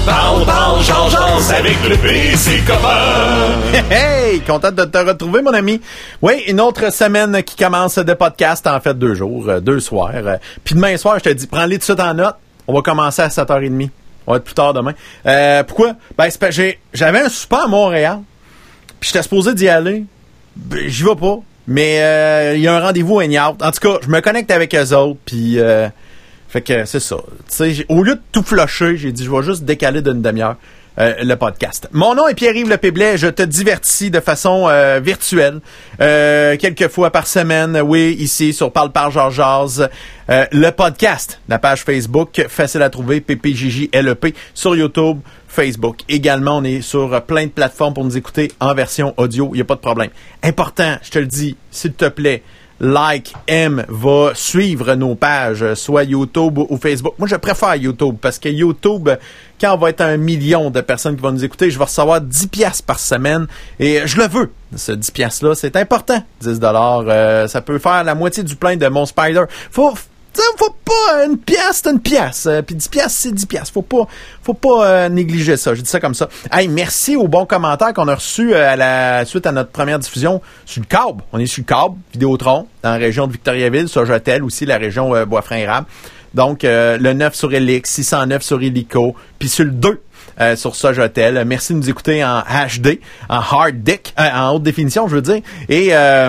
Parle, jase avec le P, c'est copain. Hey, content de te retrouver, mon ami. Oui, une autre semaine qui commence de podcast, en fait 2 jours, 2 soirs. Puis demain soir, je te dis, prends-les tout de suite en note. On va commencer à 7h30. On va être plus tard demain. Pourquoi? Ben, c'est parce que j'avais un souper à Montréal. Puis j'étais supposé d'y aller. Ben, j'y vais pas. Mais il y a un rendez-vous à Out. En tout cas, je me connecte avec eux autres. Puis... fait que c'est ça. T'sais, au lieu de tout flusher, j'ai dit je vais juste décaler d'une demi-heure le podcast. Mon nom est Pierre-Yves Lepéblet. Je te divertis de façon virtuelle. Quelques fois par semaine, oui, ici sur Parle Jase. Le podcast, la page Facebook, facile à trouver, PPJJLEP, sur YouTube, Facebook. Également, on est sur plein de plateformes pour nous écouter en version audio. Il n'y a pas de problème. Important, je te le dis, s'il te plaît, like, aime, va suivre nos pages, soit YouTube ou Facebook. Moi, je préfère YouTube parce que YouTube, quand on va être 1 million de personnes qui vont nous écouter, je vais recevoir 10$ par semaine et je le veux. Ce 10$-là, c'est important. 10$, ça peut faire la moitié du plein de mon Spider. Faut pas une pièce, c'est une pièce. Puis 10$, c'est 10$. Faut pas négliger ça. Je dis ça comme ça. Hey, merci aux bons commentaires qu'on a reçus suite à notre première diffusion sur le câble. On est sur le câble, Vidéotron, dans la région de Victoriaville, Sojatel aussi, la région Bois-Franc-Érable. Donc, le 9 sur Elix, 609 sur Illico, puis sur le 2 sur Sojatel. Merci de nous écouter en HD, en hard dick, en haute définition, je veux dire. Et...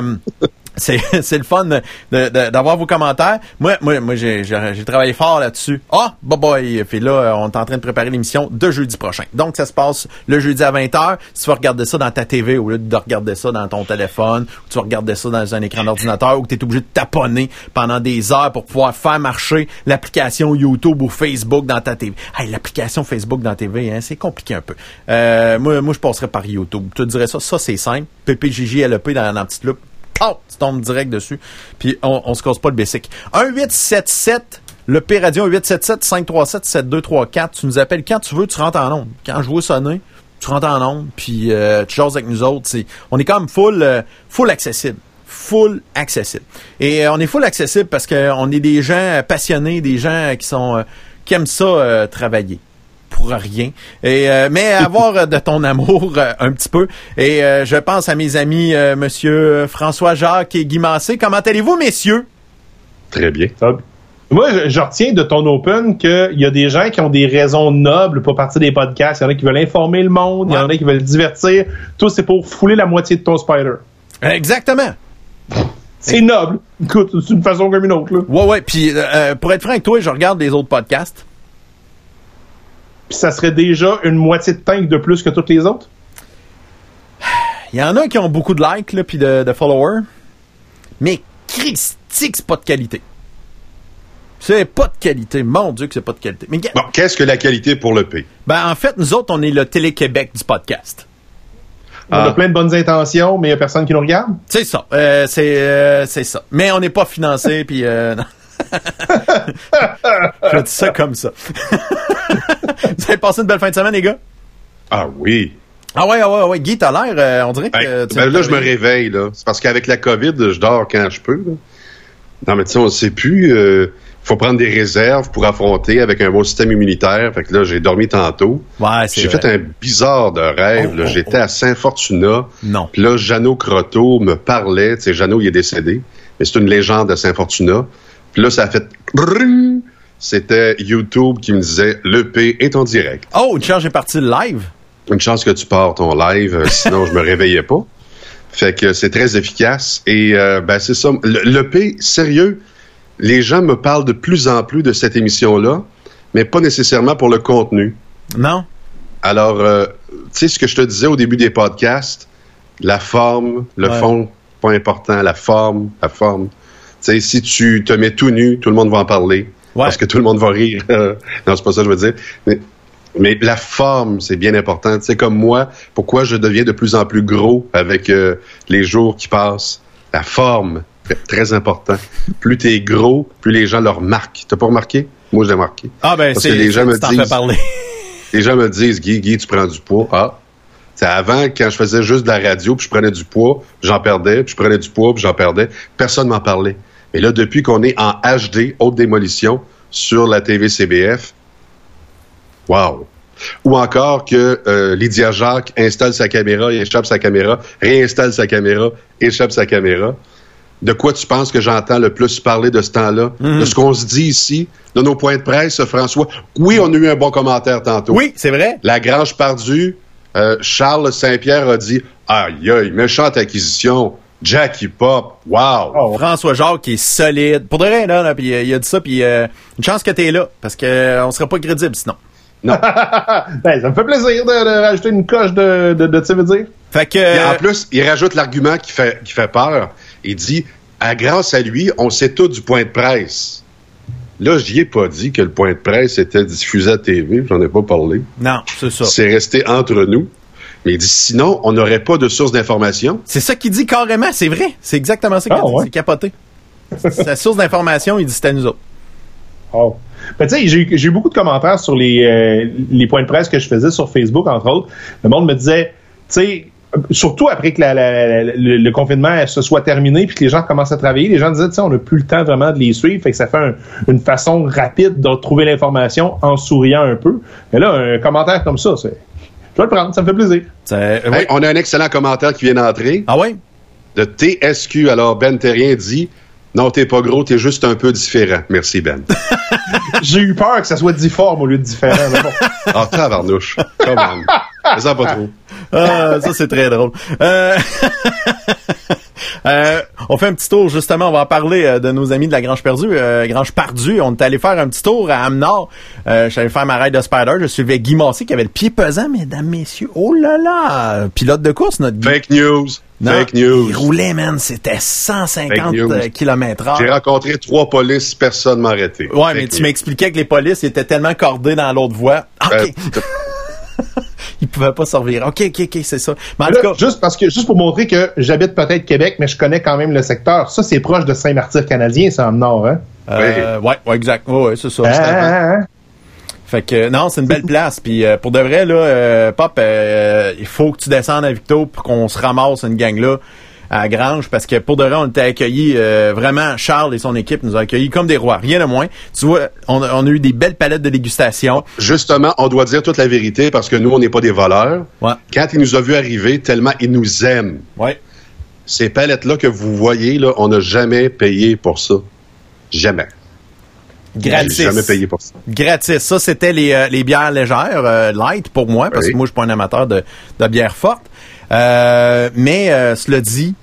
C'est le fun d'avoir vos commentaires. Moi, j'ai travaillé fort là-dessus. Boy! Puis là, on est en train de préparer l'émission de jeudi prochain. Donc, ça se passe le jeudi à 20h. Si tu vas regarder ça dans ta TV au lieu de regarder ça dans ton téléphone, ou tu vas regarder ça dans un écran d'ordinateur, ou que tu es obligé de taponner pendant des heures pour pouvoir faire marcher l'application YouTube ou Facebook dans ta TV. Hey, l'application Facebook dans ta TV, hein, c'est compliqué un peu. Moi, je passerais par YouTube. Tu te dirais ça c'est simple. PPJJLEP dans la petite loupe. Oh, tu tombes direct dessus. Puis on se casse pas le basic. 1-877, le P-Radio 877-537-7234. Tu nous appelles quand tu veux, tu rentres en onde. Quand je vois sonner, tu rentres en onde, puis tu jases avec nous autres. On est quand même full accessible. Full accessible. Et on est full accessible parce qu'on est des gens passionnés, des gens qui aiment ça travailler. Pour rien. Mais avoir de ton amour un petit peu. Et je pense à mes amis monsieur François Jacques et Guy Massé. Comment allez-vous, messieurs? Très bien. Moi, je retiens de ton open qu'il y a des gens qui ont des raisons nobles pour partir des podcasts. Il y en a qui veulent informer le monde, il y en a qui veulent divertir. Tout, c'est pour fouler la moitié de ton spider. Exactement. C'est noble. Écoute, c'est une façon comme une autre. Là. Ouais. Puis, pour être franc avec toi, je regarde les autres podcasts. Puis ça serait déjà une moitié de tank de plus que toutes les autres? Il y en a qui ont beaucoup de likes puis de followers. Mais Christique, c'est pas de qualité. C'est pas de qualité. Mon Dieu que c'est pas de qualité. Mais, bon, qu'est-ce que la qualité pour le P? Ben, en fait, nous autres, on est le Télé-Québec du podcast. On a plein de bonnes intentions, mais il y a personne qui nous regarde? C'est ça. C'est ça. Mais on n'est pas financé, puis... non. Je dis ça comme ça. Vous avez passé une belle fin de semaine, les gars? Ah oui. Ah ouais. Guy, t'as l'air, on dirait que... là, je me réveille, là. C'est parce qu'avec la COVID, je dors quand je peux, là. Non, mais tu sais, on ne sait plus. Faut prendre des réserves pour affronter avec un bon système immunitaire. Fait que là, j'ai dormi tantôt. Ouais, c'est J'ai vrai. fait un bizarre de rêve. J'étais à Saint-Fortuna. Non. Puis là, Jeannot Croteau me parlait. Tu sais, Jeannot, il est décédé. Mais c'est une légende de Saint-Fortuna. Puis là, ça a fait... C'était YouTube qui me disait « Le P est en direct ». Oh, une chance, j'ai parti le live. Une chance que tu pars ton live, sinon je me réveillais pas. Fait que c'est très efficace. Et c'est ça. Le P, sérieux, les gens me parlent de plus en plus de cette émission-là, mais pas nécessairement pour le contenu. Non. Alors, tu sais ce que je te disais au début des podcasts, la forme, le fond, pas important, la forme. Tu sais, si tu te mets tout nu, tout le monde va en parler. Ouais. Parce que tout le monde va rire. Non, c'est pas ça que je veux dire. Mais la forme, c'est bien important. Tu sais, comme moi, pourquoi je deviens de plus en plus gros avec les jours qui passent? La forme, très important. Plus t'es gros, plus les gens le remarquent. T'as pas remarqué? Moi, je l'ai remarqué. Ah ben, parce que les gens me disent, parler. Les gens me disent, Guy, tu prends du poids. Ah. T'sais, avant, quand je faisais juste de la radio, puis je prenais du poids, j'en perdais, puis je prenais du poids, puis j'en perdais, personne m'en parlait. Mais là, depuis qu'on est en HD, haute démolition, sur la TV CBF, wow! Ou encore que Lydia Jacques installe sa caméra, échappe sa caméra, réinstalle sa caméra, échappe sa caméra. De quoi tu penses que j'entends le plus parler de ce temps-là? De ce qu'on se dit ici, de nos points de presse, François? Oui, on a eu un bon commentaire tantôt. Oui, c'est vrai. La Grange perdue, Charles Saint-Pierre a dit « Aïe, aïe, méchante acquisition, Jackie Pop, wow! » François Jacques qui est solide. Pour de vrai, là puis il a dit ça, puis une chance que t'es là, parce qu'on serait pas crédible sinon. Non. Ben, ça me fait plaisir de rajouter une coche de tu veux dire. Fait que... Et en plus, il rajoute l'argument qui fait peur. Il dit grâce à lui, on sait tout du point de presse. Là, j'y ai pas dit que le point de presse était diffusé à TV. J'en ai pas parlé. Non, c'est ça. C'est resté entre nous. Mais il dit sinon, on n'aurait pas de source d'information. C'est ça qu'il dit carrément. C'est vrai. C'est exactement ça qu'il dit. Ouais. C'est capoté. Sa source d'information, il dit c'était nous autres. Oh. Ben, tu sais, j'ai eu beaucoup de commentaires sur les points de presse que je faisais sur Facebook, entre autres. Le monde me disait, tu sais, surtout après que le confinement se soit terminé puis que les gens commencent à travailler, les gens disaient, tu sais, on n'a plus le temps vraiment de les suivre, fait que ça fait une façon rapide de retrouver l'information en souriant un peu. Mais là, un commentaire comme ça, je vais le prendre, ça me fait plaisir. Hey, on a un excellent commentaire qui vient d'entrer. Ah oui? De TSQ. Alors, Ben Terrien dit non, t'es pas gros, t'es juste un peu différent. Merci, Ben. J'ai eu peur que ça soit difforme au lieu de différent, mais bon. Ah, tabarnouche. Come on. Fais-en pas trop. Ça, c'est très drôle. On fait un petit tour, justement, on va en parler de nos amis de la Grange Perdue, Grange Pardue. On est allé faire un petit tour à Amenard. Je suis allé faire ma ride de Spider. Je suivais Guy Massé qui avait le pied pesant, mesdames, messieurs. Oh là là! Pilote de course, notre Guy. Fake news. Non, Fake news. il roulait, man. C'était 150 km/h. J'ai rencontré 3 polices, personne m'a arrêté. Ouais, Fake mais tu news. m'expliquais que les polices étaient tellement cordés dans l'autre voie. OK. Ils pouvaient pas servir. OK, c'est ça. Mais en Là, tout cas, juste pour montrer que j'habite peut-être Québec, mais je connais quand même le secteur. Ça, c'est proche de Saint-Martyr canadien, ça, en nord, hein? ouais, exact. Ouais, c'est ça. Hein? Fait que non, c'est une belle place. Puis pour de vrai là, Pop, il faut que tu descendes à Victo pour qu'on se ramasse une gang là à Grange, parce que pour de vrai, on était accueillis vraiment. Charles et son équipe nous ont accueillis comme des rois, rien de moins. Tu vois, on a eu des belles palettes de dégustation. Justement, on doit dire toute la vérité parce que nous, on n'est pas des voleurs. Ouais. Quand il nous a vu arriver, tellement il nous aime. Ouais. Ces palettes-là que vous voyez, là, on n'a jamais payé pour ça. Jamais. Gratis. J'ai jamais payé pour ça. Gratis. Ça, c'était les bières légères, light pour moi, parce que moi, je suis pas un amateur de bière forte. Mais cela dit,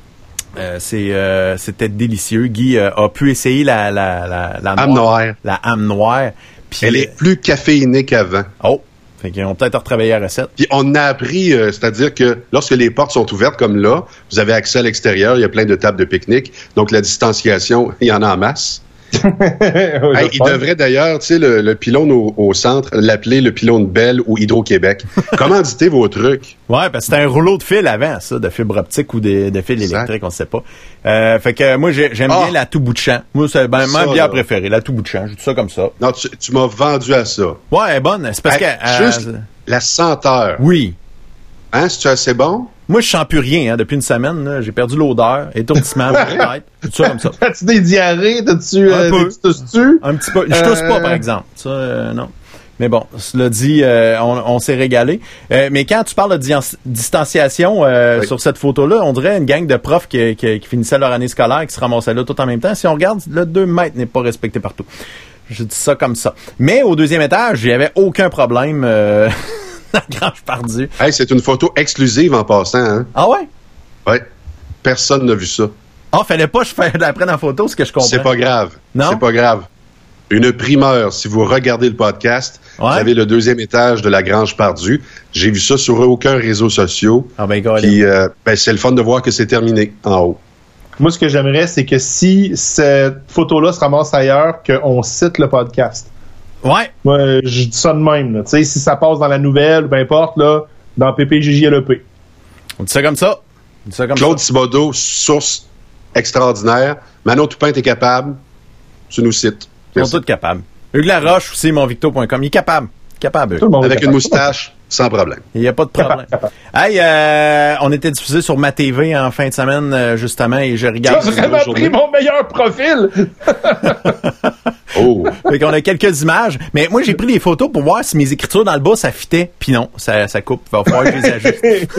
c'était délicieux. Guy a pu essayer la âme noire. La âme noire. Puis, Elle est plus caféinée qu'avant. Oh! Fait qu'ils ont peut-être retravaillé la recette. Puis on a appris, c'est-à-dire que lorsque les portes sont ouvertes comme là, vous avez accès à l'extérieur, il y a plein de tables de pique-nique, donc la distanciation, il y en a en masse. Hey, il devrait d'ailleurs, tu sais, le pylône au centre, l'appeler le pylône Bell ou Hydro-Québec. Commanditez vos trucs. Ouais, parce que c'était un rouleau de fil avant, ça, de fibre optique ou de fil électrique, on ne sait pas. Fait que moi, j'aime bien la tout bout de champ. Moi, c'est ma bière préférée, la tout bout de champ. Je dis ça comme ça. Non, tu m'as vendu à ça. Ouais, elle est bonne. C'est parce que... juste la senteur. Oui. Hein, c'est-tu assez bon? Moi, je sens plus rien, depuis une semaine, là. J'ai perdu l'odeur, étourdissement, tout ça comme ça. As-tu des diarrhées? T'as-tu tousses-tu? Un petit peu. Je tousse pas, par exemple. Ça, non. Mais bon, cela dit, on s'est régalé. Mais quand tu parles de distanciation sur cette photo-là, on dirait une gang de profs qui finissaient leur année scolaire, qui se ramassaient là tout en même temps. Si on regarde, le 2 mètres n'est pas respecté partout. Je dis ça comme ça. Mais au deuxième étage, il n'y avait aucun problème. La Grange Perdue. Hey, c'est une photo exclusive en passant, hein? Ah ouais? Ouais. Personne n'a vu ça. Ah, fallait pas que je prenne en photo, ce que je comprends. C'est pas grave. Non? C'est pas grave. Une primeur, si vous regardez le podcast, vous avez le deuxième étage de la Grange Perdue. J'ai vu ça sur aucun réseau social. Ah ben, puis, c'est le fun de voir que c'est terminé en haut. Moi, ce que j'aimerais, c'est que si cette photo-là se ramasse ailleurs, qu'on cite le podcast. Ouais. Moi, je dis ça de même. Tu sais, si ça passe dans la nouvelle, peu importe, là, dans PPJJLEP. On dit ça comme ça. Claude Thibodeau, source extraordinaire. Manon Toupin, t'es capable. Tu nous cites. Ils sont tous capables. Hugues Laroche aussi, monvicto.com. Il est capable. Capable. Avec une moustache, sans problème. Il n'y a pas de problème. Capable. Hey, on était diffusé sur ma TV en fin de semaine, justement, et je regarde. Tu as vraiment pris mon meilleur profil! Oh! Fait qu'on a quelques images. Mais moi, j'ai pris des photos pour voir si mes écritures dans le bas, ça fitait. Puis non, ça coupe. Il va falloir que je les ajuste.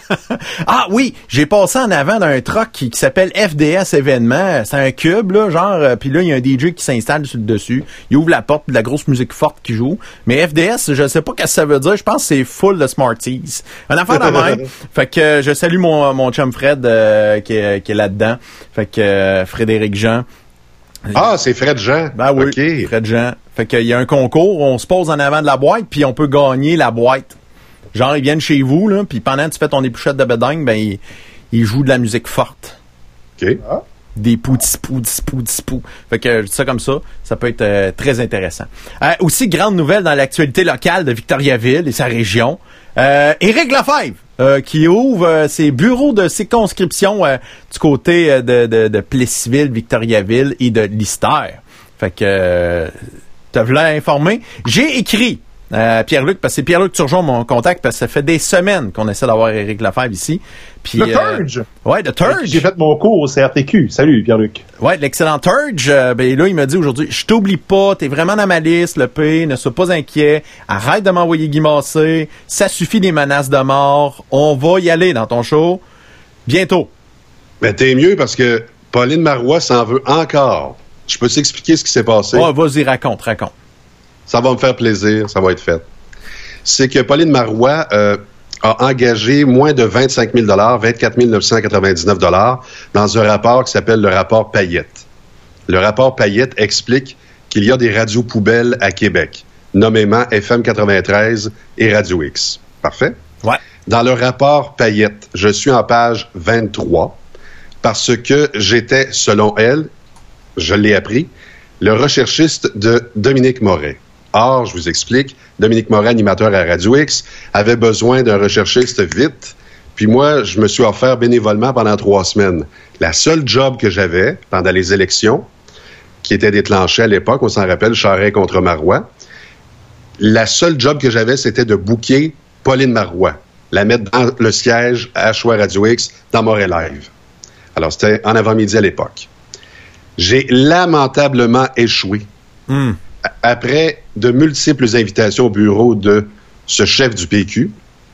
Ah oui, j'ai passé en avant d'un truck qui s'appelle FDS événement. C'est un cube, là, genre. Puis là, il y a un DJ qui s'installe sur le dessus. Il ouvre la porte, puis de la grosse musique forte qui joue. Mais FDS, je sais pas ce que ça veut dire. Je pense que c'est full de Smarties. Un affaire de même. Fait que je salue mon chum Fred qui est là-dedans. Fait que Frédéric Jean. Ah, c'est Fred Jean. Ben oui, okay. Fred Jean. Fait qu'il y a un concours, on se pose en avant de la boîte, puis on peut gagner la boîte. Genre, ils viennent chez vous, là, puis pendant que tu fais ton épluchette de bedagne, ben, ils jouent de la musique forte. OK. Des poux. Fait que je dis ça comme ça peut être très intéressant. Aussi, grande nouvelle dans l'actualité locale de Victoriaville et sa région. Éric Lefebvre, qui ouvre ses bureaux de circonscription du côté de Plessisville, Victoriaville et de Lister. Fait que te voulais informer. J'ai écrit Pierre-Luc, parce que c'est Pierre-Luc Turgeon, mon contact, parce que ça fait des semaines qu'on essaie d'avoir Éric Lefebvre ici. Puis, le Turge! Ouais, le Turge. J'ai fait mon cours au CRTQ. Salut, Pierre-Luc. Ouais, l'excellent Turge. Ben là, il m'a dit aujourd'hui, je t'oublie pas, t'es vraiment dans ma liste, le P, ne sois pas inquiet, arrête de m'envoyer Guy Massé, ça suffit des menaces de mort, on va y aller dans ton show, bientôt. Ben, t'es mieux parce que Pauline Marois s'en veut encore. Je peux t'expliquer ce qui s'est passé? Ouais, vas-y, raconte. Ça va me faire plaisir, ça va être fait. C'est que Pauline Marois a engagé moins de 25 000 24 999 dans un rapport qui s'appelle le rapport Payette. Le rapport Payette explique qu'il y a des radios poubelles à Québec, nommément FM 93 et Radio X. Parfait? Ouais. Dans le rapport Payette, je suis en page 23 parce que j'étais, selon elle, je l'ai appris, le recherchiste de Dominique Moret. Or, je vous explique, Dominique Moret, animateur à Radio X, avait besoin d'un recherchiste vite. Puis moi, je me suis offert bénévolement pendant 3 semaines. La seule job que j'avais pendant les élections, qui était déclenchée à l'époque, on s'en rappelle, Charest contre Marois, la seule job que j'avais, c'était de booker Pauline Marois, la mettre dans le siège à Choix Radio X, dans Moret Live. Alors, c'était en avant-midi à l'époque. J'ai lamentablement échoué. Après de multiples invitations au bureau de ce chef du PQ,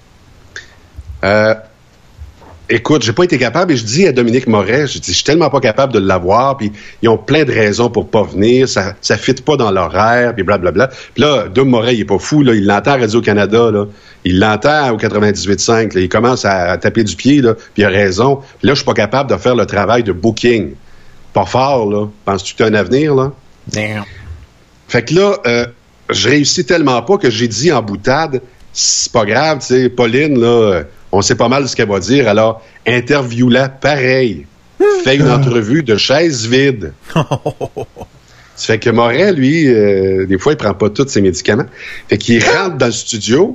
écoute, j'ai pas été capable et je dis à Dominique Moret, je suis tellement pas capable de l'avoir, puis ils ont plein de raisons pour pas venir, ça fit pas dans l'horaire, puis blablabla. Puis là, Dom Moret, il est pas fou, là, il l'entend à Radio-Canada, là, il l'entend au 98.5, là, il commence à taper du pied, là, puis il a raison. Puis là, je suis pas capable de faire le travail de booking. Pas fort, là. Penses-tu que tu as un avenir, là? Damn. Fait que là, je réussis tellement pas que j'ai dit en boutade, c'est pas grave, tu sais, Pauline, là, on sait pas mal ce qu'elle va dire, alors interview-la pareil. Fais une entrevue de chaise vide. Ça fait que Moret, lui, des fois, il prend pas tous ses médicaments. Fait qu'il rentre dans le studio.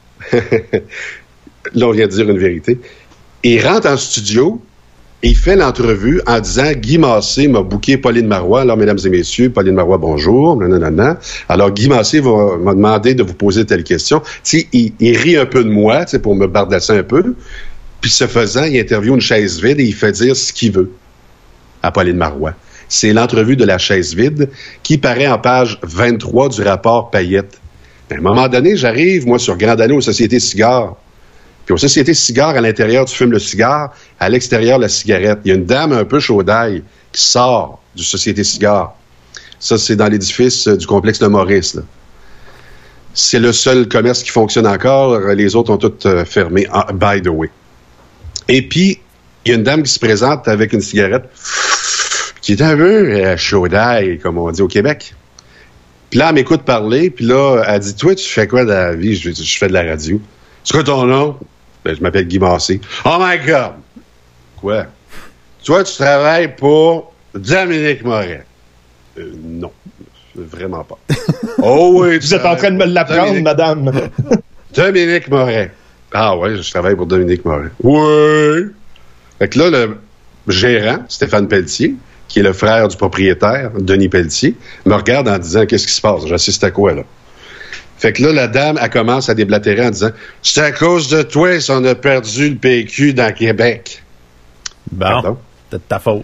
Là, on vient de dire une vérité. Il rentre en studio et il fait l'entrevue en disant « Guy Massé m'a booké Pauline Marois. Alors, mesdames et messieurs, Pauline Marois, bonjour. Nanana. Alors, Guy Massé m'a demandé de vous poser telle question. » Tu sais, il rit un peu de moi, tu sais, pour me bardasser un peu. Puis, ce faisant, il interviewe une chaise vide et il fait dire ce qu'il veut à Pauline Marois. C'est l'entrevue de la chaise vide qui paraît en page 23 du rapport Payette. À un moment donné, j'arrive, moi, sur Grande Allée aux Sociétés Cigares. Puis aux Sociétés Cigares, à l'intérieur, tu fumes le cigare, à l'extérieur, la cigarette. Il y a une dame un peu chaudaille qui sort du Société Cigares. Ça, c'est dans l'édifice du complexe de Maurice, là. C'est le seul commerce qui fonctionne encore. Les autres ont toutes fermé, by the way. Et puis, il y a une dame qui se présente avec une cigarette qui est un peu chaudaille, comme on dit au Québec. Puis là, elle m'écoute parler, puis là, elle dit « Toi, tu fais quoi dans la vie? » Je fais de la radio. « C'est quoi ton nom? » Ben, je m'appelle Guy Massé. « Oh my God! » Quoi? « Toi, tu travailles pour Dominique Moret. » Non, vraiment pas. « Oh oui, vous êtes en train de me l'apprendre, madame. » Dominique Moret. « Ah ouais, je travaille pour Dominique Moret. »« Oui! » Fait que là, le gérant, Stéphane Pelletier, qui est le frère du propriétaire, Denis Pelletier, me regarde en disant « Qu'est-ce qui se passe? J'assiste à quoi, là? » Fait que là, la dame, elle commence à déblatérer en disant « C'est à cause de toi si on a perdu le PQ dans Québec. » Bon, c'est de ta faute.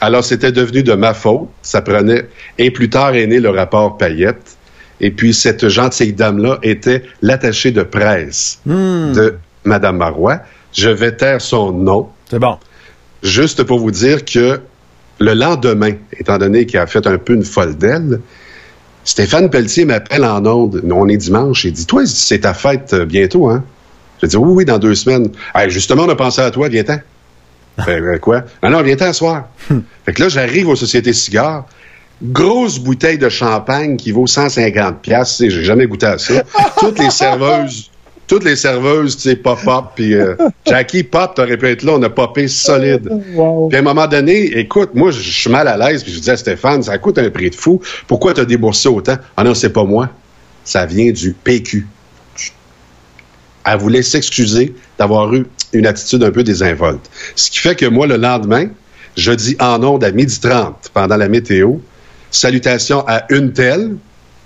Alors, c'était devenu de ma faute. Ça prenait... Et plus tard est né le rapport Payette. Et puis, cette gentille dame-là était l'attachée de presse de Mme Marois. Je vais taire son nom. C'est bon. Juste pour vous dire que le lendemain, étant donné qu'il a fait un peu une folle d'elle, Stéphane Pelletier m'appelle en ondes. On est dimanche. Il dit, toi, c'est ta fête bientôt, hein? Je dis, oui, dans 2 semaines. Hey, justement, on a pensé à toi, viens-t'en. Quoi? Non, viens-t'en ce soir. Fait que là, j'arrive aux Sociétés Cigares. Grosse bouteille de champagne qui vaut 150$. Tu sais, j'ai jamais goûté à ça. Toutes les serveuses, tu sais, pop-up. Puis Jackie, pop, t'aurais pu être là. On a popé solide. Wow. Puis à un moment donné, écoute, moi, je suis mal à l'aise. Puis je dis à Stéphane, ça coûte un prix de fou. Pourquoi t'as déboursé autant? Ah non, c'est pas moi. Ça vient du PQ. Elle voulait s'excuser d'avoir eu une attitude un peu désinvolte. Ce qui fait que moi, le lendemain, je dis en ondes à 12h30 pendant la météo, salutations à une telle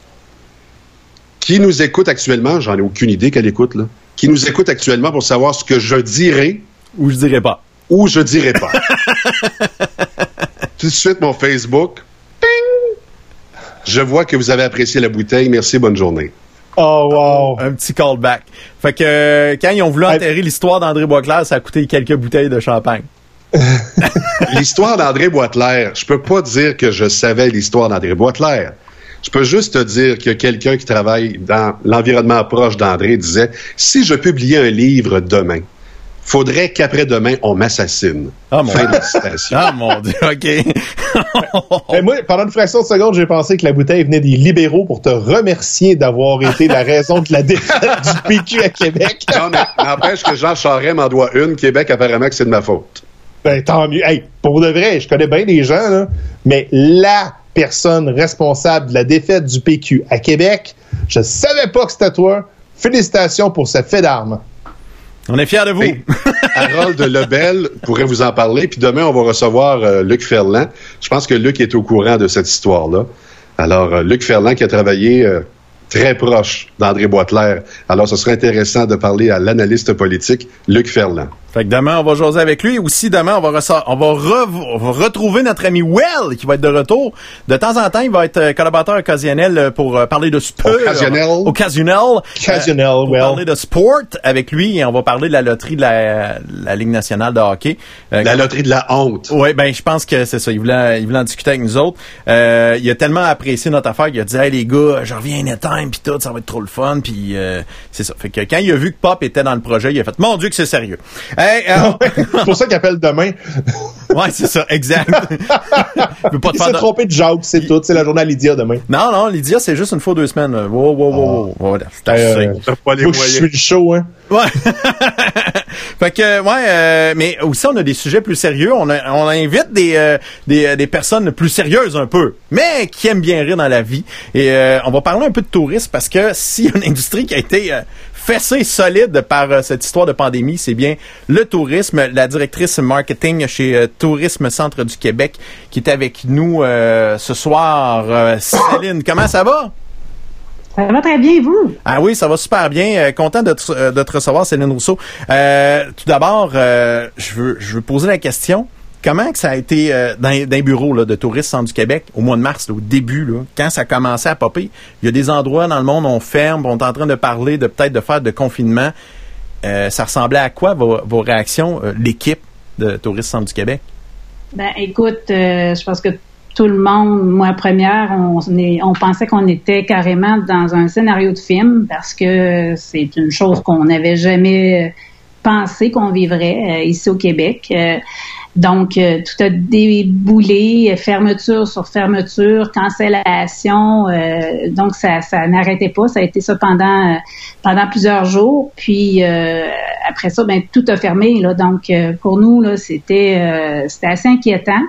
qui nous écoute actuellement, j'en ai aucune idée qu'elle écoute, là, qui nous écoute actuellement pour savoir ce que je dirais. Ou je dirais pas. Ou je dirais pas. Tout de suite, mon Facebook, ping! Je vois que vous avez apprécié la bouteille. Merci, bonne journée. Oh, wow. Un petit callback. Fait que quand ils ont voulu enterrer l'histoire d'André Boisclair, ça a coûté quelques bouteilles de champagne. L'histoire d'André Boisclair, je peux pas dire que je savais l'histoire d'André Boisclair. Je peux juste te dire que quelqu'un qui travaille dans l'environnement proche d'André disait « Si je publiais un livre demain, faudrait qu'après-demain, on m'assassine. » Fin de la citation. Ah, mon Dieu, OK. Mais moi, pendant une fraction de seconde, j'ai pensé que la bouteille venait des libéraux pour te remercier d'avoir été la raison de la défaite du PQ à Québec. Non, mais n'empêche que Jean Charest m'en doit une. Québec, apparemment que c'est de ma faute. Ben, tant mieux. Hey, pour de vrai, je connais bien des gens, là, mais la personne responsable de la défaite du PQ à Québec, je savais pas que c'était toi. Félicitations pour ce fait d'armes. On est fiers de vous. Hey, Harold Lebel pourrait vous en parler. Puis demain, on va recevoir Luc Ferland. Je pense que Luc est au courant de cette histoire-là. Alors, Luc Ferland qui a travaillé très proche d'André Boisclair. Alors, ce serait intéressant de parler à l'analyste politique Luc Ferland. Fait que demain, on va jaser avec lui. Aussi, demain, on va retrouver notre ami Well, qui va être de retour. De temps en temps, il va être collaborateur occasionnel pour parler de sport. Occasionnel. Well. Parler de sport avec lui et on va parler de la loterie de la Ligue nationale de hockey. La loterie de la honte. Oui, ben je pense que c'est ça. Il voulait en discuter avec nous autres. Il a tellement apprécié notre affaire qu'il a dit « Hey les gars, je reviens anytime pis tout, ça va être trop le fun. » Puis c'est ça. Fait que quand il a vu que Pop était dans le projet, il a fait « Mon Dieu que c'est sérieux. » C'est pour ça qu'il appelle demain. Ouais, c'est ça, exact. Il s'est trompé de Jacques, c'est tout. C'est la journée à Lydia demain. Non, Lydia, c'est juste une fois 2 semaines. Wow. Faut que je suis le show, hein. Ouais. Fait que, mais aussi, on a des sujets plus sérieux. On invite des personnes plus sérieuses un peu, mais qui aiment bien rire dans la vie. Et on va parler un peu de tourisme parce que s'il y a une industrie qui a été fessée solide par cette histoire de pandémie, c'est bien le tourisme. La directrice marketing chez Tourisme Centre du Québec qui est avec nous ce soir. Céline, comment ça va? Ça va très bien, vous? Ah oui, ça va super bien. Content de te recevoir, Céline Rousseau. Tout d'abord, je veux poser la question. Comment que ça a été dans les bureaux là, de Tourisme Centre du Québec au mois de mars, là, au début, là, quand ça a commencé à popper? Il y a des endroits dans le monde où on ferme, on est en train de parler de peut-être de faire de confinement. Ça ressemblait à quoi vos réactions, l'équipe de Tourisme Centre du Québec? Ben, écoute, je pense que tout le monde, moi première, on pensait qu'on était carrément dans un scénario de film parce que c'est une chose qu'on n'avait jamais pensé qu'on vivrait ici au Québec. Donc, tout a déboulé, fermeture sur fermeture, cancellation. Donc, ça n'arrêtait pas. Ça a été ça pendant plusieurs jours. Puis, après ça, ben tout a fermé. Là. Donc, pour nous, là, c'était assez inquiétant.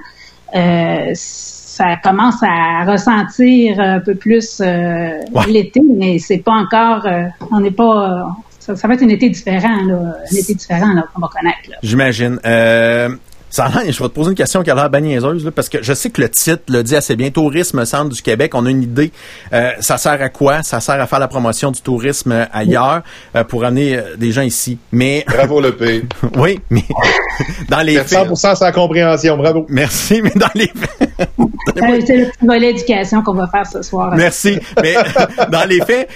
Ça commence à ressentir un peu plus l'été, mais c'est pas encore. On n'est pas. Ça va être un été différent, là. Un été différent, là, qu'on va connaître. Là. J'imagine. Je vais te poser une question qui a l'air bien niaiseuse, là, parce que je sais que le titre le dit assez bien. Tourisme Centre du Québec, on a une idée. Ça sert à quoi? Ça sert à faire la promotion du tourisme ailleurs pour amener des gens ici. Mais bravo le P. Oui, mais dans les faits... 100% sans compréhension, bravo. Merci, mais dans les faits... c'est le petit volet éducation qu'on va faire ce soir. Merci. Mais dans les faits,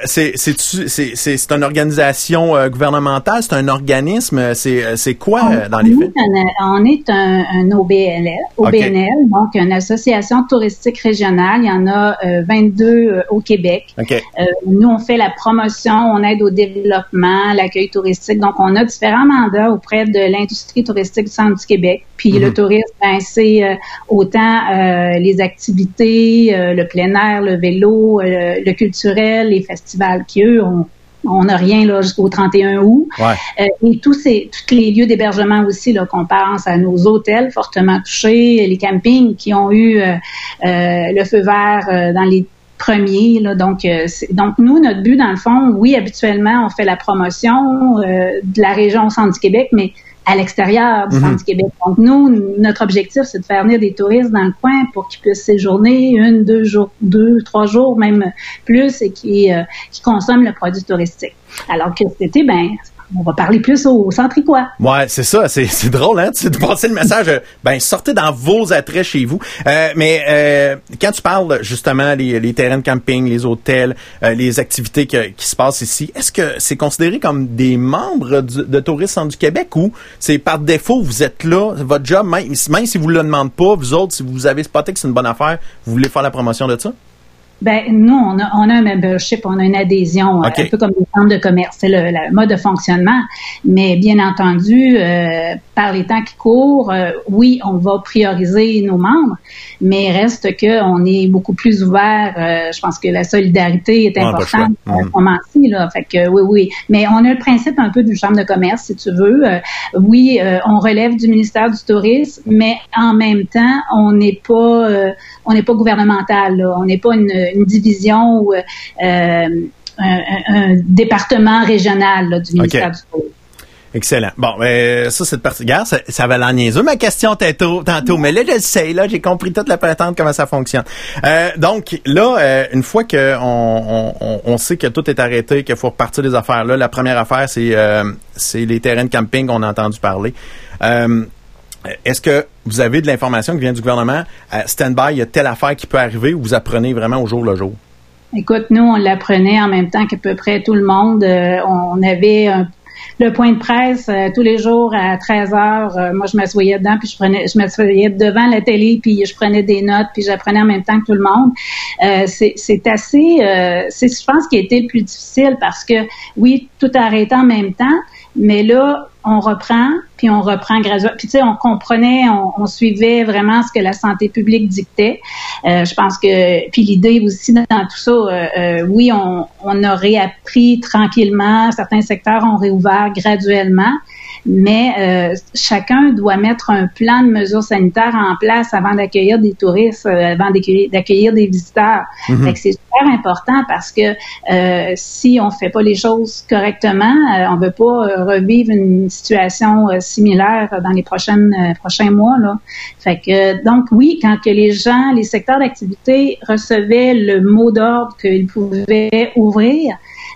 c'est une organisation gouvernementale, c'est un organisme, c'est quoi dans les faits? On est un OBNL, Okay. donc une association touristique régionale. Il y en a 22 au Québec. Okay. Nous, on fait la promotion, on aide au développement, l'accueil touristique. Donc, on a différents mandats auprès de l'industrie touristique du Centre du Québec. Puis le tourisme, c'est autant les activités, le plein air, le vélo, le culturel, les festivals qui, eux, on n'a rien là jusqu'au 31 août. Ouais. Et tous les lieux d'hébergement aussi, là, qu'on pense à nos hôtels fortement touchés, les campings qui ont eu le feu vert dans les premiers. Là, donc nous, notre but, dans le fond, oui, habituellement, on fait la promotion de la région Centre du Québec, mais à l'extérieur du Centre du Québec. Donc, nous, notre objectif, c'est de faire venir des touristes dans le coin pour qu'ils puissent séjourner 2, 3 jours, même plus, et qui consomment le produit touristique. Alors que cet été, on va parler plus aux Centricois. Ouais, c'est ça. C'est drôle, hein? Tu passer le message, sortez dans vos attraits chez vous. Mais quand tu parles, justement, les terrains de camping, les hôtels, les activités qui se passent ici, est-ce que c'est considéré comme des membres de Tourisme Centre du Québec ou c'est par défaut, vous êtes là, votre job, même si vous ne le demandez pas, vous autres, si vous avez spoté que c'est une bonne affaire, vous voulez faire la promotion de ça? Nous, on a un membership, on a une adhésion, Okay. un peu comme les centres de commerce. C'est le mode de fonctionnement. Mais bien entendu, par les temps qui courent, oui, on va prioriser nos membres, mais reste que on est beaucoup plus ouvert. Je pense que la solidarité est importante à ce moment-ci, là. Fait que oui. Mais on a le principe un peu d'une chambre de commerce, si tu veux. On relève du ministère du Tourisme, mais en même temps, on n'est pas gouvernemental, là. On n'est pas une division ou un département régional là, du ministère du Tourisme. Excellent. Bon, ça, cette partie. Regarde, ça va l'air niaiseux, ma question tantôt. Mais là, je le sais, là, j'ai compris toute la patente, comment ça fonctionne. Donc, là, une fois que on sait que tout est arrêté, qu'il faut repartir des affaires là, la première affaire, c'est les terrains de camping qu'on a entendu parler. Est-ce que vous avez de l'information qui vient du gouvernement? Stand-by, il y a telle affaire qui peut arriver ou vous apprenez vraiment au jour le jour? Écoute, nous, on l'apprenait en même temps qu'à peu près tout le monde. On avait le point de presse tous les jours à 13h. Moi, je m'assoyais dedans, puis je m'assoyais devant la télé, puis je prenais des notes, puis j'apprenais en même temps que tout le monde. C'est assez... je pense, qui a été le plus difficile parce que, oui, tout a arrêté en même temps, mais là, on reprend graduellement. Puis tu sais, on comprenait, on suivait vraiment ce que la santé publique dictait. Je pense que, puis l'idée aussi dans tout ça, oui, on a réappris tranquillement. Certains secteurs ont réouvert graduellement, mais chacun doit mettre un plan de mesures sanitaires en place avant d'accueillir des touristes, avant d'accueillir des visiteurs. Fait que c'est super important parce que si on fait pas les choses correctement, on veut pas revivre une situation similaire dans les prochains mois là. Fait que donc oui, quand que les secteurs d'activité recevaient le mot d'ordre qu'ils pouvaient ouvrir,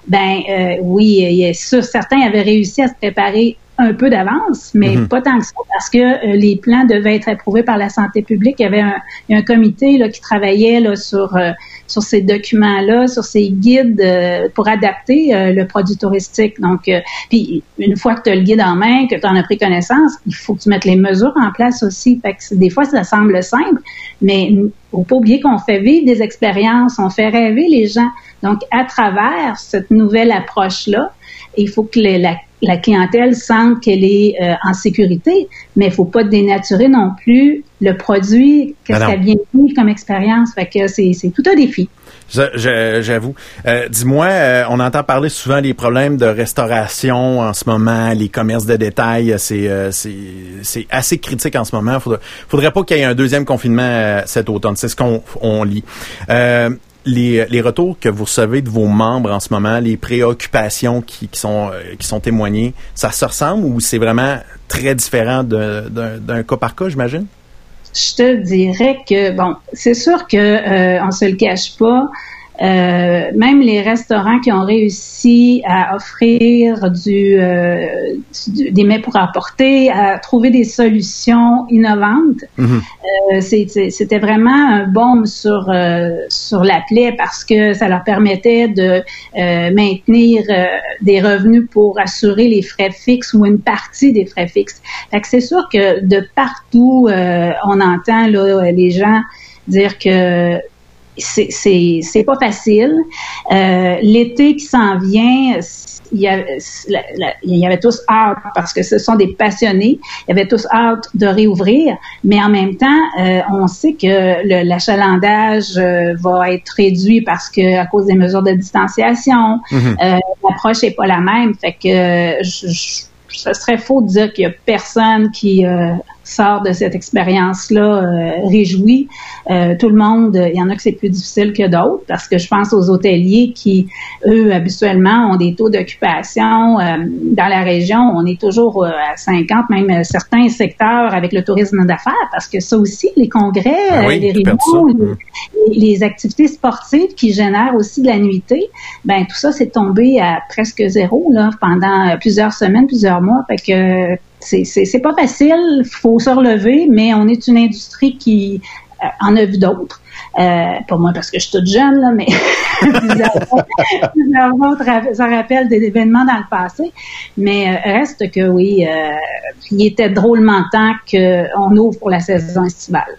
oui, certains avaient réussi à se préparer un peu d'avance, mais pas tant que ça, parce que les plans devaient être approuvés par la santé publique. Il y avait un comité là qui travaillait là sur ces documents-là, sur ces guides pour adapter le produit touristique. Donc, puis une fois que tu as le guide en main, que tu en as pris connaissance, il faut que tu mettes les mesures en place aussi. Fait que des fois, ça semble simple, mais faut pas oublier qu'on fait vivre des expériences, on fait rêver les gens. Donc, à travers cette nouvelle approche-là, il faut que la clientèle sente qu'elle est en sécurité, mais il faut pas dénaturer non plus le produit, que ça vient vivre comme expérience. Fait que c'est tout un défi. J'avoue. Dis-moi, on entend parler souvent des problèmes de restauration en ce moment, les commerces de détail, c'est assez critique en ce moment. Faudrait pas qu'il y ait un deuxième confinement cet automne. C'est ce qu'on lit. les retours que vous recevez de vos membres en ce moment, les préoccupations qui sont témoignées, ça se ressemble ou c'est vraiment très différent d'un cas par cas, j'imagine? Je te dirais que, bon, c'est sûr que on se le cache pas. Même les restaurants qui ont réussi à offrir des mets pour apporter, à trouver des solutions innovantes, c'était vraiment un baume sur la plaie parce que ça leur permettait de maintenir des revenus pour assurer les frais fixes ou une partie des frais fixes. Fait que c'est sûr que de partout, on entend là, les gens dire que c'est pas facile. L'été qui s'en vient, il y avait tous hâte parce que ce sont des passionnés. Il y avait tous hâte de réouvrir, mais en même temps, on sait que l'achalandage va être réduit parce que à cause des mesures de distanciation, l'approche est pas la même. Fait que ce serait faux de dire qu'il y a personne qui sort de cette expérience-là réjoui. Tout le monde, il y en a que c'est plus difficile que d'autres parce que je pense aux hôteliers qui, eux, habituellement, ont des taux d'occupation dans la région. On est toujours à 50, même certains secteurs avec le tourisme d'affaires parce que ça aussi, les congrès, les réunions, les activités sportives qui génèrent aussi de la nuitée, ben tout ça, c'est tombé à presque zéro là pendant plusieurs semaines, plusieurs mois. Fait que c'est pas facile, faut se relever, mais on est une industrie qui en a vu d'autres. Pas moi parce que je suis toute jeune, là, mais plusieurs autres, ça rappelle des événements dans le passé. Mais reste que oui, il était drôlement temps qu'on ouvre pour la saison estivale.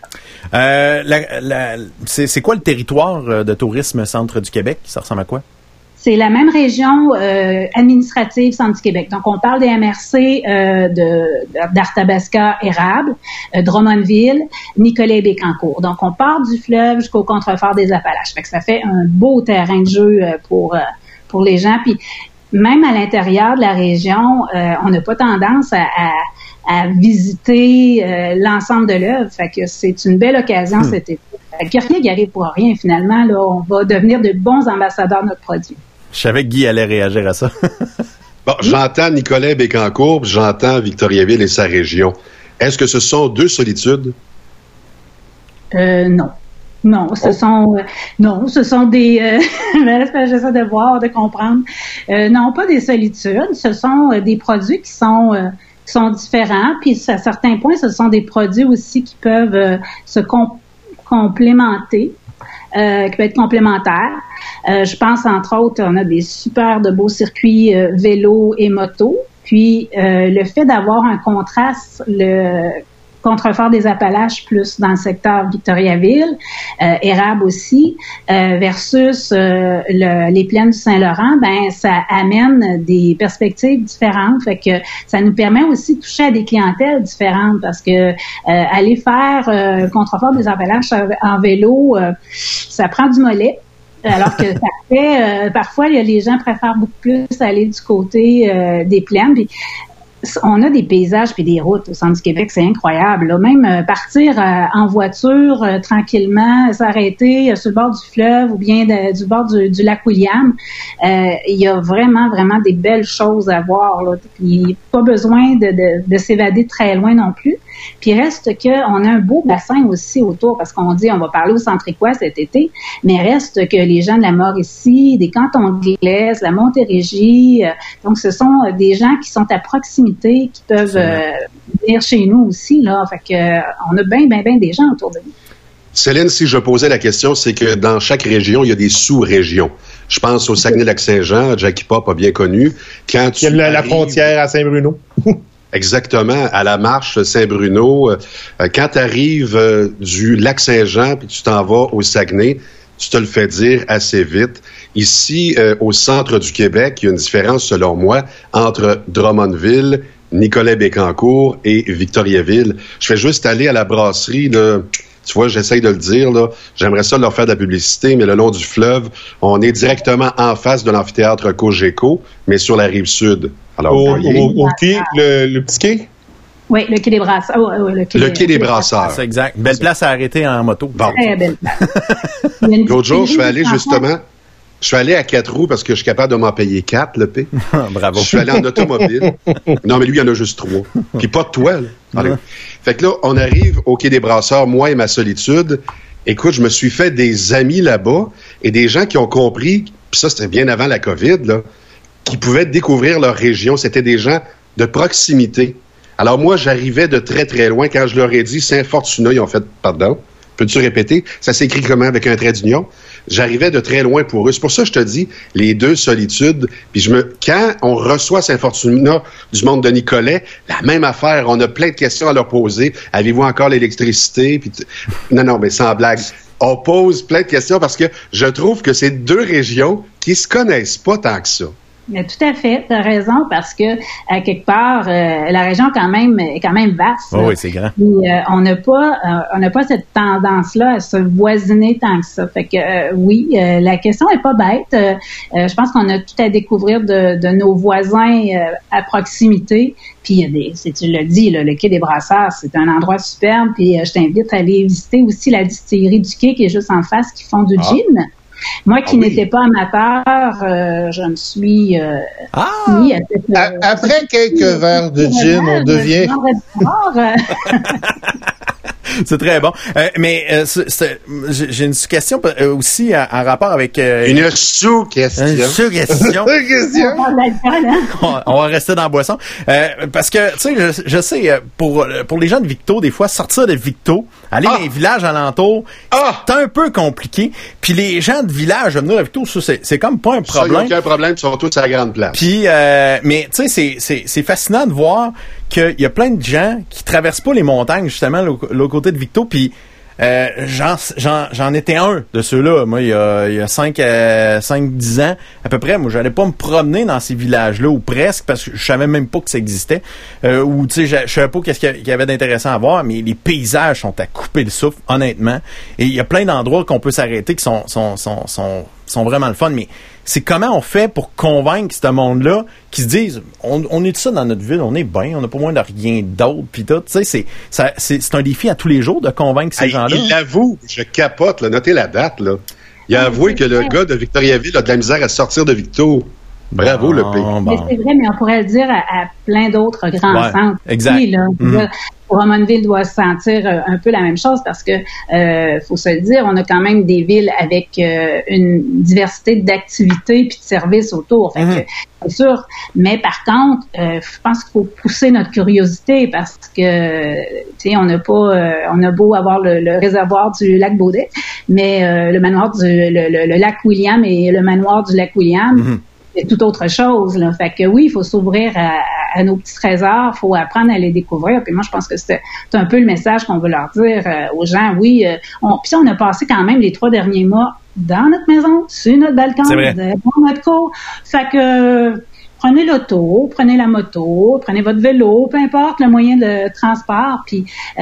C'est quoi le territoire de tourisme centre du Québec? Ça ressemble à quoi? C'est la même région administrative centre du Québec. Donc, on parle des MRC d'Arthabasca, Érable, Drummondville, Nicolet-Bécancour. Donc, on part du fleuve jusqu'au contrefort des Appalaches. Fait que ça fait un beau terrain de jeu pour les gens. Puis, même à l'intérieur de la région, on n'a pas tendance à visiter l'ensemble de l'œuvre. Fait que c'est une belle occasion cet été. Fait que rien qui arrive pour rien, finalement. Là, on va devenir de bons ambassadeurs de notre produit. Je savais que Guy allait réagir à ça. Bon, j'entends Nicolet-Bécancour, j'entends Victoriaville et sa région. Est-ce que ce sont deux solitudes? Non. Non, ce sont des... j'essaie de voir, de comprendre. Non, pas des solitudes. Ce sont des produits qui sont différents. Puis, à certains points, ce sont des produits aussi qui peuvent se complémenter. Qui peut être complémentaire. Je pense, entre autres, on a des super de beaux circuits vélo et moto. Puis, le fait d'avoir un contraste, le contrefort des Appalaches plus dans le secteur Victoriaville, Érable aussi, versus les plaines du Saint-Laurent, ben ça amène des perspectives différentes. Fait que ça nous permet aussi de toucher à des clientèles différentes parce que aller faire contrefort des Appalaches en vélo, ça prend du mollet. Alors que ça fait, parfois, les gens préfèrent beaucoup plus aller du côté des plaines. Puis, on a des paysages puis des routes au centre du Québec, c'est incroyable. Là. Même partir en voiture tranquillement, s'arrêter sur le bord du fleuve ou bien du bord du lac William, il y a vraiment, vraiment des belles choses à voir. Là. Il n'y a pas besoin de s'évader très loin non plus. Puis reste qu'on a un beau bassin aussi autour, parce qu'on dit on va parler au Centre-Écosse cet été, mais reste que les gens de la Mauricie, des cantons de l'Est, la Montérégie, donc ce sont des gens qui sont à proximité, qui peuvent venir chez nous aussi, là. Fait que on a bien des gens autour de nous. Céline, si je posais la question, c'est que dans chaque région, il y a des sous-régions. Je pense au Saguenay-Lac-Saint-Jean, Jackie Pop a bien connu. Quand tu il y a la frontière à Saint-Bruno. Exactement, à la marche Saint-Bruno. Quand tu arrives du Lac-Saint-Jean puis tu t'en vas au Saguenay, tu te le fais dire assez vite. Ici, au centre du Québec, il y a une différence, selon moi, entre Drummondville, Nicolet-Bécancour et Victoriaville. Je fais juste aller à la brasserie, là. Tu vois, j'essaye de le dire, là. J'aimerais ça leur faire de la publicité, mais le long du fleuve, on est directement en face de l'amphithéâtre Cogeco, mais sur la rive sud. Alors, au quai, le petit quai? Oui, le quai des Brasseurs. Le quai des Brasseurs. C'est exact. Belle place à arrêter en moto. Bon. Très belle place. L'autre jour, je suis allé à 4 roues parce que je suis capable de m'en payer 4, le P. Bravo. Je suis allé en automobile. Non, mais lui, il y en a juste 3. Puis pas de toi, là. Allez. Fait que là, on arrive au quai des Brasseurs, moi et ma solitude. Écoute, je me suis fait des amis là-bas et des gens qui ont compris, puis ça, c'était bien avant la COVID, là, qui pouvaient découvrir leur région. C'était des gens de proximité. Alors moi, j'arrivais de très, très loin. Quand je leur ai dit Saint-Fortuna, ils ont fait « Pardon, peux-tu répéter? » Ça s'écrit comment avec un trait d'union? J'arrivais de très loin pour eux. C'est pour ça que je te dis, les deux solitudes. Puis quand on reçoit Saint-Fortuna du monde de Nicolet, la même affaire, on a plein de questions à leur poser. Avez-vous encore l'électricité? Puis non, mais sans blague. On pose plein de questions parce que je trouve que c'est deux régions qui se connaissent pas tant que ça. Mais tout à fait, tu as raison, parce que à quelque part, la région est quand même vaste. Oh, oui, c'est grand. Puis, on n'a pas cette tendance-là à se voisiner tant que ça. Fait que oui, la question est pas bête. Je pense qu'on a tout à découvrir de nos voisins à proximité. Puis il y a tu l'as dit, là, le quai des Brasseurs, c'est un endroit superbe. Puis je t'invite à aller visiter aussi la distillerie du quai qui est juste en face, qui font du gin. Moi qui n'étais pas amateur, je me suis mis à cette... Après quelques verres de gin, on devient... C'est très bon. Mais j'ai une question aussi en rapport avec... une sous-question. Une sous-question. On va rester dans la boisson. Parce que, tu sais, je sais, pour les gens de Victo, des fois, sortir de Victo, aller dans les villages alentours, c'est un peu compliqué. Puis les gens de village, venir à Victo, ça, c'est comme pas un problème. Ça, il n'y a aucun problème, surtout à la grande place. Puis, mais tu sais, c'est fascinant de voir qu'il y a plein de gens qui traversent pas les montagnes, justement, l'autre côté de Victo, puis j'en étais un de ceux-là. Moi, il y a 5-10 ans, à peu près, moi, j'allais pas me promener dans ces villages-là, ou presque, parce que je savais même pas que ça existait, ou, tu sais, je savais pas qu'est-ce qu'il y avait d'intéressant à voir, mais les paysages sont à couper le souffle, honnêtement, et il y a plein d'endroits qu'on peut s'arrêter qui sont vraiment le fun, mais c'est comment on fait pour convaincre ce monde-là qui se disent on est tout ça dans notre ville, on est bien, on n'a pas moins de rien d'autre, puis tout. Tu sais, c'est un défi à tous les jours de convaincre ces gens-là. Il l'avoue, je capote, là, notez la date, là. Il a avoué que le gars de Victoriaville a de la misère à sortir de Victo. Bravo, le pays. Bon. Mais c'est vrai, mais on pourrait le dire à plein d'autres grands centres. Exact. Aussi, là. Drummondville doit se sentir un peu la même chose parce que, faut se le dire, on a quand même des villes avec une diversité d'activités puis de services autour. Fait que, c'est sûr. Mais par contre, je pense qu'il faut pousser notre curiosité parce que, tu sais, on a beau avoir le réservoir du lac Baudet, mais le manoir le lac William et le manoir du lac William, c'est tout autre chose, là. Fait que oui, il faut s'ouvrir à nos petits trésors, il faut apprendre à les découvrir. Puis moi, je pense que c'est un peu le message qu'on veut leur dire aux gens. Oui, puis on a passé quand même les 3 derniers mois dans notre maison, sur notre balcon, dans notre cour. Fait que prenez l'auto, prenez la moto, prenez votre vélo, peu importe le moyen de transport, puis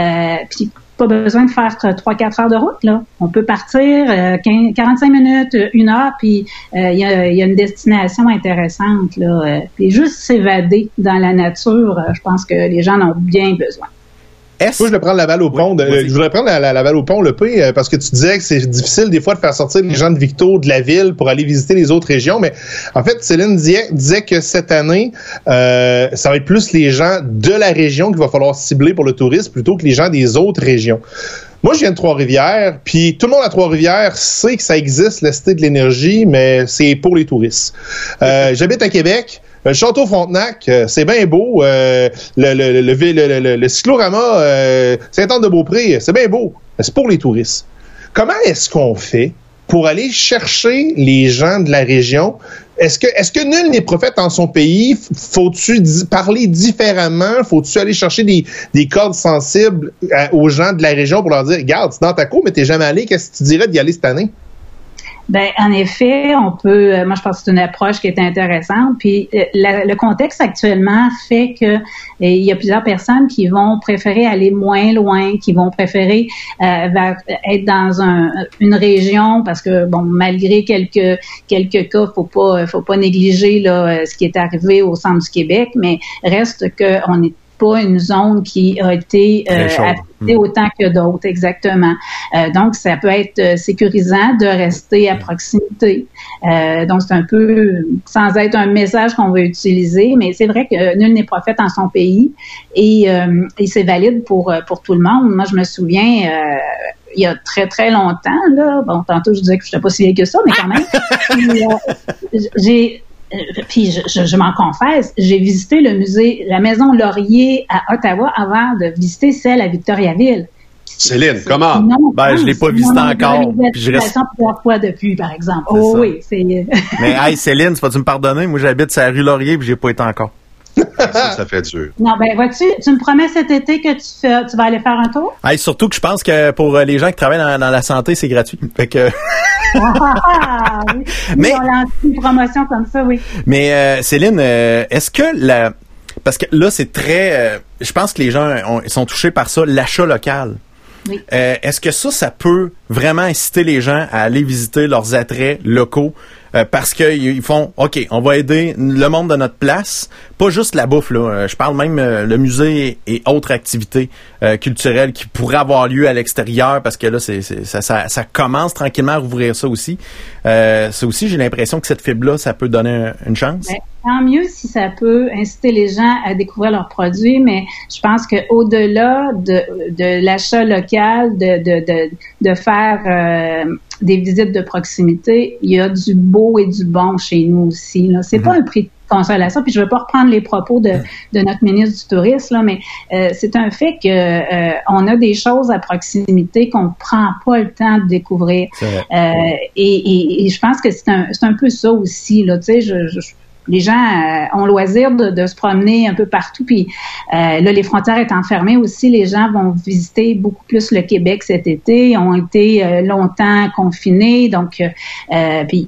pas besoin de faire 3-4 heures de route, là. On peut partir 45 minutes, 1 heure, puis il y a une destination intéressante, là. Puis juste s'évader dans la nature, je pense que les gens en ont bien besoin. Moi, je voulais prendre Laval au pont. Je voudrais prendre la Laval au pont, le P, parce que tu disais que c'est difficile des fois de faire sortir les gens de Victo, de la ville, pour aller visiter les autres régions. Mais en fait, Céline disait que cette année, ça va être plus les gens de la région qu'il va falloir cibler pour le tourisme plutôt que les gens des autres régions. Moi, je viens de Trois-Rivières, puis tout le monde à Trois-Rivières sait que ça existe, la Cité de l'énergie, mais c'est pour les touristes. J'habite à Québec. Le Château Frontenac, c'est bien beau. Le cyclorama Saint-Anne-de-Beaupré, c'est bien beau. Mais c'est pour les touristes. Comment est-ce qu'on fait pour aller chercher les gens de la région? Est-ce que nul n'est prophète en son pays? Faut-tu parler différemment? Faut-tu aller chercher des cordes sensibles aux gens de la région pour leur dire, regarde, c'est dans ta cour, mais t'es jamais allé. Qu'est-ce que tu dirais d'y aller cette année? Ben, en effet, on peut. Moi, je pense que c'est une approche qui est intéressante. Puis, le contexte actuellement fait que il y a plusieurs personnes qui vont préférer aller moins loin, qui vont préférer être dans une région parce que bon, malgré quelques cas, faut pas négliger là ce qui est arrivé au centre du Québec, mais reste que on est pas une zone qui a été affectée autant que d'autres, exactement. Donc, ça peut être sécurisant de rester à proximité. Donc, c'est un peu, sans être un message qu'on veut utiliser, mais c'est vrai que nul n'est prophète en son pays et c'est valide pour tout le monde. Moi, je me souviens, il y a très, très longtemps, là, bon, tantôt, je disais que je n'étais pas si vieille que ça, mais quand même, puis je m'en confesse, j'ai visité le musée, la Maison Laurier à Ottawa avant de visiter celle à Victoriaville. Céline, comment? Je l'ai pas visité encore. Puis je reste plusieurs fois depuis, par exemple. Oui, c'est... Mais hey, Céline, vas-tu me pardonner? Moi, j'habite sur la rue Laurier puis j'ai pas été encore. Ça fait dur. Non, vois-tu, tu me promets cet été que tu vas aller faire un tour? Hey, surtout que je pense que pour les gens qui travaillent dans la santé, c'est gratuit. Fait que... oui. Mais on lance une promotion comme ça, oui. Mais Céline, est-ce que parce que là, c'est très... je pense que les gens sont touchés par ça, l'achat local. Oui. Est-ce que ça peut vraiment inciter les gens à aller visiter leurs attraits locaux parce qu'ils font, OK, on va aider le monde de notre place, pas juste la bouffe, là. Je parle même le musée et autres activités culturelles qui pourraient avoir lieu à l'extérieur parce que là, ça commence tranquillement à rouvrir ça aussi. Ça aussi, j'ai l'impression que cette fibre-là, ça peut donner une chance. Ben, tant mieux si ça peut inciter les gens à découvrir leurs produits, mais je pense que au-delà de l'achat local, de faire des visites de proximité, il y a du beau et du bon chez nous aussi. Là. C'est pas un prix de consolation, puis je veux pas reprendre les propos de notre ministre du Tourisme, là, mais c'est un fait que on a des choses à proximité qu'on prend pas le temps de découvrir. Et je pense que c'est un peu ça aussi. Là, tu sais, les gens ont loisir de se promener un peu partout. Puis là, les frontières étant fermées aussi, les gens vont visiter beaucoup plus le Québec cet été. Ont été longtemps confinés. Donc, puis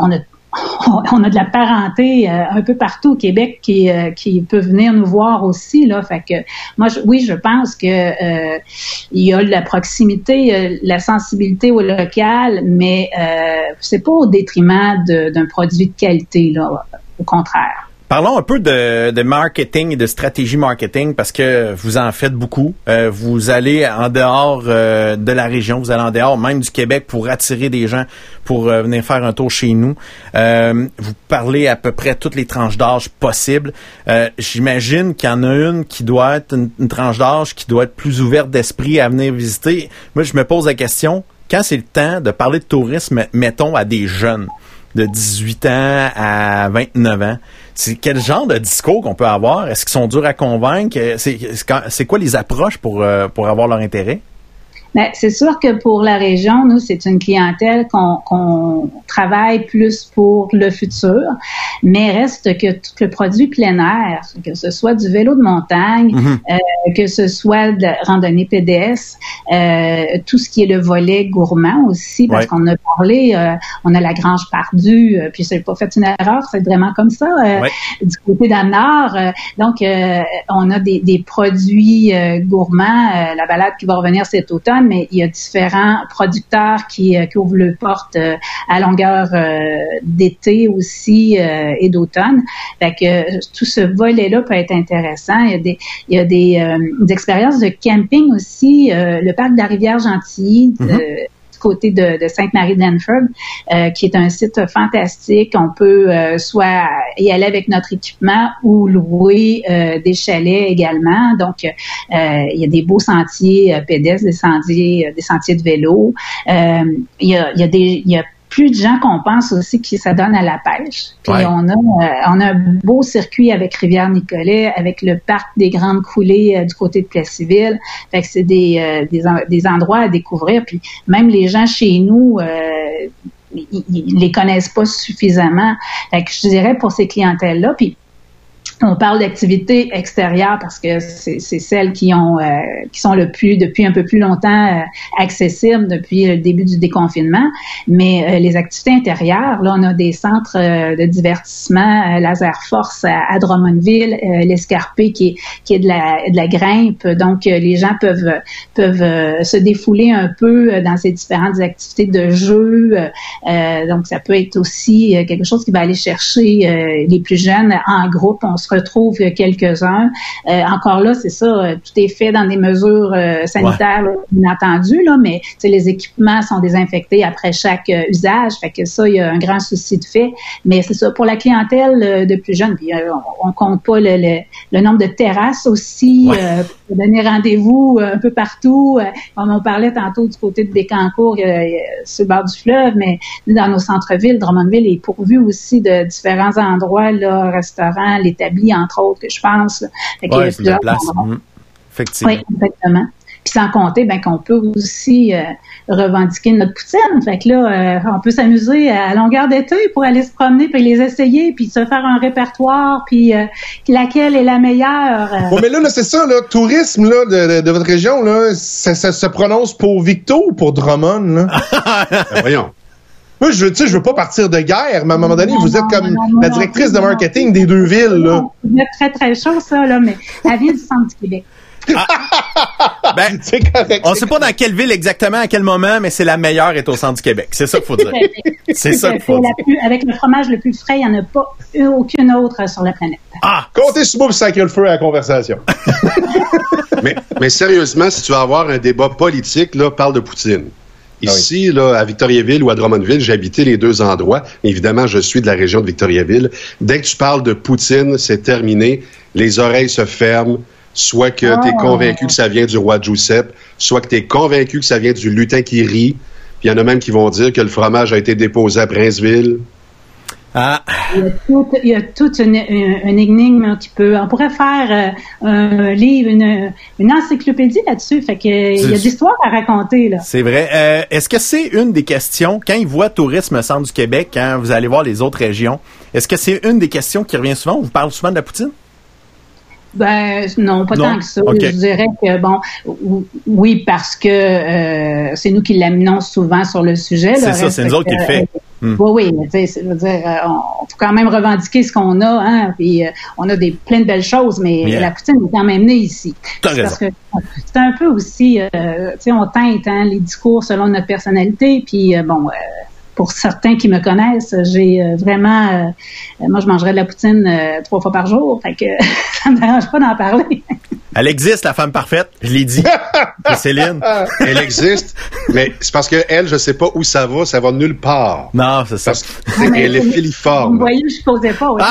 on a de la parenté un peu partout au Québec qui peut venir nous voir aussi là. Fait que moi, je pense que il y a la proximité, la sensibilité au local, mais c'est pas au détriment d'un produit de qualité là. Au contraire. Parlons un peu de marketing et de stratégie marketing parce que vous en faites beaucoup. Vous allez en dehors de la région, vous allez en dehors même du Québec pour attirer des gens pour venir faire un tour chez nous. Vous parlez à peu près toutes les tranches d'âge possibles. J'imagine qu'il y en a une qui doit être une tranche d'âge qui doit être plus ouverte d'esprit à venir visiter. Moi, je me pose la question, quand c'est le temps de parler de tourisme, mettons, à des jeunes de 18 ans à 29 ans. C'est quel genre de discours qu'on peut avoir? Est-ce qu'ils sont durs à convaincre? C'est quoi les approches pour avoir leur intérêt? Ben, c'est sûr que pour la région, nous, c'est une clientèle qu'on travaille plus pour le futur, mais reste que tout le produit plein air, que ce soit du vélo de montagne, que ce soit de la randonnée pédestre, tout ce qui est le volet gourmand aussi, parce qu'on a parlé, on a la Grange Pardue, puis c'est pas fait une erreur, c'est vraiment comme ça, du côté dans le nord. Donc, on a des produits gourmands, la balade qui va revenir cet automne, mais il y a différents producteurs qui ouvrent le porte à longueur d'été aussi et d'automne. Fait que tout ce volet-là peut être intéressant. Il y a des expériences de camping aussi. Le parc de la Rivière-Gentilly, du côté de Sainte-Marie-de-Lanford, qui est un site fantastique. On peut soit y aller avec notre équipement ou louer des chalets également. Donc, il y a des beaux sentiers pédestres, des sentiers de vélo. Il y a plus de gens qu'on pense aussi que ça donne à la pêche. Puis on a un beau circuit avec Rivière-Nicolet, avec le parc des Grandes Coulées du côté de Plessisville. Fait que c'est des endroits à découvrir. Puis même les gens chez nous, ils les connaissent pas suffisamment. Fait que je dirais pour ces clientèles-là, puis on parle d'activités extérieures parce que c'est celles qui sont depuis un peu plus longtemps accessibles depuis le début du déconfinement. Mais les activités intérieures, là, on a des centres de divertissement, Laser Force à Drummondville, l'Escarpé qui est de la grimpe. Donc les gens peuvent se défouler un peu dans ces différentes activités de jeu. Donc ça peut être aussi quelque chose qui va aller chercher les plus jeunes en groupe. On se retrouvent quelques-uns. Encore là, c'est ça, tout est fait dans des mesures sanitaires inattendues, là, mais les équipements sont désinfectés après chaque usage. Fait que ça, il y a un grand souci de fait. Mais c'est ça, pour la clientèle de plus jeunes, puis on compte pas le nombre de terrasses aussi, pour donner rendez-vous un peu partout. Comme on parlait tantôt du côté de Bécancour, sur le bord du fleuve, mais dans nos centres-villes, Drummondville est pourvu aussi de différents endroits, là, restaurants, l'établi, entre autres, que je pense. Oui, c'est de la place. Effectivement. Oui, exactement. Puis sans compter, qu'on peut aussi revendiquer notre poutine. Fait que là, on peut s'amuser à longueur d'été pour aller se promener, puis les essayer, puis se faire un répertoire, puis laquelle est la meilleure. Bon, mais là, c'est ça, là, tourisme là de votre région, là, ça se prononce pour Victo ou pour Drummond, là? Voyons. Moi, je veux pas partir de guerre, mais à un moment donné, vous êtes comme la directrice de marketing des deux villes, là. Vous êtes très, très chaud, ça, là, mais la ville du centre du Québec. C'est correct. On sait pas dans quelle ville exactement, à quel moment, mais c'est la meilleure est au centre du Québec. C'est ça qu'il faut dire. C'est ça qu'il faut dire. Avec le fromage le plus frais, il n'y en a pas aucune autre sur la planète. Comptez sur moi pour sacrer le feu à la conversation. mais sérieusement, si tu vas avoir un débat politique, là, parle de poutine. Ici, là, à Victoriaville ou à Drummondville, j'ai habité les deux endroits. Évidemment, je suis de la région de Victoriaville. Dès que tu parles de poutine, c'est terminé. Les oreilles se ferment. Soit que tu es convaincu que ça vient du roi Giuseppe, soit que tu es convaincu que ça vient du lutin qui rit. Puis il y en a même qui vont dire que le fromage a été déposé à Princeville. Il y a toute une énigme qui peut... On pourrait faire un livre, une encyclopédie là-dessus. Fait que il y a d'histoires à raconter, là. C'est vrai. Est-ce que c'est une des questions, quand ils voient Tourisme Centre du Québec, quand vous allez voir les autres régions, est-ce que c'est une des questions qui revient souvent? On vous parle souvent de la poutine? Non, pas tant que ça. Okay. Je dirais que, oui, parce que c'est nous qui l'amenons souvent sur le sujet. C'est ça, c'est nous autres qui le fait. Oui, mais tu sais, je veux dire, on faut quand même revendiquer ce qu'on a, hein, puis on a plein de belles choses, mais la poutine est quand même née ici. Parce que c'est un peu aussi, tu sais, on teinte les discours selon notre personnalité, puis pour certains qui me connaissent, j'ai vraiment... moi, je mangerais de la poutine 3 fois par jour, fait que ça me dérange pas d'en parler. Elle existe, la femme parfaite, je l'ai dit. C'est Céline. Elle existe, mais c'est parce que elle, je sais pas où ça va nulle part. Non, c'est ça. Elle est filiforme. Vous voyez, je posais pas, oui.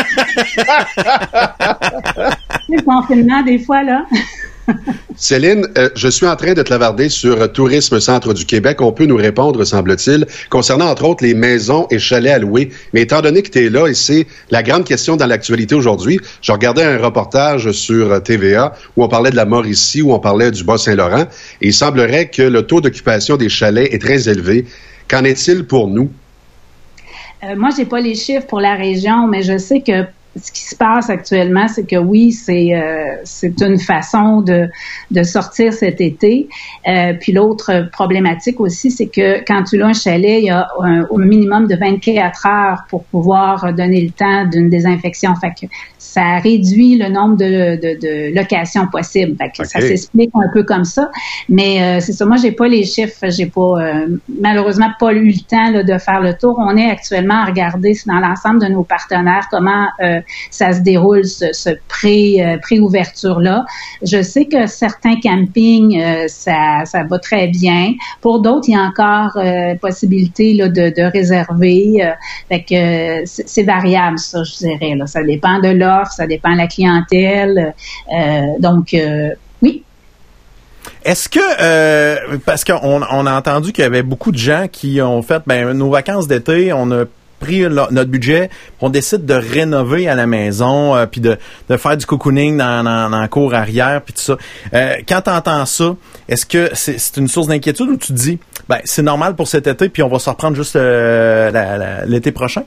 Le confinement, des fois, là... Céline, je suis en train de te lavarder sur Tourisme Centre du Québec. On peut nous répondre, semble-t-il, concernant, entre autres, les maisons et chalets à louer. Mais étant donné que tu es là, et c'est la grande question dans l'actualité aujourd'hui, je regardais un reportage sur TVA où on parlait de la Mauricie, où on parlait du Bas-Saint-Laurent, et il semblerait que le taux d'occupation des chalets est très élevé. Qu'en est-il pour nous? Moi, j'ai pas les chiffres pour la région, mais je sais que ce qui se passe actuellement, c'est que oui, c'est une façon de sortir cet été. Puis l'autre problématique aussi, c'est que quand tu loues un chalet, il y a au minimum de 24 heures pour pouvoir donner le temps d'une désinfection. Fait que ça réduit le nombre de locations possibles. Fait que ça s'explique un peu comme ça. Mais c'est ça, moi, j'ai pas les chiffres. J'ai pas malheureusement pas eu le temps là, de faire le tour. On est actuellement à regarder dans l'ensemble de nos partenaires comment ça se déroule, ce pré-ouverture-là. Je sais que certains campings, ça va très bien. Pour d'autres, il y a encore possibilité là, de réserver. Fait que c'est variable, ça, je dirais. Là. Ça dépend de l'offre, ça dépend de la clientèle. Donc, oui. Est-ce que, parce qu'on a entendu qu'il y avait beaucoup de gens qui ont fait, nos vacances d'été, on a pris notre budget, on décide de rénover à la maison, puis de faire du cocooning dans la cour arrière, puis tout ça. Quand tu entends ça, est-ce que c'est une source d'inquiétude ou tu te dis, c'est normal pour cet été, puis on va se reprendre juste l'été prochain?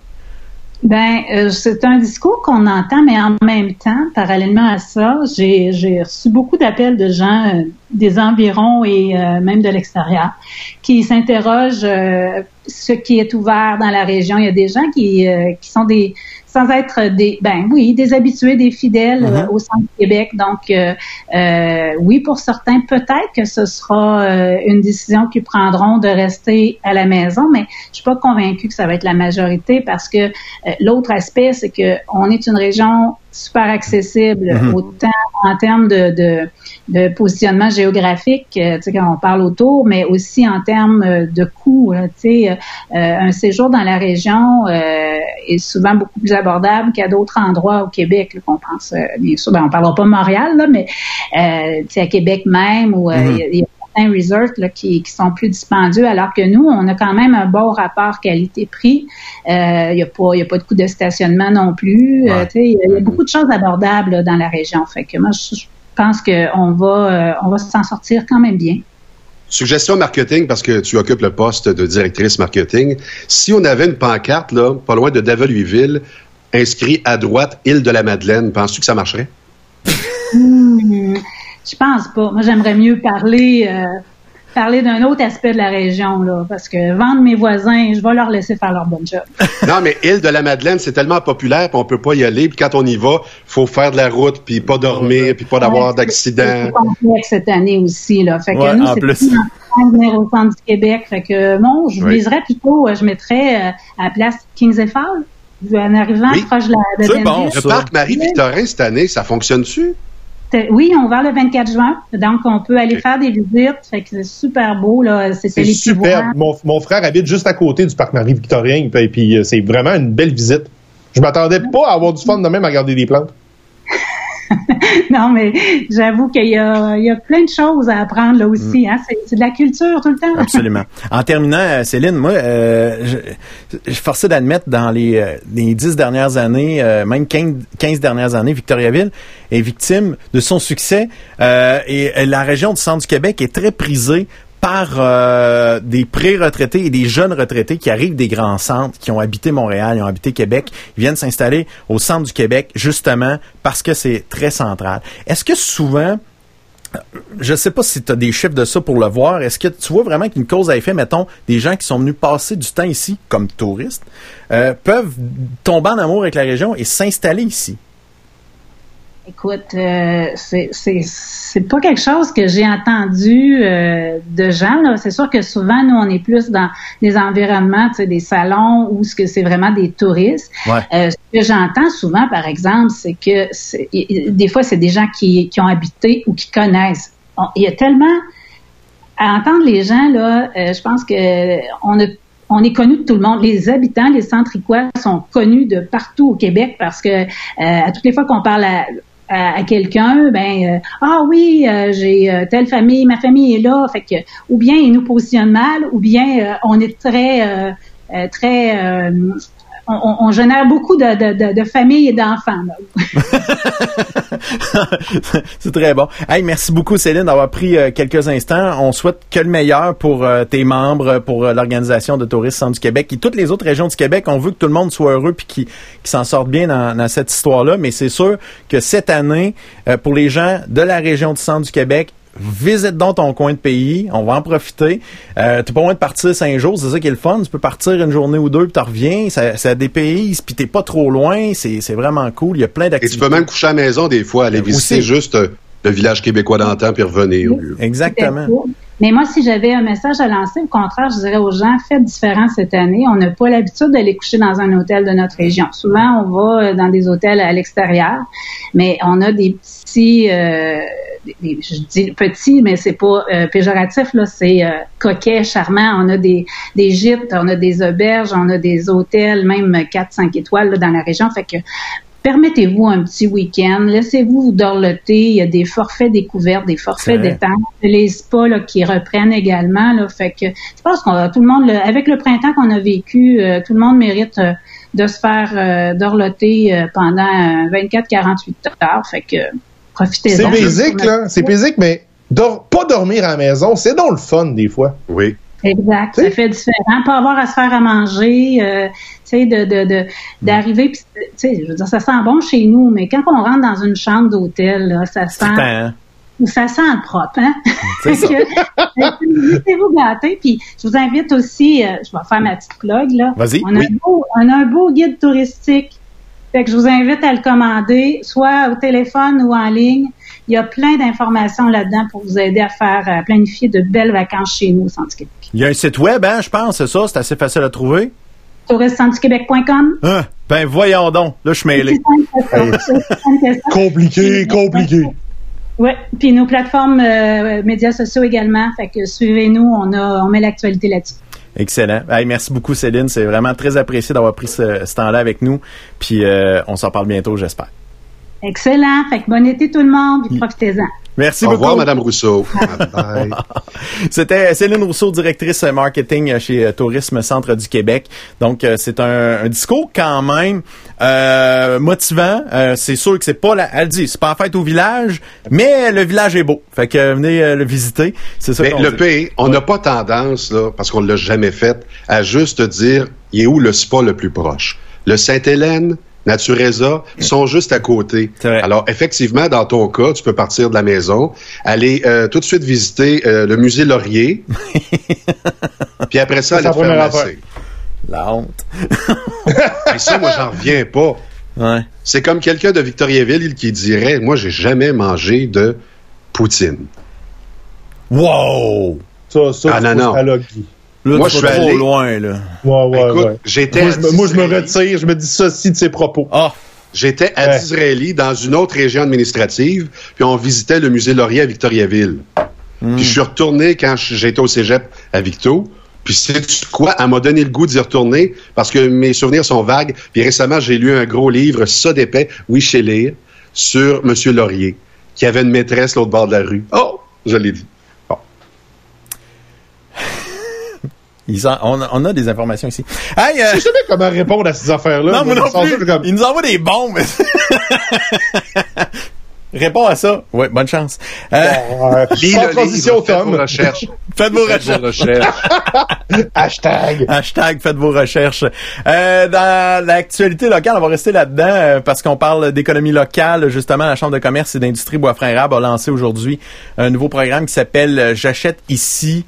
C'est un discours qu'on entend, mais en même temps, parallèlement à ça, j'ai reçu beaucoup d'appels de gens des environs et même de l'extérieur qui s'interrogent ce qui est ouvert dans la région. Il y a des gens qui sont sans être des habitués, des fidèles au centre du Québec. Donc, oui, pour certains, peut-être que ce sera une décision qu'ils prendront de rester à la maison, mais je suis pas convaincue que ça va être la majorité parce que l'autre aspect, c'est que on est une région super accessible, autant en termes de positionnement géographique, tu sais, quand on parle autour, mais aussi en termes de coût. Tu sais, un séjour dans la région est souvent beaucoup plus abordable qu'à d'autres endroits au Québec, là, qu'on pense, bien sûr, on parlera pas Montréal, là, mais tu sais, à Québec même, où il y a certains resorts là, qui sont plus dispendieux, alors que nous, on a quand même un bon rapport qualité-prix. Il y a pas de coût de stationnement non plus. Tu sais, il y a beaucoup de choses abordables là, dans la région. Fait que moi, je pense qu'on va s'en sortir quand même bien. Suggestion marketing, parce que tu occupes le poste de directrice marketing. Si on avait une pancarte, là, pas loin de Daval-Louisville, inscrit à droite Île de la Madeleine, penses-tu que ça marcherait? Je pense pas. Moi, j'aimerais mieux parler d'un autre aspect de la région, là, parce que vendre mes voisins, je vais leur laisser faire leur bon job. Non, mais Île de la Madeleine, c'est tellement populaire, puis on peut pas y aller, puis quand on y va, faut faire de la route, puis pas dormir, puis pas d'avoir d'accident. C'est complexe cette année aussi, là. Fait que nous, c'est plus en venir au centre du Québec. Fait que, bon, je viserais plutôt, je mettrais à la place Kings et Fall, en arrivant proche de la c'est bon, le parc Marie-Victorin, cette année, ça fonctionne-tu? Oui, on va le 24 juin, donc on peut aller faire des visites, fait que c'est super beau, là. C'est super. Mon frère habite juste à côté du parc Marie-Victorin, puis c'est vraiment une belle visite. Je m'attendais pas à avoir du fun de même à regarder des plantes. Non, mais j'avoue qu'il y a plein de choses à apprendre là aussi. Hein? C'est de la culture tout le temps. Absolument. En terminant, Céline, moi, je forçais d'admettre dans les 10 dernières années, même 15 dernières années, Victoriaville est victime de son succès. Et la région du centre du Québec est très prisée par des pré-retraités et des jeunes retraités qui arrivent des grands centres, qui ont habité Montréal, ils ont habité Québec, ils viennent s'installer au centre du Québec, justement parce que c'est très central. Est-ce que souvent, je sais pas si tu as des chiffres de ça pour le voir, est-ce que tu vois vraiment qu'une cause à effet, mettons, des gens qui sont venus passer du temps ici comme touristes, peuvent tomber en amour avec la région et s'installer ici? Écoute, c'est pas quelque chose que j'ai entendu de gens, là. C'est sûr que souvent, nous, on est plus dans des environnements, tu sais, des salons où c'est vraiment des touristes. Ouais. Ce que j'entends souvent, par exemple, c'est que des fois, c'est des gens qui ont habité ou qui connaissent. Il y a tellement à entendre les gens, là, je pense que on est connu de tout le monde. Les habitants, les Centricois sont connus de partout au Québec parce que à toutes les fois qu'on parle à quelqu'un, j'ai telle famille, ma famille est là, fait que ou bien ils nous positionnent mal, ou bien on est on génère beaucoup de familles et d'enfants. C'est très bon. Hey, merci beaucoup, Céline, d'avoir pris quelques instants. On souhaite que le meilleur pour tes membres, pour l'Organisation de tourisme Centre du Québec et toutes les autres régions du Québec. On veut que tout le monde soit heureux puis qui s'en sorte bien dans cette histoire-là. Mais c'est sûr que cette année, pour les gens de la région du Centre du Québec, visite donc ton coin de pays, on va en profiter. T'es pas loin de partir 5 jours, c'est ça qui est le fun. Tu peux partir une journée ou deux, puis t'en reviens, ça dépayse, puis t'es pas trop loin, c'est vraiment cool. Il y a plein d'activités. Et tu peux même coucher à la maison des fois, aller visiter juste le village québécois d'antan puis revenir. Oui, exactement. Mais moi, si j'avais un message à lancer, au contraire, je dirais aux gens, faites différent cette année. On n'a pas l'habitude d'aller coucher dans un hôtel de notre région. Souvent, on va dans des hôtels à l'extérieur, mais on a des petits, je dis petits, mais c'est pas péjoratif, là, c'est coquet, charmant. On a des gîtes, on a des auberges, on a des hôtels, même 4-5 étoiles là, dans la région. Fait que permettez-vous un petit week-end, laissez-vous vous dorloter. Il y a des forfaits découvertes, des forfaits détente, les spas là, qui reprennent également. Là, fait que je pense qu'on tout le monde, avec le printemps qu'on a vécu, tout le monde mérite de se faire dorloter pendant 24-48 heures. Fait que profitez-en. C'est basique, là. C'est basique, mais pas dormir à la maison, c'est donc le fun des fois. Oui. Exact, ça fait différent. Pas avoir à se faire à manger, tu sais, d'arriver, tu sais, je veux dire, ça sent bon chez nous, mais quand on rentre dans une chambre d'hôtel, là, ça sent propre, hein? C'est ça. Laissez-vous gâter, puis je vous invite aussi, je vais faire ma petite plug, là. Vas-y. On a un beau guide touristique. Fait que je vous invite à le commander, soit au téléphone ou en ligne. Il y a plein d'informations là-dedans pour vous aider à planifier de belles vacances chez nous au Centre du Québec. Il y a un site web, hein, je pense, c'est ça? C'est assez facile à trouver? tourismecentre-du-québec.com. Ah, Ben, voyons donc. Là, je suis mêlé. Compliqué. Oui, puis nos plateformes médias sociaux également. Fait que suivez-nous, on met l'actualité là-dessus. Excellent. Hey, merci beaucoup, Céline. C'est vraiment très apprécié d'avoir pris ce temps-là avec nous. Puis on s'en parle bientôt, j'espère. Excellent. Fait que bon été tout le monde, puis profitez-en. Merci beaucoup. Au revoir, Mme Rousseau. Bye. C'était Céline Rousseau, directrice marketing chez Tourisme Centre du Québec. Donc, c'est un discours quand même motivant. C'est sûr que c'est pas elle dit, c'est pas la fête au village, mais le village est beau. Fait que venez le visiter. C'est ça. Mais le pays, on n'a pas tendance, là, parce qu'on l'a jamais fait, à juste dire, il est où le spa le plus proche? Le Sainte-Hélène, Natureza sont juste à côté. Alors, effectivement, dans ton cas, tu peux partir de la maison, aller tout de suite visiter le musée Laurier, puis après ça, aller te faire masser. La honte. Et ça, moi, j'en reviens pas. Ouais. C'est comme quelqu'un de Victoriaville qui dirait, moi, j'ai jamais mangé de poutine. Wow! Ça, non. Là, moi, je suis trop loin, là. Écoute, j'étais moi, je me retire, je me dissocie de ces propos. J'étais à Disraeli, dans une autre région administrative, puis on visitait le musée Laurier à Victoriaville. Puis je suis retourné quand j'étais au cégep à Victo. Puis sais-tu quoi? Elle m'a donné le goût d'y retourner parce que mes souvenirs sont vagues. Puis récemment, j'ai lu un gros livre, ça d'épais, oui, chez lire, sur M. Laurier, qui avait une maîtresse l'autre bord de la rue. Oh! Je l'ai dit. On a des informations ici. Hey, je sais jamais comment répondre à ces affaires-là. Non, moi non plus. Ils nous envoient des bombes. Réponds à ça. Oui, bonne chance. Lis le livre, faites vos recherches. Faites vos recherches. Hashtag faites vos recherches. Dans l'actualité locale, on va rester là-dedans parce qu'on parle d'économie locale. Justement, la Chambre de commerce et d'industrie Bois-Franc-Érable a lancé aujourd'hui un nouveau programme qui s'appelle J'achète ici.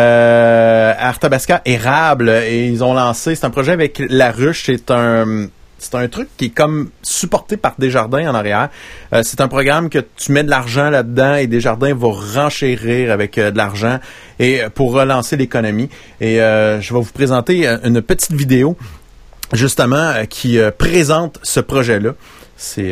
Arthabasca Érable, et ils ont lancé, c'est un projet avec La Ruche, c'est un truc qui est comme supporté par Desjardins en arrière. C'est un programme que tu mets de l'argent là-dedans et Desjardins va renchérir avec de l'argent et pour relancer l'économie. Et je vais vous présenter une petite vidéo justement qui présente ce projet-là. C'est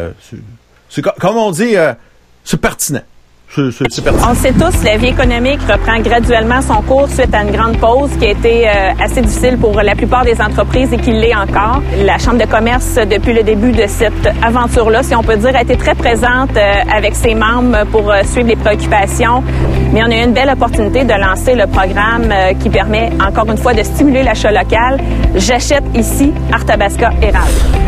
comme on dit, c'est pertinent. On le sait tous, la vie économique reprend graduellement son cours suite à une grande pause qui a été assez difficile pour la plupart des entreprises et qui l'est encore. La Chambre de commerce, depuis le début de cette aventure-là, si on peut dire, a été très présente avec ses membres pour suivre les préoccupations. Mais on a eu une belle opportunité de lancer le programme qui permet, encore une fois, de stimuler l'achat local. J'achète ici Arthabasca Érable.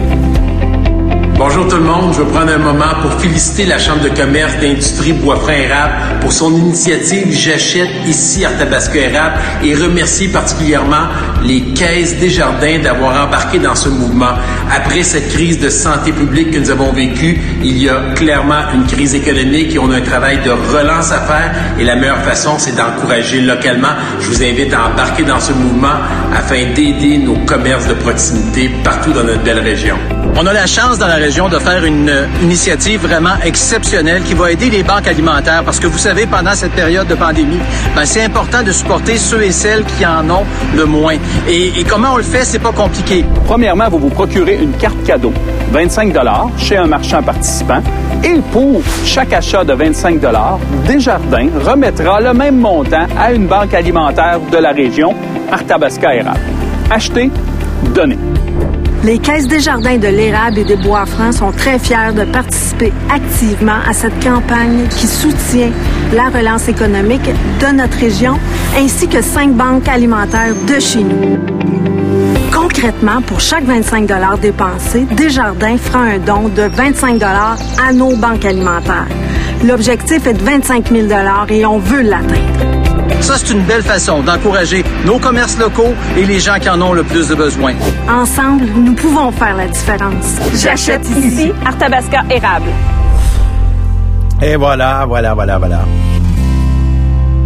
Bonjour tout le monde, je veux prendre un moment pour féliciter la Chambre de commerce d'industrie Bois-Franc-Érable pour son initiative J'achète ici Arthabasca Érable et remercier particulièrement les caisses Desjardins d'avoir embarqué dans ce mouvement. Après cette crise de santé publique que nous avons vécue, il y a clairement une crise économique et on a un travail de relance à faire et la meilleure façon, c'est d'encourager localement. Je vous invite à embarquer dans ce mouvement afin d'aider nos commerces de proximité partout dans notre belle région. On a la chance dans la région de faire une initiative vraiment exceptionnelle qui va aider les banques alimentaires parce que vous savez, pendant cette période de pandémie, c'est important de supporter ceux et celles qui en ont le moins. Et comment on le fait, c'est pas compliqué. Premièrement, vous procurez une carte cadeau, 25 $ chez un marchand participant. Et pour chaque achat de 25 $, Desjardins remettra le même montant à une banque alimentaire de la région, Arthabasca Érable. Achetez, donnez. Les caisses Desjardins de l'Érable et des Bois-Francs sont très fiers de participer activement à cette campagne qui soutient la relance économique de notre région, ainsi que 5 banques alimentaires de chez nous. Concrètement, pour chaque 25 $ dépensés, Desjardins fera un don de 25 $ à nos banques alimentaires. L'objectif est de 25 000 $ et on veut l'atteindre. Ça, c'est une belle façon d'encourager nos commerces locaux et les gens qui en ont le plus de besoin. Ensemble, nous pouvons faire la différence. J'achète ici Arthabasca Érable. Et voilà.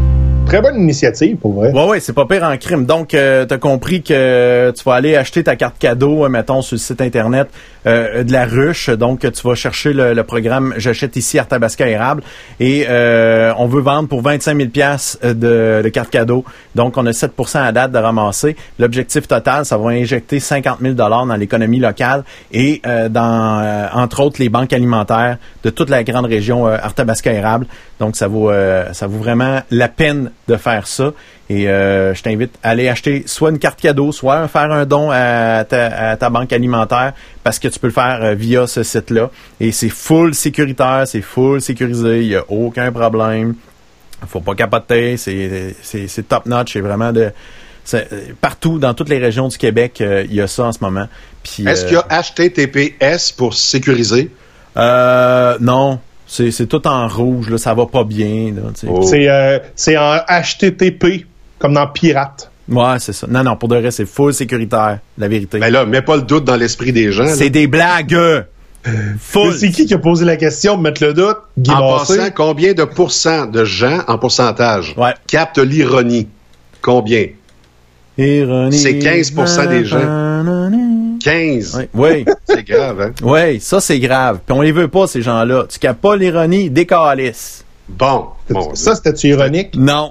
très bonne initiative, pour vrai. Ouais, c'est pas pire en crime. Donc, t'as compris que tu vas aller acheter ta carte cadeau, mettons, sur le site Internet de la ruche. Donc, tu vas chercher le programme « J'achète ici Arthabasca Érable » et on veut vendre pour 25 000 $ de cartes cadeaux. Donc, on a 7% à date de ramasser. L'objectif total, ça va injecter 50 000 $ dans l'économie locale et dans, entre autres, les banques alimentaires de toute la grande région Arthabasca Érable. Donc, ça vaut vraiment la peine de faire ça. Et je t'invite à aller acheter soit une carte cadeau, soit faire un don à ta banque alimentaire parce que tu peux le faire via ce site-là. Et c'est full sécuritaire, c'est full sécurisé, il n'y a aucun problème. Faut pas capoter, c'est top-notch, c'est vraiment partout, dans toutes les régions du Québec, il y a ça en ce moment. Puis, est-ce qu'il y a HTTPS pour sécuriser? Non. C'est tout en rouge, là, ça va pas bien. Là, c'est en HTTP, comme dans Pirate. Ouais, c'est ça. Non, pour de vrai, c'est full sécuritaire, la vérité. Mais là, mets pas le doute dans l'esprit des gens. C'est des blagues! Full. C'est qui a posé la question de mettre le doute? Guy en Massé? passant, combien de pourcents de gens, en pourcentage, captent l'ironie? Combien? Ironie. C'est 15% des gens. 15. Oui. C'est grave, hein? Oui, ça, c'est grave. Puis on les veut pas, ces gens-là. Tu captes pas l'ironie, décalisse. Bon. Ça, c'était-tu ironique? Non.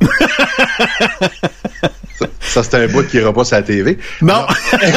Ça, c'est un bout qui ira pas sur la TV. Non.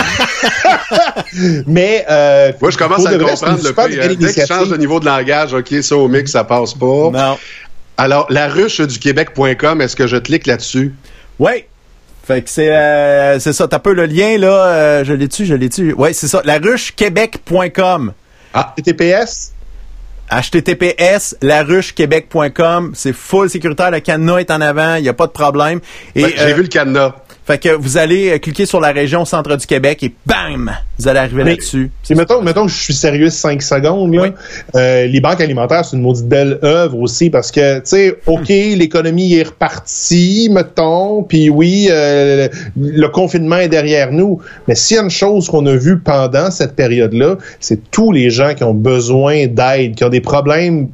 Mais, moi, je commence à le comprendre. Dès que tu changes de niveau de langage, OK, ça au mix, ça passe pas. Non. Alors, la ruche du Québec.com, est-ce que je clique là-dessus? Oui. Fait que c'est ça. T'as peu le lien, là. Je l'ai-tu? Oui, c'est ça. laruchequebec.com. Ah. HTTPS? HTTPS, laruchequebec.com. C'est full sécuritaire. Le cadenas est en avant. Il n'y a pas de problème. Et, j'ai vu le cadenas. Fait que vous allez cliquer sur la région centre du Québec et bam! Vous allez arriver là-dessus. Mettons que je suis sérieux 5 secondes, là. Oui. Les banques alimentaires, c'est une maudite belle œuvre aussi parce que, tu sais, OK, l'économie est repartie, mettons, puis oui, le confinement est derrière nous. Mais s'il y a une chose qu'on a vue pendant cette période-là, c'est tous les gens qui ont besoin d'aide, qui ont des problèmes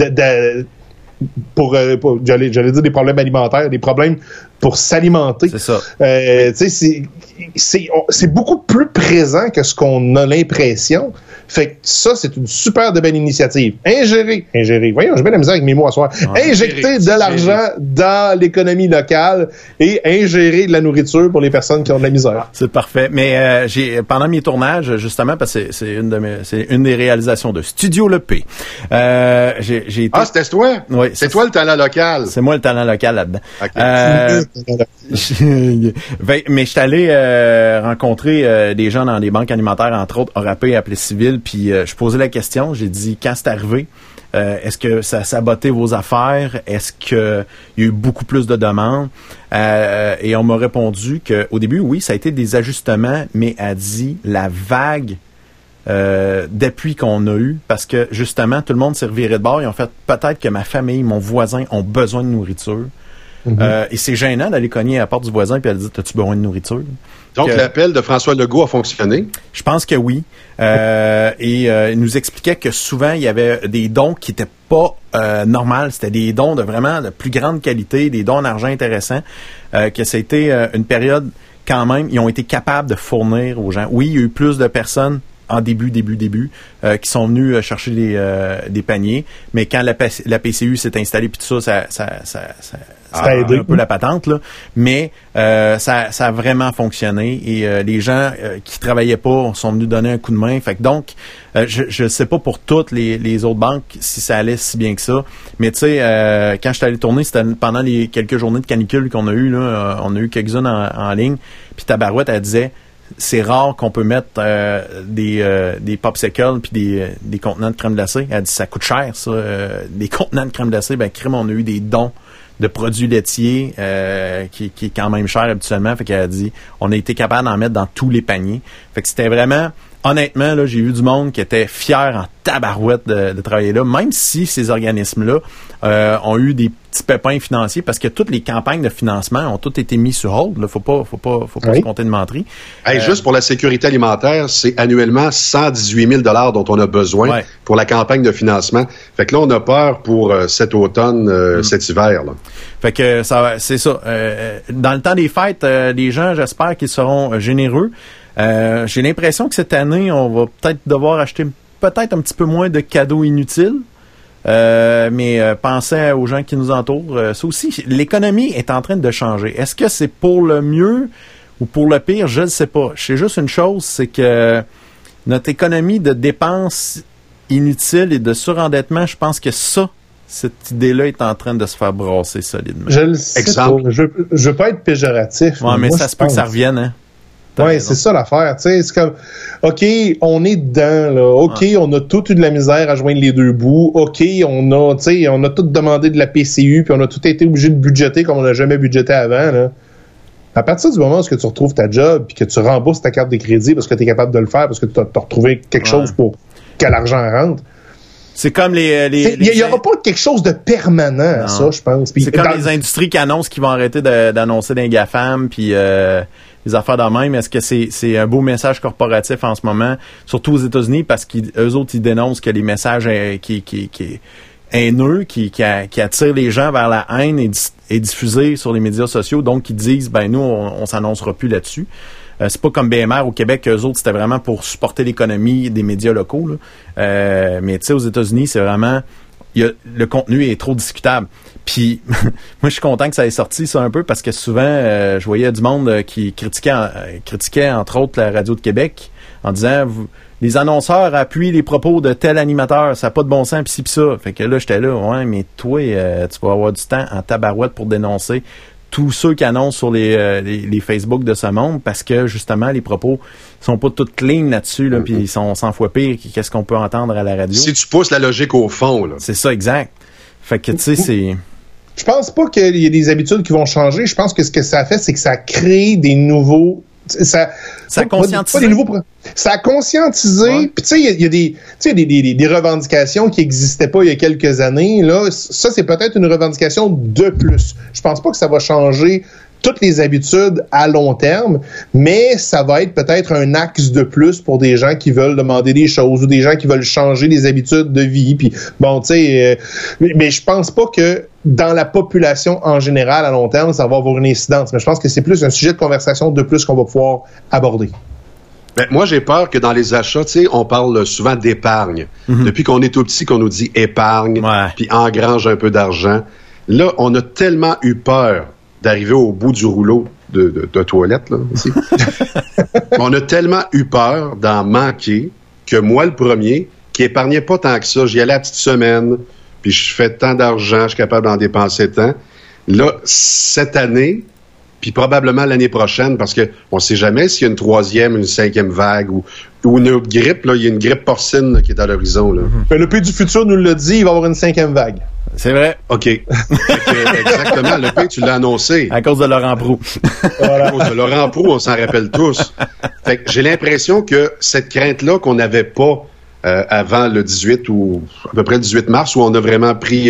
j'allais dire des problèmes alimentaires, des problèmes pour s'alimenter. C'est ça. C'est beaucoup plus présent que ce qu'on a l'impression. Fait que ça, c'est une super de belle initiative. Ingérer. Voyons, j'ai bien la misère avec mes mots à soir. Injecter de l'argent dans l'économie locale et ingérer de la nourriture pour les personnes qui ont de la misère. C'est parfait. Mais pendant mes tournages, justement, parce que c'est une des réalisations de Studio Le P. J'ai été... Ah, c'était toi? Oui. C'est toi le talent local. C'est moi le talent local là-dedans. Okay. Mais je suis allé rencontrer des gens dans des banques alimentaires, entre autres, Orapé et Appelé Civil, puis je posais la question, j'ai dit, quand c'est arrivé, est-ce que ça a saboté vos affaires? Est-ce qu'il y a eu beaucoup plus de demandes? Et on m'a répondu qu'au début, oui, ça a été des ajustements, mais a dit la vague d'appui qu'on a eu, parce que justement, tout le monde s'est reviré de bord, ils ont fait peut-être que ma famille, mon voisin ont besoin de nourriture. Et c'est gênant d'aller cogner à la porte du voisin et elle dit, t'as-tu besoin de nourriture? Donc, l'appel de François Legault a fonctionné? Je pense que oui. Il nous expliquait que souvent, il y avait des dons qui n'étaient pas normaux. C'était des dons de vraiment de plus grande qualité, des dons en argent intéressants, que c'était une période quand même, ils ont été capables de fournir aux gens. Oui, il y a eu plus de personnes en début, qui sont venus chercher des paniers, mais quand la PCU s'est installée puis tout ça a aidé un peu la patente, là. Mais ça a vraiment fonctionné et les gens qui travaillaient pas sont venus donner un coup de main. Fait que donc, je sais pas pour toutes les autres banques si ça allait si bien que ça, mais tu sais, quand je suis allé tourner, c'était pendant les quelques journées de canicule qu'on a eu là, on a eu quelques-unes en ligne, puis Tabarouette, elle disait, c'est rare qu'on peut mettre des popsicles puis des contenants de crème glacée. Elle dit, ça coûte cher, ça. Des contenants de crème glacée, crème, on a eu des dons de produits laitiers qui est quand même cher habituellement. Fait qu'elle a dit, on a été capable d'en mettre dans tous les paniers. Fait que c'était vraiment honnêtement, là, j'ai vu du monde qui était fier en tabarouette de travailler là, même si ces organismes-là ont eu des petits pépins financiers, parce que toutes les campagnes de financement ont toutes été mises sur hold. Là. Faut pas se compter de menterie. Hey, juste pour la sécurité alimentaire, c'est annuellement 118 000 $ dont on a besoin pour la campagne de financement. Fait que là, on a peur pour cet automne, cet hiver. Là. Fait que c'est ça. Dans le temps des fêtes, les gens, j'espère qu'ils seront généreux. J'ai l'impression que cette année, on va peut-être devoir acheter peut-être un petit peu moins de cadeaux inutiles. Mais pensez aux gens qui nous entourent. Ça aussi, l'économie est en train de changer. Est-ce que c'est pour le mieux ou pour le pire? Je ne sais pas. Je sais juste une chose, c'est que notre économie de dépenses inutiles et de surendettement, je pense que cette idée-là est en train de se faire brasser solidement. Je le sais pas. Je veux pas être péjoratif. Ouais, mais ça se peut que ça revienne, hein? Oui, c'est ça l'affaire. Tu sais, c'est comme, OK, on est dedans, là. OK, on a tout eu de la misère à joindre les deux bouts. OK, on a tout demandé de la PCU, puis on a tout été obligé de budgéter comme on n'a jamais budgété avant, là. À partir du moment où tu retrouves ta job, puis que tu rembourses ta carte de crédit parce que tu es capable de le faire, parce que tu as retrouvé quelque chose pour que l'argent rentre. C'est comme il y aura pas quelque chose de permanent à ça, je pense. Puis, c'est comme les industries qui annoncent qu'ils vont arrêter d'annoncer des GAFAM, puis les affaires de même. Est-ce que c'est un beau message corporatif en ce moment, surtout aux États-Unis, parce qu'eux autres, ils dénoncent que les messages qui haineux, qui attirent les gens vers la haine est diffusé sur les médias sociaux, donc ils disent, nous, on s'annoncera plus là-dessus. C'est pas comme BMR au Québec, eux autres, c'était vraiment pour supporter l'économie des médias locaux. Là. Mais tu sais, aux États-Unis, c'est vraiment... le contenu est trop discutable. Puis, moi, je suis content que ça ait sorti ça un peu, parce que souvent, je voyais du monde qui critiquait, entre autres, la Radio de Québec, en disant... Les annonceurs appuient les propos de tel animateur, ça n'a pas de bon sens, pis ci pis ça. Fait que là, j'étais là, ouais, mais toi, tu vas avoir du temps en tabarouette pour dénoncer tous ceux qui annoncent sur les Facebook de ce monde, parce que justement les propos sont pas toutes clean là-dessus, là, puis ils sont 100 fois pires qu'est-ce qu'on peut entendre à la radio. Si tu pousses la logique au fond, là. C'est ça, exact. Fait que tu sais, c'est... Je pense pas qu'il y ait des habitudes qui vont changer. Je pense que ce que ça a fait, c'est que ça a créé des nouveaux... Ça a conscientisé. Ça a conscientisé. Puis tu sais, il y a des revendications qui n'existaient pas il y a quelques années. Là, ça, c'est peut-être une revendication de plus. Je pense pas que ça va changer toutes les habitudes à long terme, mais ça va être peut-être un axe de plus pour des gens qui veulent demander des choses ou des gens qui veulent changer les habitudes de vie. Puis bon, tu sais, mais je pense pas que dans la population en général, à long terme, ça va avoir une incidence. Mais je pense que c'est plus un sujet de conversation de plus qu'on va pouvoir aborder. Ben, moi, j'ai peur que dans les achats, tu sais, on parle souvent d'épargne. Mm-hmm. Depuis qu'on est tout petit, qu'on nous dit épargne, puis engrange un peu d'argent. Là, on a tellement eu peur d'arriver au bout du rouleau de toilette, là, ici. On a tellement eu peur d'en manquer que moi, le premier, qui épargnait pas tant que ça, j'y allais à la petite semaine, puis je fais tant d'argent, je suis capable d'en dépenser tant. Là, cette année, puis probablement l'année prochaine, parce que on sait jamais s'il y a une troisième, une cinquième vague ou une autre grippe. Là, il y a une grippe porcine là, qui est à l'horizon. Là. Mais le pays du futur nous l'a dit, il va y avoir une cinquième vague. C'est vrai. OK. Exactement. Le pays, tu l'as annoncé. À cause de Laurent Proulx. À cause de Laurent Proulx, on s'en rappelle tous. Fait que j'ai l'impression que cette crainte-là qu'on n'avait pas avant le 18 ou à peu près le 18 mars, où on a vraiment pris...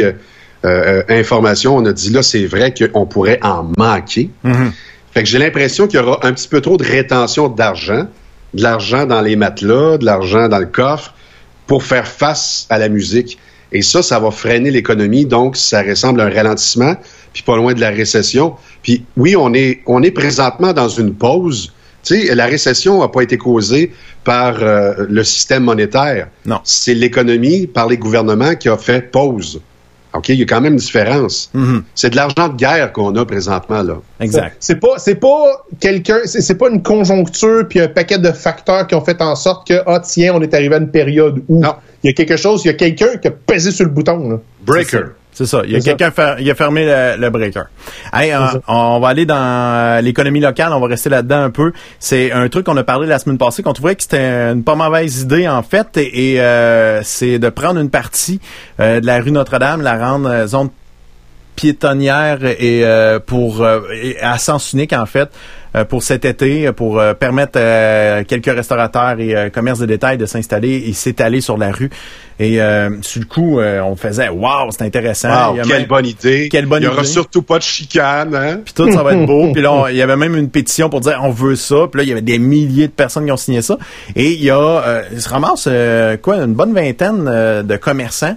information, on a dit là, c'est vrai qu'on pourrait en manquer. Mm-hmm. Fait que j'ai l'impression qu'il y aura un petit peu trop de rétention d'argent, de l'argent dans les matelas, de l'argent dans le coffre, pour faire face à la musique. Et ça va freiner l'économie, donc ça ressemble à un ralentissement, puis pas loin de la récession. Puis oui, on est présentement dans une pause. Tu sais, la récession n'a pas été causée par le système monétaire. Non. C'est l'économie, par les gouvernements, qui a fait pause. OK, il y a quand même une différence. Mm-hmm. C'est de l'argent de guerre qu'on a présentement, là. Exact. C'est pas quelqu'un, c'est pas une conjoncture puis un paquet de facteurs qui ont fait en sorte que, tiens, on est arrivé à une période où il y a quelque chose, il y a quelqu'un qui a pesé sur le bouton, là. Breaker. C'est ça. Il y a quelqu'un qui a fermé le breaker. Hey, on va aller dans l'économie locale. On va rester là-dedans un peu. C'est un truc qu'on a parlé la semaine passée, qu'on trouvait que c'était une pas mauvaise idée, en fait. Et c'est de prendre une partie de la rue Notre-Dame, la rendre zone piétonnière et à sens unique, en fait, pour cet été, pour permettre quelques restaurateurs et commerces de détail de s'installer et s'étaler sur la rue. Et sur le coup, on faisait « Wow, c'est intéressant! » Quelle bonne idée! Il n'y aura surtout pas de chicane, hein? Puis tout, ça va être beau. Puis là, il y avait même une pétition pour dire « On veut ça. » Puis là, il y avait des milliers de personnes qui ont signé ça. Et il y a, il se ramasse, une bonne vingtaine de commerçants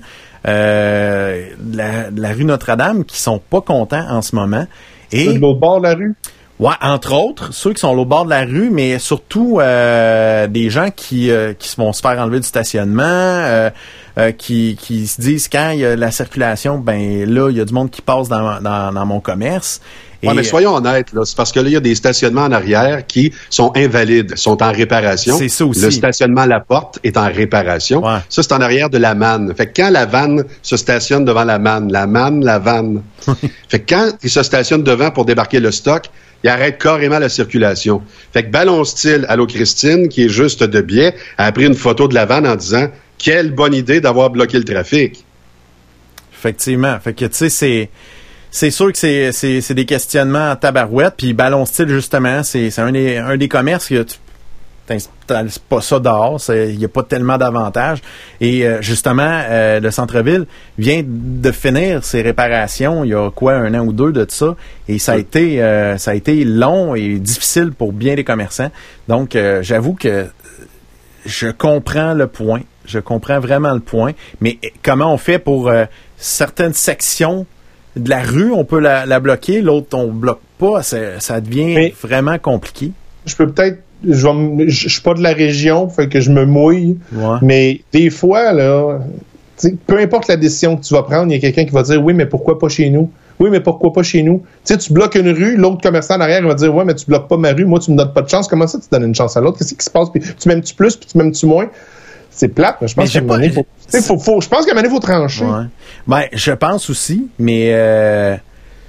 de la rue Notre-Dame qui sont pas contents en ce moment. Et de l'autre bord de la rue? Ouais, entre autres, ceux qui sont au bord de la rue, mais surtout des gens qui vont se faire enlever du stationnement, qui se disent quand il y a la circulation, ben là, il y a du monde qui passe dans mon commerce. Oui, mais soyons honnêtes, là, c'est parce que là, il y a des stationnements en arrière qui sont invalides, sont en réparation. C'est ça aussi. Le stationnement à la porte est en réparation. Ouais. Ça, c'est en arrière de la manne. Fait que quand la vanne se stationne devant la manne, la vanne. Fait que quand il se stationne devant pour débarquer le stock, il arrête carrément la circulation. Fait que Ballon Style, Allô Christine, qui est juste de biais, a pris une photo de la vanne en disant « Quelle bonne idée d'avoir bloqué le trafic! » Effectivement. Fait que, tu sais, c'est sûr que c'est des questionnements en tabarouette. Puis Ballon Style, justement, c'est un des commerces que t'installes pas ça dehors. Il n'y a pas tellement d'avantages. Et justement, le centre-ville vient de finir ses réparations il y a 1 an ou 2 de ça. Et ça a été long et difficile pour bien des commerçants. Donc, j'avoue que je comprends le point. Je comprends vraiment le point. Mais comment on fait pour certaines sections de la rue, on peut la bloquer, l'autre, on bloque pas. Ça devient vraiment compliqué. Je peux peut-être... Je suis pas de la région, fait que je me mouille. Ouais. Mais des fois, là, peu importe la décision que tu vas prendre, il y a quelqu'un qui va dire « Oui, mais pourquoi pas chez nous? » Oui, mais pourquoi pas chez nous? Tu sais, tu bloques une rue, l'autre commerçant en arrière il va dire « Ouais, mais tu bloques pas ma rue, moi, tu me donnes pas de chance. Comment ça, tu donnes une chance à l'autre? Qu'est-ce qui se passe? Puis tu m'aimes-tu plus, puis tu m'aimes-tu moins? » C'est plate, mais je pense qu'à un moment donné, je pense qu'à un moment donné, il faut trancher. Ouais. Ben, je pense aussi, mais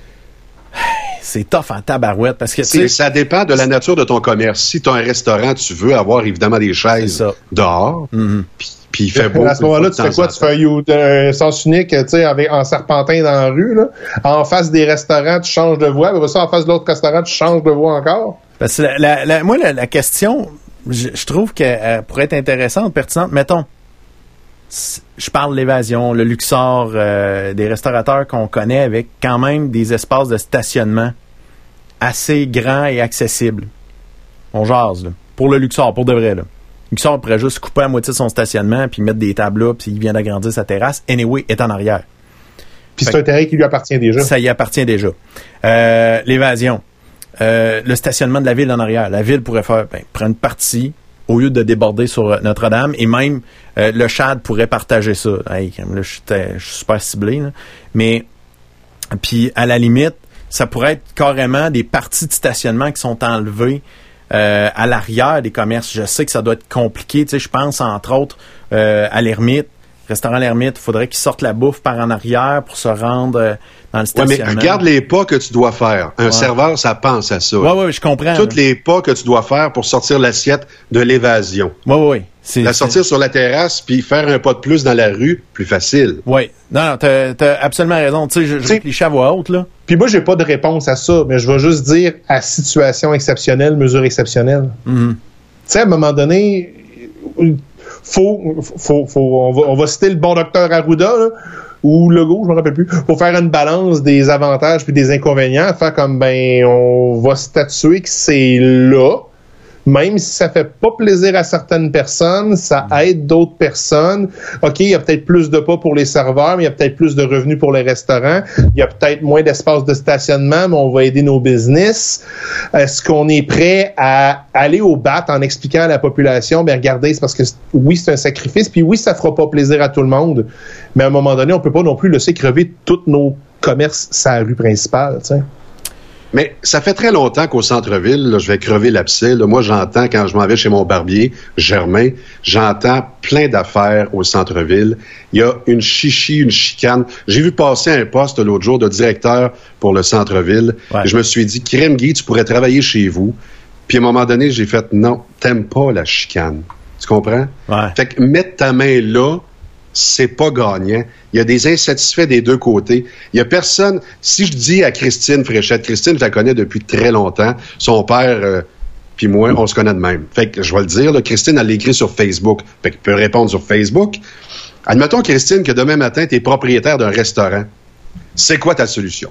c'est tough en tabarouette parce que ça dépend de la nature de ton commerce. Si tu as un restaurant, tu veux avoir évidemment des chaises dehors, puis il fait beau. À ce moment-là, tu fais quoi? Tu fais un sens unique, tu sais, en serpentin dans la rue, là. En face des restaurants, tu changes de voie. Après ça, en face de l'autre restaurant, tu changes de voie encore. Parce que moi, la question, je trouve qu'elle pourrait être intéressante, pertinente. Mettons, je parle de l'évasion, le Luxor, des restaurateurs qu'on connaît avec quand même des espaces de stationnement assez grands et accessibles. On jase, là. Pour le Luxor, pour de vrai, là. Luxor pourrait juste couper à moitié son stationnement puis mettre des tables là, puis il vient d'agrandir sa terrasse. Anyway, est en arrière. Puis c'est un terrain qui lui appartient déjà. Ça y appartient déjà. L'évasion. Le stationnement de la ville en arrière. La ville pourrait prendre une partie au lieu de déborder sur Notre-Dame. Et même, le CHAD pourrait partager ça. Hey, là, je suis super ciblé. Là. Mais, puis à la limite, ça pourrait être carrément des parties de stationnement qui sont enlevées à l'arrière des commerces. Je sais que ça doit être compliqué. Tu sais, je pense, entre autres, à l'Ermite. Restaurant L'Ermite, il faudrait qu'ils sortent la bouffe par en arrière pour se rendre dans le stationnement. Ouais, mais regarde les pas que tu dois faire. Un serveur, ça pense à ça. Oui, je comprends. Tous les pas que tu dois faire pour sortir l'assiette de l'évasion. Oui. La sortir sur la terrasse puis faire un pas de plus dans la rue, plus facile. Oui. Non, t'as absolument raison. Tu sais, je réfléchis à voix haute, là. Puis moi, j'ai pas de réponse à ça, mais je vais juste dire à situation exceptionnelle, mesure exceptionnelle. Tu sais, à un moment donné... on va citer le bon docteur Arruda, là, ou Legault, je me rappelle plus, pour faire une balance des avantages puis des inconvénients, faire comme, on va statuer que c'est là, même si ça fait pas plaisir à certaines personnes, ça aide d'autres personnes. OK, il y a peut-être plus de pas pour les serveurs, mais il y a peut-être plus de revenus pour les restaurants. Il y a peut-être moins d'espace de stationnement, mais on va aider nos business. Est-ce qu'on est prêt à aller au bat en expliquant à la population, regardez, c'est parce que oui, c'est un sacrifice, puis oui, ça fera pas plaisir à tout le monde, mais à un moment donné, on peut pas non plus laisser crever tous nos commerces sur la rue principale, tu sais. Mais ça fait très longtemps qu'au centre-ville, là, je vais crever l'abcès. Moi, j'entends, quand je m'en vais chez mon barbier, Germain, j'entends plein d'affaires au centre-ville. Il y a une chicane. J'ai vu passer un poste l'autre jour de directeur pour le centre-ville. Ouais. Et je me suis dit, crème Guy, tu pourrais travailler chez vous. Puis à un moment donné, j'ai fait, non, t'aimes pas la chicane. Tu comprends? Ouais. Fait que mettre ta main là, c'est pas gagnant. Il y a des insatisfaits des deux côtés. Il y a personne... Si je dis à Christine Fréchette, Christine, je la connais depuis très longtemps, son père... puis moi, on se connaît de même. Fait que je vais le dire, là, Christine, elle l'écrit sur Facebook. Fait qu'elle peut répondre sur Facebook. Admettons, Christine, que demain matin, tu es propriétaire d'un restaurant. C'est quoi ta solution?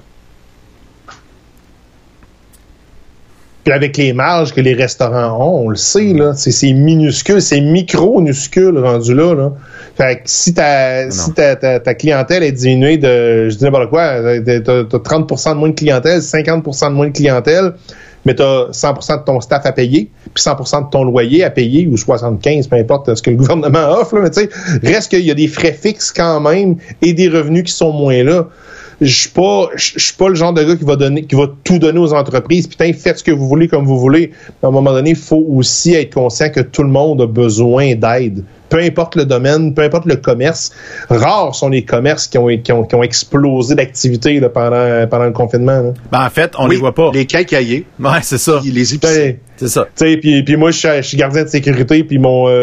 Puis avec les marges que les restaurants ont, on le sait, là, c'est minuscule, c'est micro-nuscule rendu là. Fait que si ta clientèle est diminuée de, je dis n'importe quoi, t'as 30% de moins de clientèle, 50% de moins de clientèle, mais t'as 100% de ton staff à payer, puis 100% de ton loyer à payer, ou 75%, peu importe ce que le gouvernement offre, là, mais tu sais, reste qu'il y a des frais fixes quand même, et des revenus qui sont moins là. Je suis pas le genre de gars qui va tout donner aux entreprises. Putain, faites ce que vous voulez comme vous voulez. À un moment donné, il faut aussi être conscient que tout le monde a besoin d'aide. Peu importe le domaine, peu importe le commerce. Rares sont les commerces qui ont explosé d'activité là, pendant le confinement. Là. Ben, en fait, on les voit pas. Les quincailliers. Ouais, c'est ça. Les épiciers. C'est ça. Puis moi, je suis gardien de sécurité, puis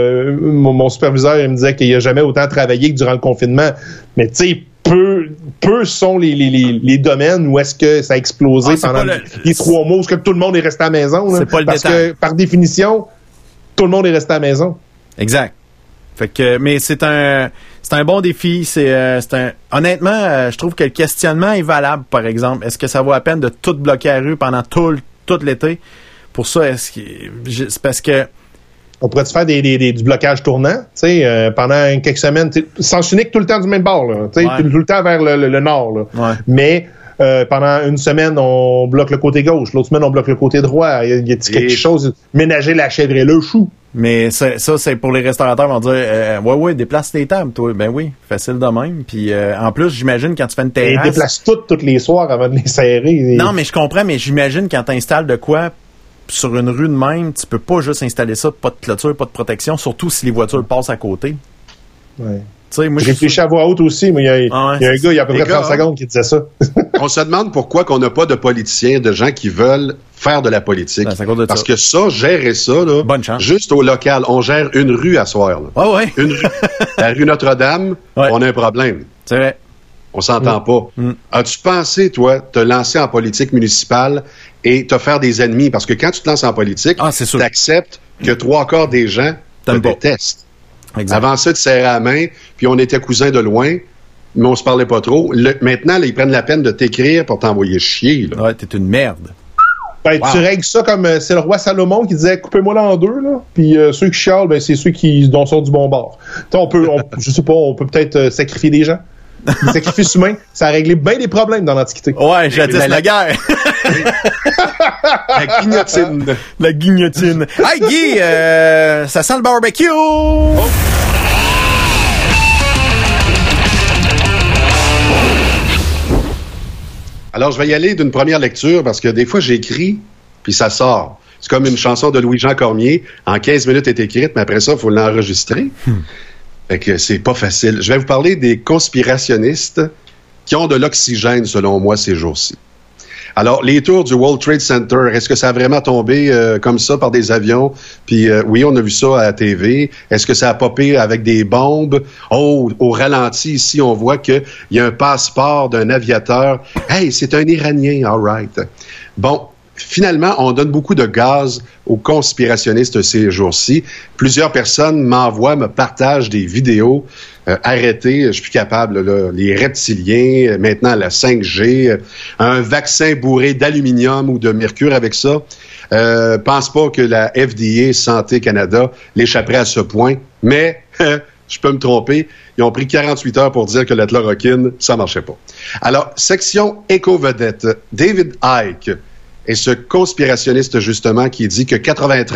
mon superviseur, il me disait qu'il n'y a jamais autant travaillé que durant le confinement. Mais tu sais, peu sont les domaines où est-ce que ça a explosé pendant les 3 mois où est-ce que tout le monde est resté à la maison. Là, c'est pas le parce détail. que, par définition, tout le monde est resté à la maison. Exact. Fait que, mais c'est un bon défi. Honnêtement, je trouve que le questionnement est valable, par exemple. Est-ce que ça vaut la peine de tout bloquer la rue pendant tout l'été? Pour ça, c'est parce que on pourrait faire du blocage tournant, tu sais, pendant quelques semaines, sens unique tout le temps du même bord, là, tu sais, tout le temps vers le nord, là. Ouais. Mais pendant une semaine, on bloque le côté gauche, l'autre semaine, on bloque le côté droit. Il y a quelque chose, ménager la chèvre et le chou. Mais ça, c'est pour les restaurateurs, ils vont dire, ouais, déplace tes tables, toi. Ben oui, facile de même. Puis en plus, j'imagine quand tu fais une terrasse. Ils déplacent toutes les soirs avant de les serrer. Non, mais je comprends, mais j'imagine quand tu installes de quoi sur une rue de même, tu peux pas juste installer ça, pas de clôture, pas de protection, surtout si les voitures passent à côté. Ouais. Moi, je réfléchis à voix haute aussi, mais il y a un gars, il y a à peu près 30 secondes qui disait ça. On se demande pourquoi qu'on n'a pas de politiciens, de gens qui veulent faire de la politique. Ben, parce que ça, gérer ça, là, bonne chance. Juste au local, on gère une rue à soir. Là. Ah ouais. Une rue. La rue Notre-Dame, on a un problème. C'est vrai. On s'entend pas. As-tu pensé, toi, te lancer en politique municipale et te faire des ennemis? Parce que quand tu te lances en politique, tu acceptes que 3/4 des gens te détestent. Exact. Avant ça, tu serrais la main, puis on était cousins de loin, mais on se parlait pas trop. Maintenant, là, ils prennent la peine de t'écrire pour t'envoyer chier. Là. Ouais, t'es une merde. Ben, tu règles ça comme c'est le roi Salomon qui disait coupez-moi là en deux, là. Puis ceux qui chialent, ben, c'est ceux qui sont du bon bord. Je sais pas, on peut peut-être sacrifier des gens. Les sacrifices humains, ça a réglé bien des problèmes dans l'Antiquité. Ouais, jadis la guerre. La guillotine. La guillotine. Hey Guy, ça sent le barbecue. Oh. Alors, je vais y aller d'une première lecture parce que des fois, j'écris, puis ça sort. C'est comme une chanson de Louis-Jean Cormier. En 15 minutes, elle est écrite, mais après ça, il faut l'enregistrer. Fait que c'est pas facile. Je vais vous parler des conspirationnistes qui ont de l'oxygène, selon moi, ces jours-ci. Alors, les tours du World Trade Center, est-ce que ça a vraiment tombé comme ça par des avions? Puis oui, on a vu ça à la TV. Est-ce que ça a popé avec des bombes? Oh, au ralenti, ici, on voit qu'il y a un passeport d'un aviateur. Hey, c'est un Iranien, all right. Bon, finalement, on donne beaucoup de gaz aux conspirationnistes ces jours-ci. Plusieurs personnes me partagent des vidéos arrêtées. Je suis plus capable, là, les reptiliens, maintenant la 5G, un vaccin bourré d'aluminium ou de mercure avec ça. Pense pas que la FDA, Santé Canada, l'échapperait à ce point, mais je peux me tromper. Ils ont pris 48 heures pour dire que la chloroquine, ça marchait pas. Alors, section éco-vedette, David Icke est ce conspirationniste, justement, qui dit que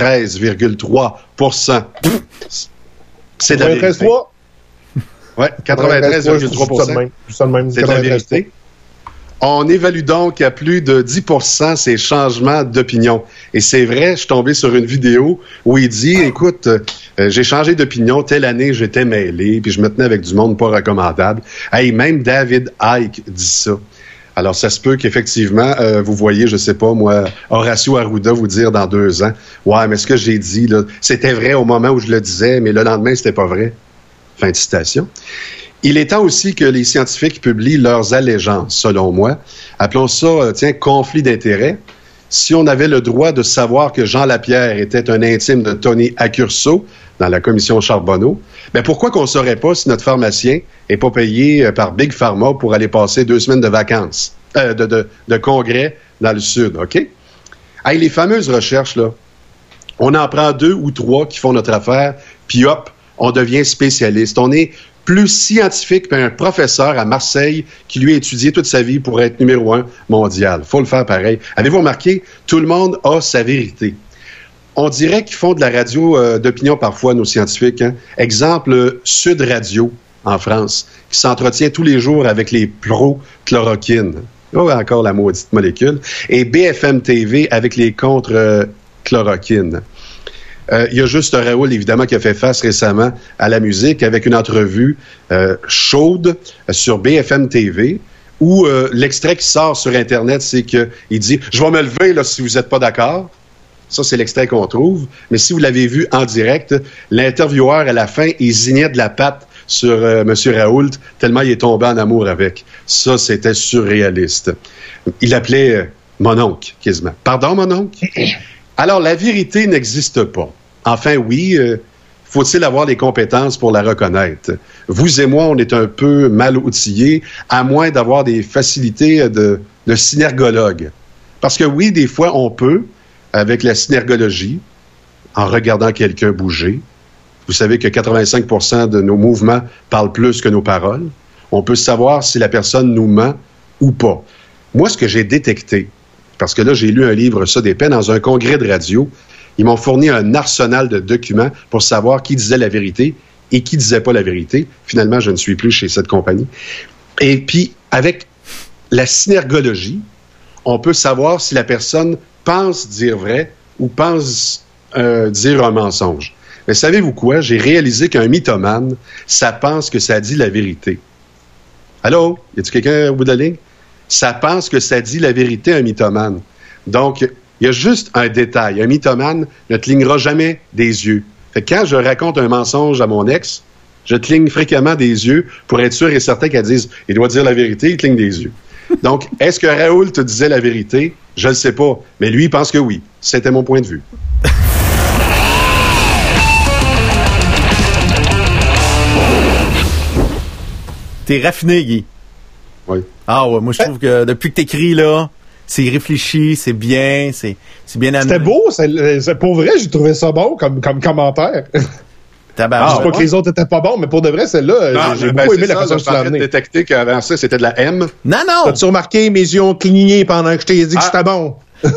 93,3%, c'est de la vérité. 93,3%? Oui, 93,3%. C'est de la vérité. On évalue donc à plus de 10% ces changements d'opinion. Et c'est vrai, je suis tombé sur une vidéo où il dit, écoute, j'ai changé d'opinion, telle année, j'étais mêlé, puis je me tenais avec du monde pas recommandable. Hey, même David Icke dit ça. Alors, ça se peut qu'effectivement, vous voyez, je sais pas, moi, Horacio Arruda vous dire dans 2 ans, ouais, mais ce que j'ai dit, là, c'était vrai au moment où je le disais, mais le lendemain, c'était pas vrai. Fin de citation. Il est temps aussi que les scientifiques publient leurs allégeances, selon moi. Appelons ça, conflit d'intérêts. Si on avait le droit de savoir que Jean Lapierre était un intime de Tony Accurso dans la commission Charbonneau, ben pourquoi qu'on ne saurait pas si notre pharmacien n'est pas payé par Big Pharma pour aller passer 2 semaines de vacances, de congrès dans le Sud, OK? Hey, les fameuses recherches, là, on en prend 2 ou 3 qui font notre affaire, puis hop, on devient spécialiste. On est plus scientifique qu'un professeur à Marseille qui lui a étudié toute sa vie pour être numéro 1 mondial. Faut le faire pareil. Avez-vous remarqué? Tout le monde a sa vérité. On dirait qu'ils font de la radio d'opinion parfois, nos scientifiques. Hein? Exemple, Sud Radio en France, qui s'entretient tous les jours avec les pro-chloroquine. Oh, encore la maudite molécule. Et BFM TV avec les contre-chloroquine. Il y a juste Raoul, évidemment, qui a fait face récemment à la musique avec une entrevue chaude sur BFM TV où l'extrait qui sort sur Internet, c'est qu'il dit « Je vais me lever là, si vous n'êtes pas d'accord ». Ça, c'est l'extrait qu'on trouve. Mais si vous l'avez vu en direct, l'intervieweur, à la fin, il zignait de la patte sur M. Raoult tellement il est tombé en amour avec. Ça, c'était surréaliste. Il appelait mon oncle, quasiment. « Pardon, mon oncle? » Alors, la vérité n'existe pas. Enfin, oui, faut-il avoir les compétences pour la reconnaître? Vous et moi, on est un peu mal outillés, à moins d'avoir des facilités de synergologue. Parce que oui, des fois, on peut, avec la synergologie, en regardant quelqu'un bouger. Vous savez que 85% de nos mouvements parlent plus que nos paroles. On peut savoir si la personne nous ment ou pas. Moi, ce que j'ai détecté, parce que là, j'ai lu un livre, ça d'épais, dans un congrès de radio. Ils m'ont fourni un arsenal de documents pour savoir qui disait la vérité et qui disait pas la vérité. Finalement, je ne suis plus chez cette compagnie. Et puis, avec la synergologie, on peut savoir si la personne pense dire vrai ou pense dire un mensonge. Mais savez-vous quoi? J'ai réalisé qu'un mythomane, ça pense que ça dit la vérité. Allô? Y a-t-il quelqu'un au bout de la ligne? Ça pense que ça dit la vérité, un mythomane. Donc, il y a juste un détail. Un mythomane ne clignera jamais des yeux. Fait que quand je raconte un mensonge à mon ex, je cligne fréquemment des yeux pour être sûr et certain qu'elle dise « Il doit dire la vérité, il cligne des yeux ». Donc, est-ce que Raoul te disait la vérité? Je ne le sais pas. Mais lui, il pense que oui. C'était mon point de vue. T'es raffiné, Guy. Oui. Ah ouais, moi je trouve que depuis que t'écris là, c'est réfléchi, c'est bien, c'est bien amené. C'était beau, pour vrai, j'ai trouvé ça bon comme commentaire. Je dis pas que les autres étaient pas bons, mais pour de vrai, celle-là, j'ai beaucoup aimé la façon dont tu l'as amené. J'ai détecté qu'avant ça, c'était de la M. Non! T'as-tu remarqué, mes yeux ont cligné pendant que je t'ai dit que c'était bon?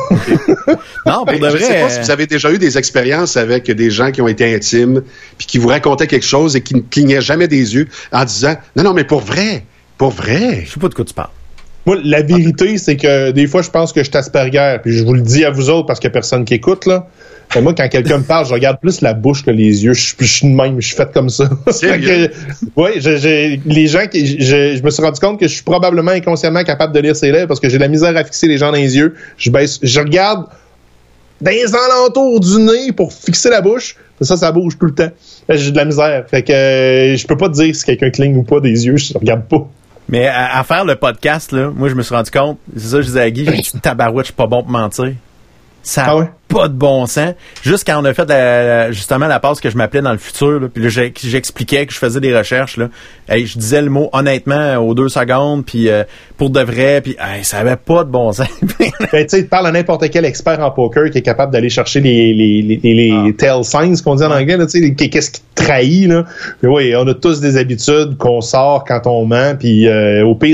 Non, pour de vrai. Je sais pas si vous avez déjà eu des expériences avec des gens qui ont été intimes, puis qui vous racontaient quelque chose et qui ne clignaient jamais des yeux en disant « Non, mais pour vrai! » Pour vrai? Je sais pas de quoi tu parles. Moi, la vérité, c'est que des fois, je pense que je suis Asperger, puis je vous le dis à vous autres parce qu'il n'y a personne qui écoute, là. Mais moi, quand quelqu'un me parle, je regarde plus la bouche que les yeux. Je suis de même, je suis fait comme ça. Oui, les gens je me suis rendu compte que je suis probablement inconsciemment capable de lire ses lèvres parce que j'ai de la misère à fixer les gens dans les yeux. Je regarde dans les alentours du nez pour fixer la bouche. Ça bouge tout le temps. J'ai de la misère. Fait que je peux pas te dire si quelqu'un cligne ou pas des yeux, je regarde pas. Mais à faire le podcast, là, moi, je me suis rendu compte, c'est ça, je disais à Guy, j'ai dit, tabarouette, je suis pas bon pour mentir. Ça n'a pas de bon sens. Juste quand on a fait justement la passe que je m'appelais dans le futur, là, puis là, j'expliquais que je faisais des recherches, là, je disais le mot honnêtement aux 2 secondes, puis pour de vrai, puis ça avait pas de bon sens. Tu sais, tu parles à n'importe quel expert en poker qui est capable d'aller chercher les tell signs qu'on dit en anglais, tu sais, qu'est-ce qui te trahit, là. Puis oui, on a tous des habitudes qu'on sort quand on ment, puis au pire,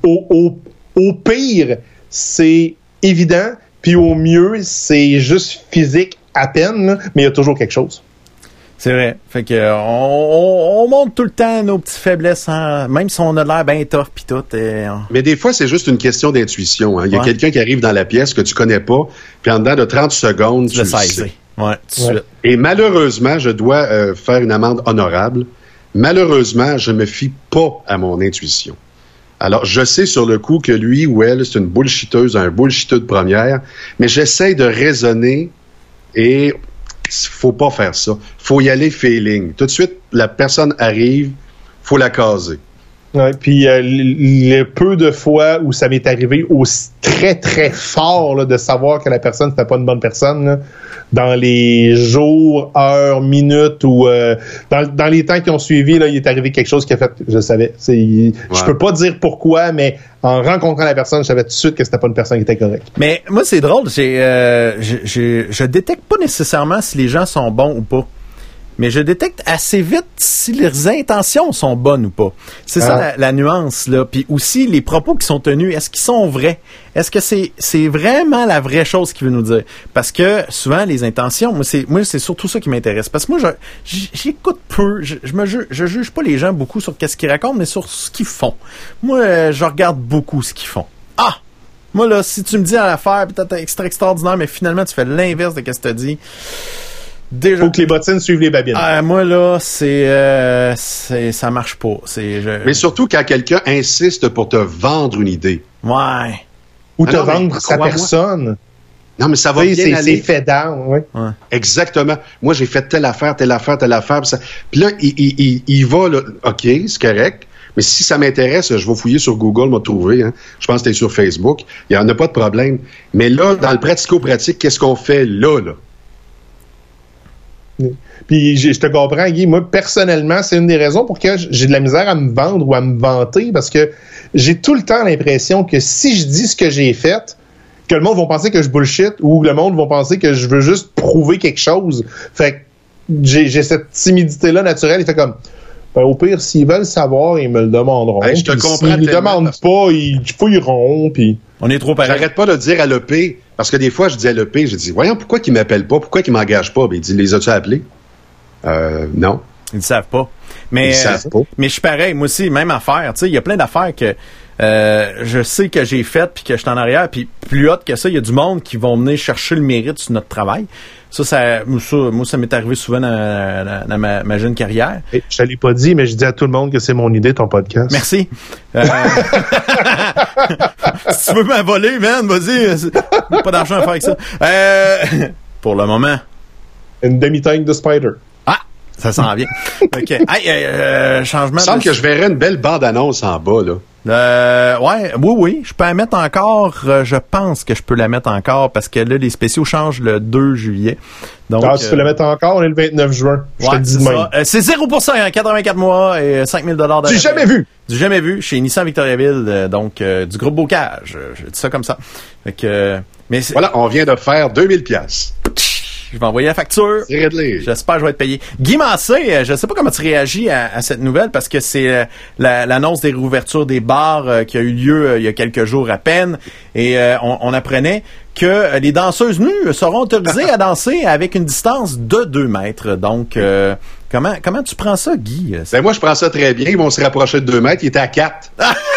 au pire, c'est évident. Puis au mieux, c'est juste physique à peine, là, mais il y a toujours quelque chose. C'est vrai. Fait que on montre tout le temps nos petites faiblesses, hein, même si on a l'air bien tough pis tout. Mais des fois, c'est juste une question d'intuition. Hein. Il y a quelqu'un qui arrive dans la pièce que tu connais pas, puis en dedans de 30 secondes, tu le sais. Ouais, tout de suite. Et malheureusement, je dois faire une amende honorable. Malheureusement, je me fie pas à mon intuition. Alors, je sais sur le coup que lui ou elle, c'est une bullshitteuse, un bullshiteux de première, mais j'essaie de raisonner et faut pas faire ça. Faut y aller feeling. Tout de suite, la personne arrive, faut la caser. Ouais, puis le peu de fois où ça m'est arrivé aussi très, très fort là, de savoir que la personne n'était pas une bonne personne, là, dans les jours, heures, minutes ou dans les temps qui ont suivi, là, il est arrivé quelque chose qui a fait, je savais. Je peux pas dire pourquoi, mais en rencontrant la personne, je savais tout de suite que c'était pas une personne qui était correcte. Mais moi, c'est drôle, je détecte pas nécessairement si les gens sont bons ou pas. Mais je détecte assez vite si leurs intentions sont bonnes ou pas. C'est ça la nuance, là. Puis aussi, les propos qui sont tenus, est-ce qu'ils sont vrais? Est-ce que c'est vraiment la vraie chose qu'il veut nous dire? Parce que souvent, les intentions, moi, c'est surtout ça qui m'intéresse. Parce que moi, j'écoute peu, je juge pas les gens beaucoup sur qu'est-ce qu'ils racontent, mais sur ce qu'ils font. Moi, je regarde beaucoup ce qu'ils font. Ah! Moi, là, si tu me dis à l'affaire, peut-être extraordinaire, mais finalement, tu fais l'inverse de ce que tu as dit. Déjà, faut que les bottines suivent les babines. Moi, là, ça marche pas. Mais surtout quand quelqu'un insiste pour te vendre une idée. Ouais. Ou te vendre sa personne. Non, mais ça va bien aller. C'est fait down, oui. Ouais. Exactement. Moi, j'ai fait telle affaire. Puis là, il va, là, OK, c'est correct. Mais si ça m'intéresse, je vais fouiller sur Google, m'a trouvé. Hein. Je pense que t'es sur Facebook. Il n'y en a pas de problème. Mais là, dans le pratico-pratique, qu'est-ce qu'on fait là? Puis je te comprends, Guy. Moi, personnellement, c'est une des raisons pour lesquelles j'ai de la misère à me vendre ou à me vanter, parce que j'ai tout le temps l'impression que si je dis ce que j'ai fait, que le monde va penser que je bullshit ou le monde va penser que je veux juste prouver quelque chose. Fait que j'ai cette timidité-là naturelle. Il fait comme, au pire, s'ils veulent savoir, ils me le demanderont. Hey, je te comprends. S'ils ne demandent pas, ils fouilleront. Puis on est trop pareil. J'arrête pas de dire à l'EP, parce que des fois, je dis à l'EP, je dis, voyons, pourquoi qu'ils m'appellent pas? Pourquoi qu'ils m'engagent pas? Ben, il dit, les as-tu appelés? Non. Ils ne savent pas. Mais, ils savent pas. Mais je suis pareil, moi aussi, même affaire. Tu sais, il y a plein d'affaires que je sais que j'ai faites puis que je suis en arrière. Puis plus haute que ça, il y a du monde qui vont venir chercher le mérite sur notre travail. Moi, ça m'est arrivé souvent dans ma jeune carrière. Et je te l'ai pas dit, mais je dis à tout le monde que c'est mon idée, ton podcast. Merci. Si tu veux m'avoler, man, vas-y. Pas d'argent à faire avec ça. Pour le moment. Une demi-tank de Spider. Ah! Ça s'en vient. OK. Hey, changement. Il me semble que je verrais une belle bande-annonce en bas, là. Oui, je peux la mettre encore. Je pense que je peux la mettre encore parce que là, les spéciaux changent le 2 juillet. Donc, tu peux la mettre encore, on est le 29 juin. Je te le dis de même. C'est 0%, 84 mois et 5 000 $. Du jamais vu! Du jamais vu chez Nissan Victoriaville, du groupe Bocage. Je dis ça comme ça. Fait que, voilà, on vient de faire 2000 $. Je vais envoyer la facture. J'espère que je vais être payé. Guy Massé, je sais pas comment tu réagis à cette nouvelle parce que c'est l'annonce des réouvertures des bars qui a eu lieu il y a quelques jours à peine. Et on apprenait que les danseuses nues seront autorisées à danser avec une distance de 2 mètres. Donc, comment tu prends ça, Guy? Ben moi, je prends ça très bien. Ils vont se rapprocher de 2 mètres. Il était à 4.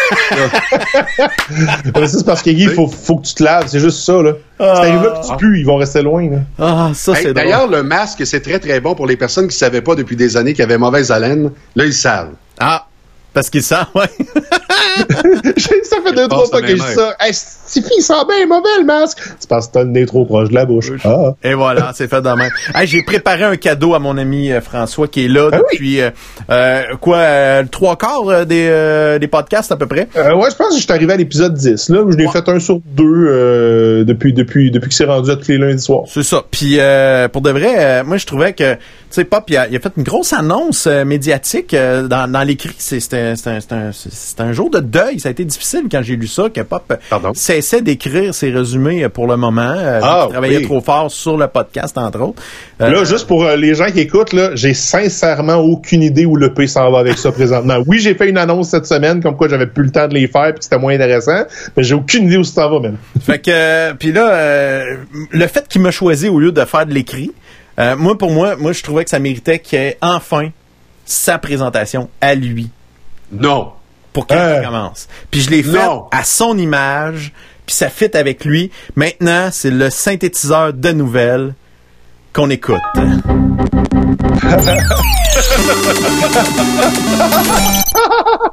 C'est parce que, Guy, il faut que tu te laves. C'est juste ça, là. C'est arrivé là que tu pues. Ils vont rester loin, là. Ah, ça, c'est drôle. D'ailleurs, le masque, c'est très, très bon pour les personnes qui ne savaient pas depuis des années qu'il y avait mauvaise haleine. Là, ils savent. Ah! Parce qu'ils savent, ouais. Ça fait 2-3 fois que je dis ça. Hey, Stifi, il sent bien mauvais, le masque. C'est parce que t'as le nez trop proche de la bouche. Ah. Et voilà, c'est fait de même. Hey, j'ai préparé un cadeau à mon ami François qui est là depuis, le 3/4 des podcasts à peu près. Ouais, je pense que je suis arrivé à l'épisode 10, là, où je l'ai fait 1 sur 2 depuis que c'est rendu à tous les lundis soirs. C'est ça. Puis, pour de vrai, moi, je trouvais que, tu sais, Pop, il a fait une grosse annonce médiatique dans l'écrit. C'était un jour de deuil. Ça a été difficile quand j'ai lu ça, que Pop cessait d'écrire ses résumés pour le moment. Il travaillait trop fort sur le podcast, entre autres. Là, juste pour les gens qui écoutent, là, j'ai sincèrement aucune idée où le P s'en va avec ça présentement. Oui, j'ai fait une annonce cette semaine, comme quoi j'avais plus le temps de les faire puis que c'était moins intéressant, mais j'ai aucune idée où ça s'en va, même. Fait que, puis là, le fait qu'il m'a choisi au lieu de faire de l'écrit, pour moi, je trouvais que ça méritait qu'il y ait enfin sa présentation à lui. Non. Pour qu'il commence. Puis je l'ai fait à son image, puis ça fit avec lui. Maintenant, c'est le synthétiseur de nouvelles qu'on écoute.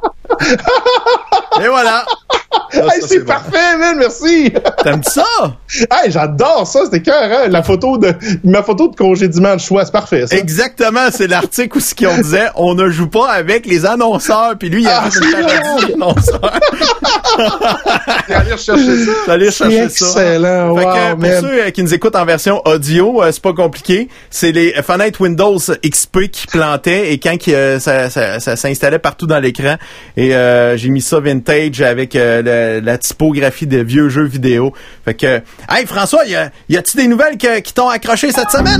Et voilà. Hey, c'est parfait, man, merci! T'aimes ça? Hey, j'adore ça, c'était écœurant. Ma photo de congédiement de choix, c'est parfait, ça. Exactement, c'est l'article où ce qu'on disait, on ne joue pas avec les annonceurs, puis lui, il a fait une parodie d'annonceurs. Allez rechercher ça. Allez chercher ça. Excellent, Fait wow, que, pour ceux qui nous écoutent en version audio, c'est pas compliqué. C'est les fenêtres Windows XP qui plantaient et quand ça s'installait partout dans l'écran. Et j'ai mis ça vintage avec la typographie de vieux jeux vidéo. Fait que, hey François, y a-tu des nouvelles qui t'ont accroché cette semaine?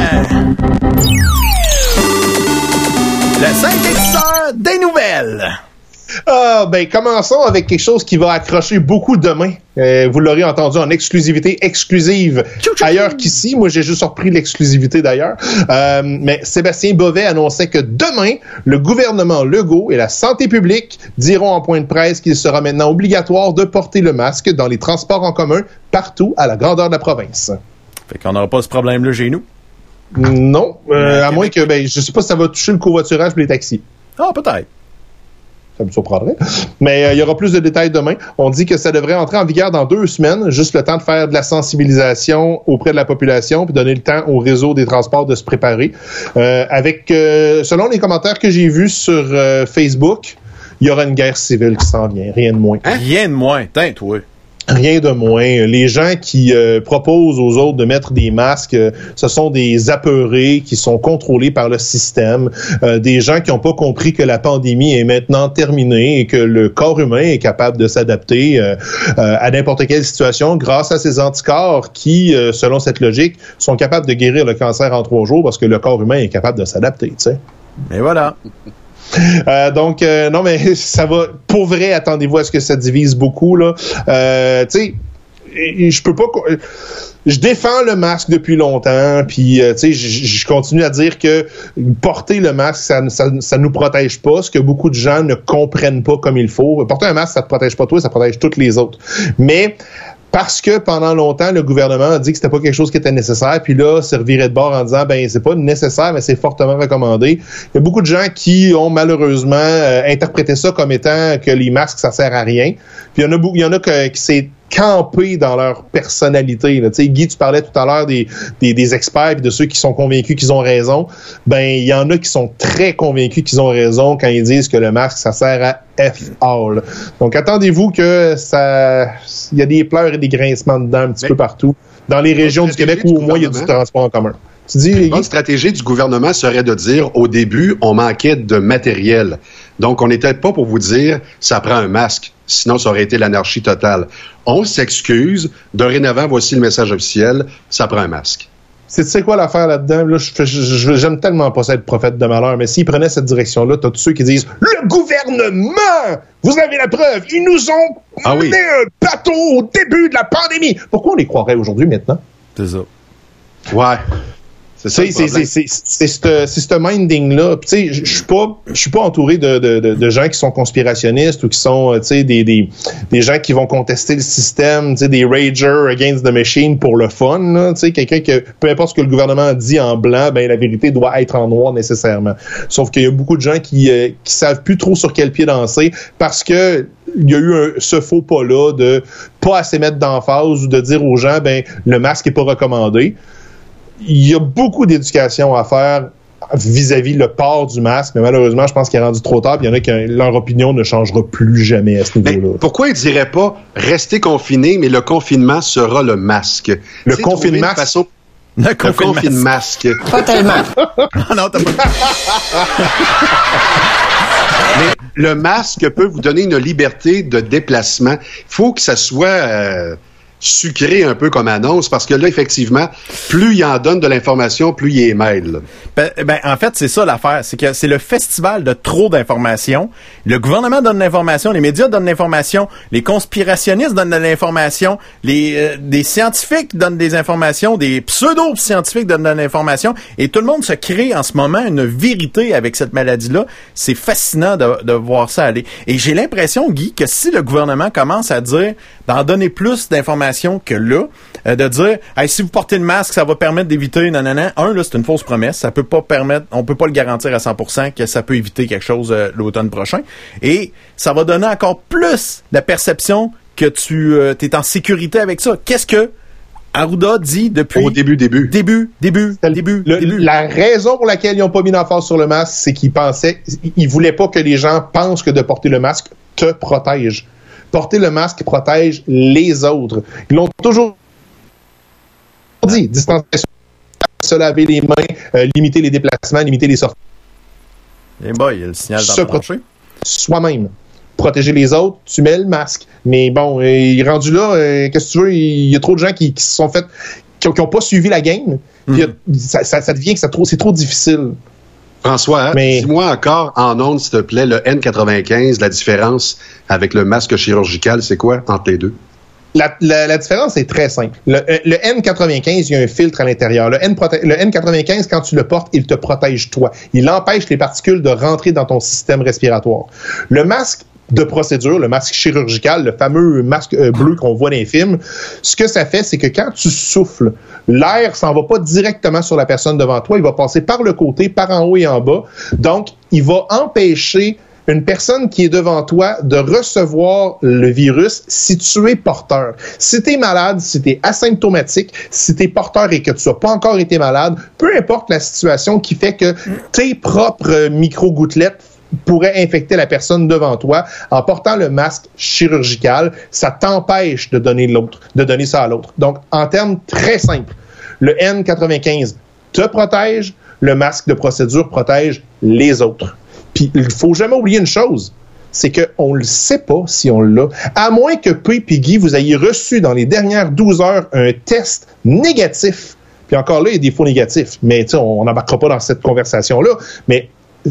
Le synthétiseur des nouvelles. Commençons avec quelque chose qui va accrocher beaucoup demain. Vous l'aurez entendu en exclusivité exclusive ailleurs qu'ici. Moi, j'ai juste repris l'exclusivité d'ailleurs. Mais Sébastien Bovet annonçait que demain, le gouvernement Legault et la santé publique diront en point de presse qu'il sera maintenant obligatoire de porter le masque dans les transports en commun partout à la grandeur de la province. Fait qu'on n'aura pas ce problème-là chez nous. Non, à moins que, je sais pas si ça va toucher le covoiturage et les taxis. Ah, peut-être. Ça me surprendrait. Mais il y aura plus de détails demain. On dit que ça devrait entrer en vigueur dans 2 semaines, juste le temps de faire de la sensibilisation auprès de la population, puis donner le temps au réseau des transports de se préparer. Selon les commentaires que j'ai vus sur Facebook, il y aura une guerre civile qui s'en vient, rien de moins. Hein? Rien de moins, oui. Rien de moins. Les gens qui proposent aux autres de mettre des masques, ce sont des apeurés qui sont contrôlés par le système, des gens qui n'ont pas compris que la pandémie est maintenant terminée et que le corps humain est capable de s'adapter à n'importe quelle situation grâce à ces anticorps qui, selon cette logique, sont capables de guérir le cancer en 3 jours parce que le corps humain est capable de s'adapter, tu sais. Et voilà. Non, mais ça va. Pour vrai, attendez-vous à ce que ça divise beaucoup, là. Tu sais, je peux pas. Je défends le masque depuis longtemps, puis tu sais, je continue à dire que porter le masque, ça nous protège pas, ce que beaucoup de gens ne comprennent pas comme il faut. Porter un masque, ça te protège pas toi, ça protège toutes les autres. Mais parce que pendant longtemps, le gouvernement a dit que c'était pas quelque chose qui était nécessaire, puis là, se revirait de bord en disant, c'est pas nécessaire, mais c'est fortement recommandé. Il y a beaucoup de gens qui ont malheureusement interprété ça comme étant que les masques, ça sert à rien. Puis il y en a qui s'est campé dans leur personnalité. Tu sais, Guy, tu parlais tout à l'heure des experts et de ceux qui sont convaincus qu'ils ont raison. Il y en a qui sont très convaincus qu'ils ont raison quand ils disent que le masque, ça sert à F-all. Donc, attendez-vous que il y a des pleurs et des grincements dedans un petit peu partout, dans les régions du Québec où au moins il y a du transport en commun. Tu dis, une bonne stratégie du gouvernement serait de dire, au début, on manquait de matériel. Donc, on n'était pas pour vous dire, ça prend un masque. Sinon, ça aurait été l'anarchie totale. On s'excuse. Dorénavant, voici le message officiel. Ça prend un masque. Tu sais quoi l'affaire là-dedans? Là, j'aime tellement pas ça être prophète de malheur, mais s'ils prenaient cette direction-là, t'as tous ceux qui disent « Le gouvernement! Vous avez la preuve! Ils nous ont mené un bateau au début de la pandémie! » Pourquoi on les croirait aujourd'hui, maintenant? C'est ça. Ouais. C'est ce minding-là. Tu sais, je suis pas entouré de gens qui sont conspirationnistes ou qui sont, tu sais, des gens qui vont contester le système, tu sais, des ragers against the machine pour le fun, là. Tu sais, quelqu'un que, peu importe ce que le gouvernement dit en blanc, la vérité doit être en noir nécessairement. Sauf qu'il y a beaucoup de gens qui savent plus trop sur quel pied danser parce que il y a eu ce faux pas-là de pas assez mettre d'emphase ou de dire aux gens, le masque est pas recommandé. Il y a beaucoup d'éducation à faire vis-à-vis le port du masque, mais malheureusement, je pense qu'il est rendu trop tard, puis il y en a qui leur opinion ne changera plus jamais à ce niveau-là. Pourquoi ils diraient pas rester confiné, mais le confinement sera le masque? Le confinement. Le confinement-masque. Pas tellement. Non, t'as pas. Mais le masque peut vous donner une liberté de déplacement. Il faut que ça soit sucré un peu comme annonce, parce que là, effectivement, plus il en donne de l'information, plus il est mêle. En fait, c'est ça l'affaire. C'est que c'est le festival de trop d'informations. Le gouvernement donne l'information, les médias donnent l'information, les conspirationnistes donnent de l'information, des scientifiques donnent des informations, des pseudo-scientifiques donnent de l'information, et tout le monde se crée en ce moment une vérité avec cette maladie-là. C'est fascinant de voir ça aller. Et j'ai l'impression, Guy, que si le gouvernement commence à dire, d'en donner plus d'informations que là, de dire, si vous portez le masque, ça va permettre d'éviter, là, c'est une fausse promesse. Ça peut pas permettre, on peut pas le garantir à 100% que ça peut éviter quelque chose l'automne prochain. Et ça va donner encore plus la perception que tu es en sécurité avec ça. Qu'est-ce que Arruda dit depuis... Au début. La raison pour laquelle ils n'ont pas mis d'emphase sur le masque, c'est qu'ils voulaient pas que les gens pensent que de porter le masque te protège. Porter le masque protège les autres. Ils l'ont toujours dit. Distanciation, se laver les mains, limiter les déplacements, limiter les sorties. Et boy, il y a le signal dans le plancher. Soi-même. Protéger les autres, tu mets le masque. Mais bon, il est rendu là, qu'est-ce que tu veux, il y a trop de gens qui se sont fait, qui n'ont pas suivi la game. Puis ça devient que c'est trop difficile. François, dis-moi encore en ondes, s'il te plaît, le N95, la différence avec le masque chirurgical, c'est quoi entre les deux? La différence est très simple. Le N95, il y a un filtre à l'intérieur. Le N95, quand tu le portes, il te protège toi. Il empêche les particules de rentrer dans ton système respiratoire. Le masque de procédure, le masque chirurgical, le fameux masque bleu qu'on voit dans les films, ce que ça fait, c'est que quand tu souffles, l'air s'en va pas directement sur la personne devant toi, il va passer par le côté, par en haut et en bas. Donc, il va empêcher une personne qui est devant toi de recevoir le virus si tu es porteur. Si tu es malade, si tu es asymptomatique, si tu es porteur et que tu n'as pas encore été malade, peu importe la situation qui fait que tes propres micro-gouttelettes pourraient infecter la personne devant toi, en portant le masque chirurgical, ça t'empêche de donner ça à l'autre. Donc, en termes très simples, le N95 te protège, le masque de procédure protège les autres. Puis, il faut jamais oublier une chose, c'est qu'on ne sait pas si on l'a. À moins que P et Guy, vous ayez reçu dans les dernières 12 heures un test négatif. Puis encore là, il y a des faux négatifs. Mais on n'embarquera pas dans cette conversation-là. Mais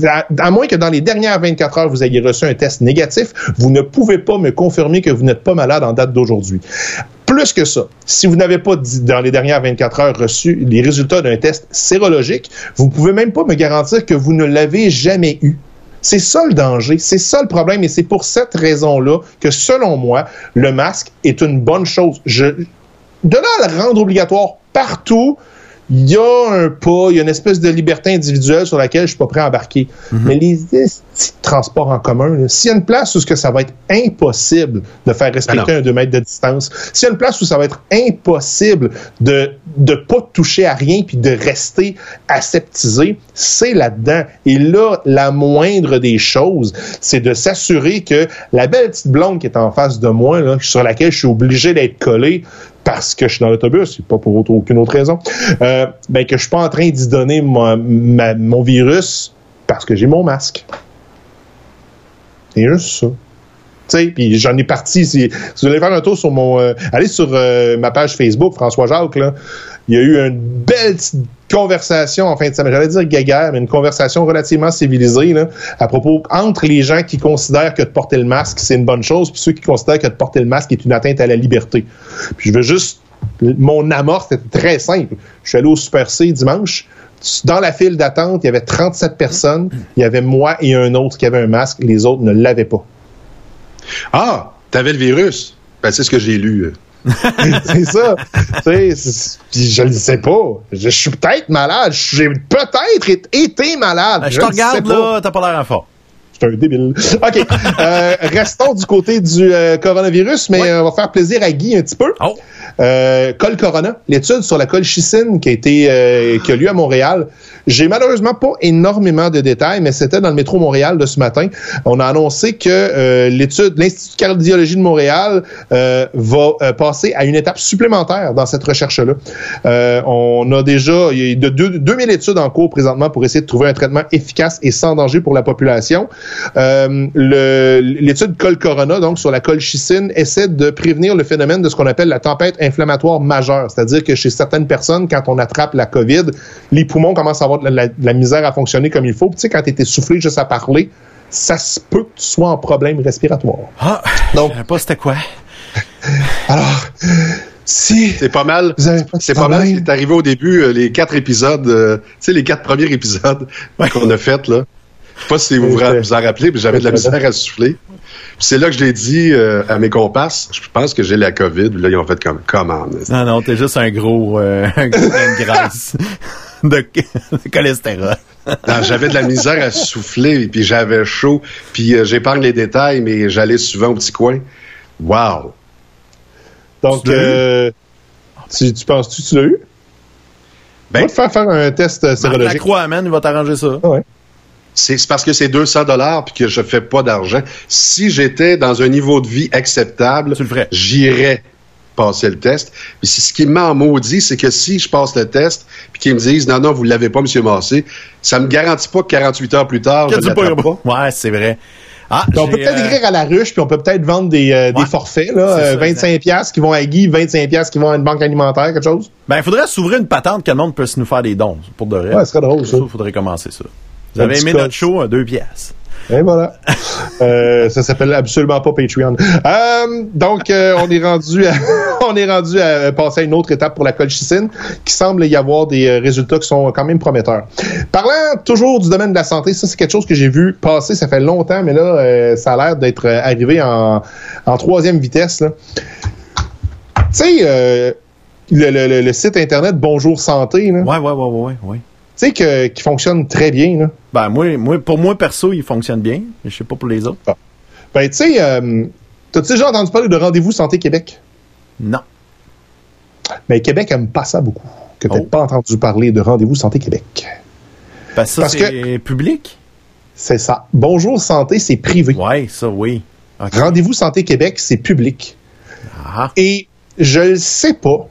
à moins que dans les dernières 24 heures, vous ayez reçu un test négatif, vous ne pouvez pas me confirmer que vous n'êtes pas malade en date d'aujourd'hui. Plus que ça, si vous n'avez pas, dans les dernières 24 heures, reçu les résultats d'un test sérologique, vous ne pouvez même pas me garantir que vous ne l'avez jamais eu. C'est ça le danger, c'est ça le problème, et c'est pour cette raison-là que, selon moi, le masque est une bonne chose. De là à le rendre obligatoire partout, il y a une espèce de liberté individuelle sur laquelle je suis pas prêt à embarquer. Mais les transports en commun, s'il y a une place où ça va être impossible de faire respecter un 2 mètres de distance, s'il y a une place où ça va être impossible de pas toucher à rien puis de rester aseptisé, c'est là-dedans. Et là, la moindre des choses, c'est de s'assurer que la belle petite blonde qui est en face de moi, là, sur laquelle je suis obligé d'être collé, parce que je suis dans l'autobus, c'est pas pour aucune autre raison, que je suis pas en train d'y donner mon virus parce que j'ai mon masque. C'est juste ça. Tu sais, puis j'en ai parti. Si vous allez faire un tour sur allez sur ma page Facebook, François Jacques, là, il y a eu une belle petite conversation en fin de semaine. J'allais dire guéguerre, mais une conversation relativement civilisée, là, à propos, entre les gens qui considèrent que de porter le masque, c'est une bonne chose, puis ceux qui considèrent que de porter le masque est une atteinte à la liberté. Puis je veux juste... Mon amorce était très simple. Je suis allé au Super C dimanche. Dans la file d'attente, il y avait 37 personnes. Il y avait moi et un autre qui avait un masque. Les autres ne l'avaient pas. Ah! T'avais le virus? Ben, c'est ce que j'ai lu. C'est ça. Puis je le sais pas. Je suis peut-être malade. J'ai peut-être été malade. Je te regarde, là, t'as pas l'air en forme. Je suis un débile. OK. Restons du côté du coronavirus, mais on va faire plaisir à Guy un petit peu. Oh. Col Corona, l'étude sur la colchicine qui a lieu à Montréal. J'ai malheureusement pas énormément de détails, mais c'était dans le métro Montréal de ce matin. On a annoncé que l'Institut de cardiologie de Montréal va passer à une étape supplémentaire dans cette recherche-là. On a déjà, il y a 2000 études en cours présentement pour essayer de trouver un traitement efficace et sans danger pour la population. L'étude Col Corona, donc sur la colchicine, essaie de prévenir le phénomène de ce qu'on appelle la tempête inflammatoire majeure. C'est-à-dire que chez certaines personnes, quand on attrape la COVID, les poumons commencent à avoir de la misère à fonctionner comme il faut. Puis, tu sais, quand tu es essoufflé juste à parler, ça se peut que tu sois en problème respiratoire. Ah, donc, je sais pas c'était quoi. Alors, si... C'est pas mal. C'est pas mal. C'est arrivé au début, les 4 épisodes, tu sais, les 4 premiers épisodes qu'on a fait, là. Je sais pas si vous vous en rappelez, mais j'avais de la misère à souffler. Puis c'est là que je l'ai dit à mes compasses, je pense que j'ai la COVID. Là, ils ont fait comme commande. Non, t'es juste un gros de graisse. De cholestérol. Non, j'avais de la misère à souffler, puis j'avais chaud, puis j'épargne les détails, mais j'allais souvent au petit coin. Wow! Donc, Tu penses-tu que tu l'as eu? On va te faire un test sérologique. La croix, man, il va t'arranger ça. Ouais. C'est parce que c'est $200 puis que je fais pas d'argent. Si j'étais dans un niveau de vie acceptable, tu le ferais. J'irais passer le test. Puis ce qui me met en maudit, c'est que si je passe le test puis qu'ils me disent non, vous l'avez pas, M. Massé, ça me garantit pas que 48 heures plus tard, je l'attrape pas. Ouais, c'est vrai. Ah, on peut peut-être écrire à la ruche, puis on peut peut-être vendre des forfaits, là, 25$ qui vont à Guy, 25$ qui vont à une banque alimentaire, quelque chose. Ben, il faudrait s'ouvrir une patente que le monde puisse nous faire des dons, pour de vrai. Ouais, ce serait drôle, ça. Il faudrait commencer ça. Vous avez aimé notre show, 2$. Et voilà. Ça s'appelle absolument pas Patreon. Donc, on est rendu à passer à une autre étape pour la colchicine, qui semble y avoir des résultats qui sont quand même prometteurs. Parlant toujours du domaine de la santé, ça c'est quelque chose que j'ai vu passer, ça fait longtemps, mais là, ça a l'air d'être arrivé en troisième vitesse, là. Tu sais, le site internet Bonjour Santé, là. Ouais. Tu sais, qui fonctionne très bien, là. Ben, pour moi, perso, il fonctionne bien. Mais je sais pas pour les autres. Ah. Ben, tu sais, t'as-tu déjà entendu parler de Rendez-vous Santé Québec? Non. Mais Québec aime pas ça beaucoup. Que t'as pas entendu parler de Rendez-vous Santé Québec. Ben, ça, c'est public? C'est ça. Bonjour Santé, c'est privé. Ouais, ça, oui. Okay. Rendez-vous Santé Québec, c'est public. Ah. Et je le sais pas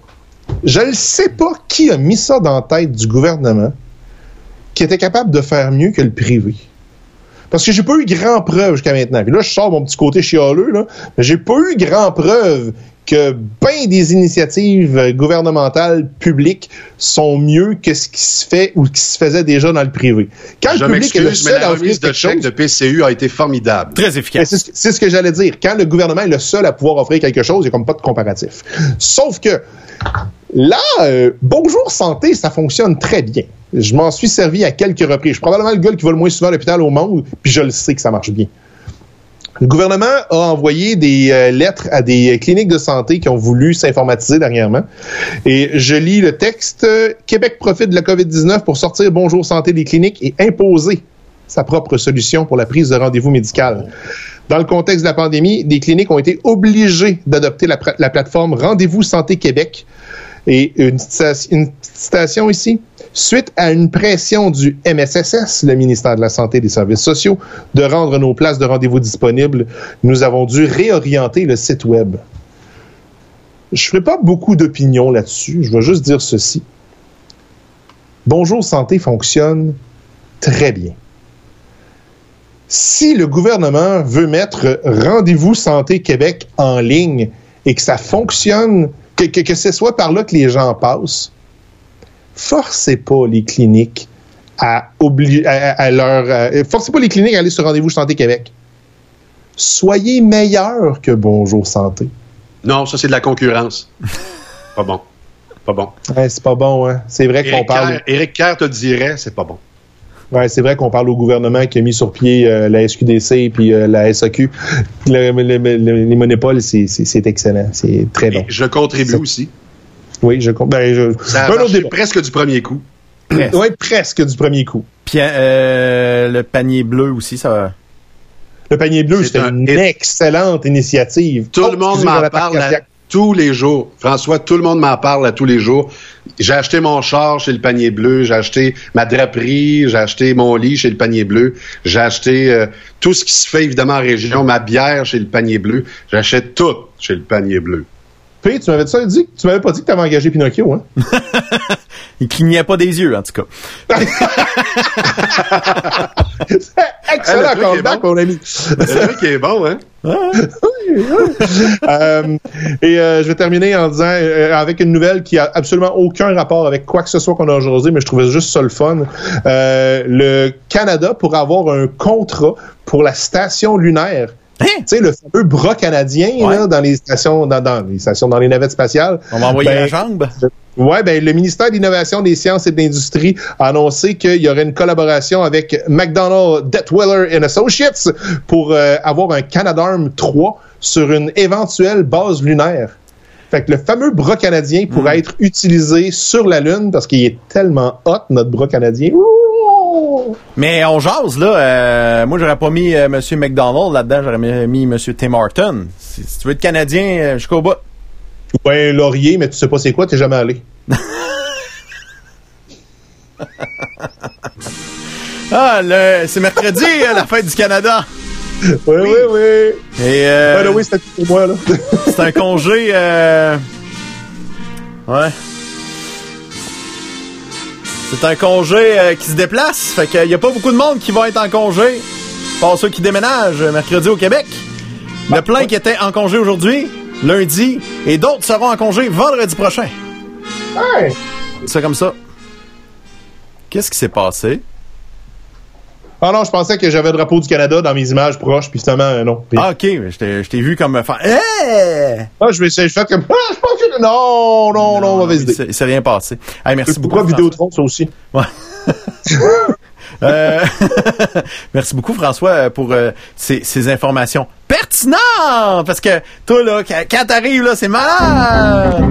qui a mis ça dans la tête du gouvernement qui était capable de faire mieux que le privé. Parce que j'ai pas eu grand preuve jusqu'à maintenant. Puis là, je sors mon petit côté chialeux, là, mais j'ai pas eu grand preuve que ben des initiatives gouvernementales publiques sont mieux que ce qui se fait ou qui se faisait déjà dans le privé. Quand je le public est le seul mais la remise de chèque de PCU a été formidable. Très efficace. C'est ce que j'allais dire. Quand le gouvernement est le seul à pouvoir offrir quelque chose, il n'y a comme pas de comparatif. Sauf que là, Bonjour Santé, ça fonctionne très bien. Je m'en suis servi à quelques reprises. Je suis probablement le gars qui va le moins souvent à l'hôpital au monde, puis je le sais que ça marche bien. Le gouvernement a envoyé des lettres à des cliniques de santé qui ont voulu s'informatiser dernièrement. Et je lis le texte. Québec profite de la COVID-19 pour sortir Bonjour Santé des cliniques et imposer sa propre solution pour la prise de rendez-vous médical. Dans le contexte de la pandémie, des cliniques ont été obligées d'adopter la plateforme Rendez-vous Santé Québec. Et une citation ici. Suite à une pression du MSSS, le ministère de la Santé et des Services sociaux, de rendre nos places de rendez-vous disponibles, nous avons dû réorienter le site Web. Je ne ferai pas beaucoup d'opinions là-dessus. Je vais juste dire ceci. Bonjour Santé fonctionne très bien. Si le gouvernement veut mettre Rendez-vous Santé Québec en ligne et que ça fonctionne, que ce soit par là que les gens passent, forcez pas les cliniques forcez pas les cliniques à aller sur Rendez-vous Santé Québec. Soyez meilleurs que Bonjour Santé. Non, ça c'est de la concurrence. Pas bon. Ouais, c'est pas bon, hein. C'est vrai qu'on parle. Éric Kerr te dirait, c'est pas bon. Ouais, c'est vrai qu'on parle au gouvernement qui a mis sur pied la SQDC puis la SAQ. Les monopoles, c'est excellent. C'est très bon. Et je contribue aussi. Oui, ça a marché presque du premier coup. Oui, presque du premier coup. Puis le panier bleu aussi, ça va. Le panier bleu, c'est une excellente initiative. Tout le monde m'en parle tous les jours. François, tout le monde m'en parle à tous les jours. J'ai acheté mon char chez le panier bleu, j'ai acheté ma draperie, j'ai acheté mon lit chez le panier bleu, j'ai acheté tout ce qui se fait évidemment en région, ma bière chez le panier bleu, j'achète tout chez le panier bleu. Puis, tu m'avais pas dit que tu avais engagé Pinocchio, hein? Il clignait pas des yeux, en tout cas. Excellent callback, mon ami. C'est vrai qu'il est bon, hein? Je vais terminer en disant avec une nouvelle qui a absolument aucun rapport avec quoi que ce soit qu'on a aujourd'hui, mais je trouvais juste ça le fun. Le Canada pourrait avoir un contrat pour la station lunaire. Tu sais, le fameux bras canadien, là, dans les stations, dans les navettes spatiales. On va envoyer la jambe. Le ministère de l'Innovation, des Sciences et de l'Industrie a annoncé qu'il y aurait une collaboration avec McDonnell, Detwiller & Associates pour avoir un Canadarm 3 sur une éventuelle base lunaire. Fait que le fameux bras canadien pourrait être utilisé sur la Lune parce qu'il est tellement hot, notre bras canadien. Mais on jase, là. Moi, j'aurais pas mis M. McDonald là-dedans. J'aurais mis M. Tim Horton. Si tu veux être Canadien, jusqu'au bout. Ou un laurier, mais tu sais pas c'est quoi, t'es jamais allé. C'est mercredi, la fête du Canada. Oui. Et oui, c'était pour moi, là. c'est un congé. Ouais. C'est un congé qui se déplace. Fait qu'il y a pas beaucoup de monde qui va être en congé. Pas ceux qui déménagent mercredi au Québec. Il y en a plein qui étaient en congé aujourd'hui, lundi, et d'autres seront en congé vendredi prochain. Ouais. C'est comme ça. Qu'est-ce qui s'est passé? Ah non, je pensais que j'avais le drapeau du Canada dans mes images proches, puis finalement, non. Puis... Ah, OK. Je t'ai vu comme faire... Hey! Ah, je fais comme... Ah, je pense que... Non, mauvaise idée. Il s'est rien passé. Hey, merci beaucoup. Pourquoi Vidéotron, ça aussi? Ouais. Merci beaucoup, François, pour ces informations pertinentes. Parce que toi, là, quand t'arrives, là, c'est malade!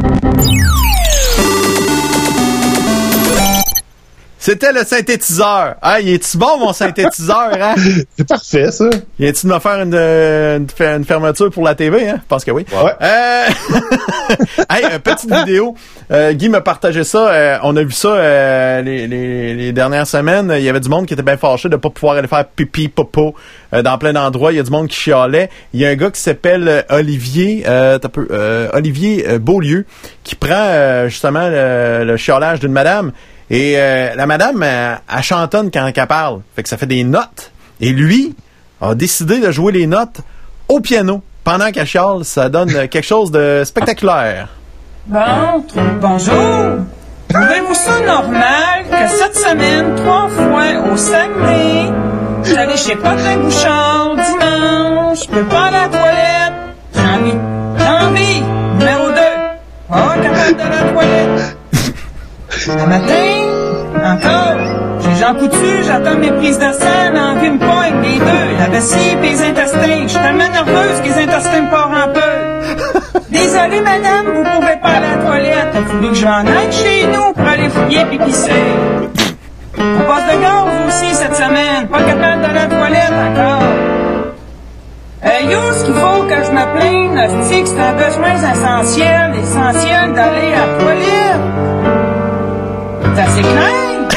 C'était le synthétiseur. Ah, il est-tu bon, mon synthétiseur, hein? C'est parfait, ça. Viens-tu de me faire une fermeture pour la TV, hein? Je pense que oui. Ouais. Hey, petite vidéo. Guy m'a partagé ça. On a vu ça les dernières semaines. Il y avait du monde qui était bien fâché de pas pouvoir aller faire pipi, popo dans plein d'endroits. Il y a du monde qui chialait. Il y a un gars qui s'appelle Olivier Beaulieu qui prend justement le chialage d'une madame. Et la madame, elle chantonne quand elle parle. Fait que ça fait des notes. Et lui a décidé de jouer les notes au piano. Pendant qu'elle chiale, ça donne quelque chose de spectaculaire. Bonjour. Trouvez-vous ça normal que cette semaine, 3 fois au Saguenay, j'allais chez Patin Bouchard dimanche, je peux pas aller à la toilette, j'ai envie, numéro 2, capable de la toilette. Le matin, encore, j'ai Jean Coutu, j'attends mes prises de sang, l'envie me pogne, les deux, la vessie pis les intestins. Je suis tellement nerveuse que les intestins me partent un peu. Désolée, madame, vous pouvez pas aller à la toilette. Il faut que je m'en aille chez nous pour aller fouiller pis pisser. On passe de gaz aussi cette semaine, pas capable d'aller à la toilette encore. Ce qu'il faut que je me plaigne, c'est que c'est un besoin essentiel d'aller à la toilette. C'est assez clair?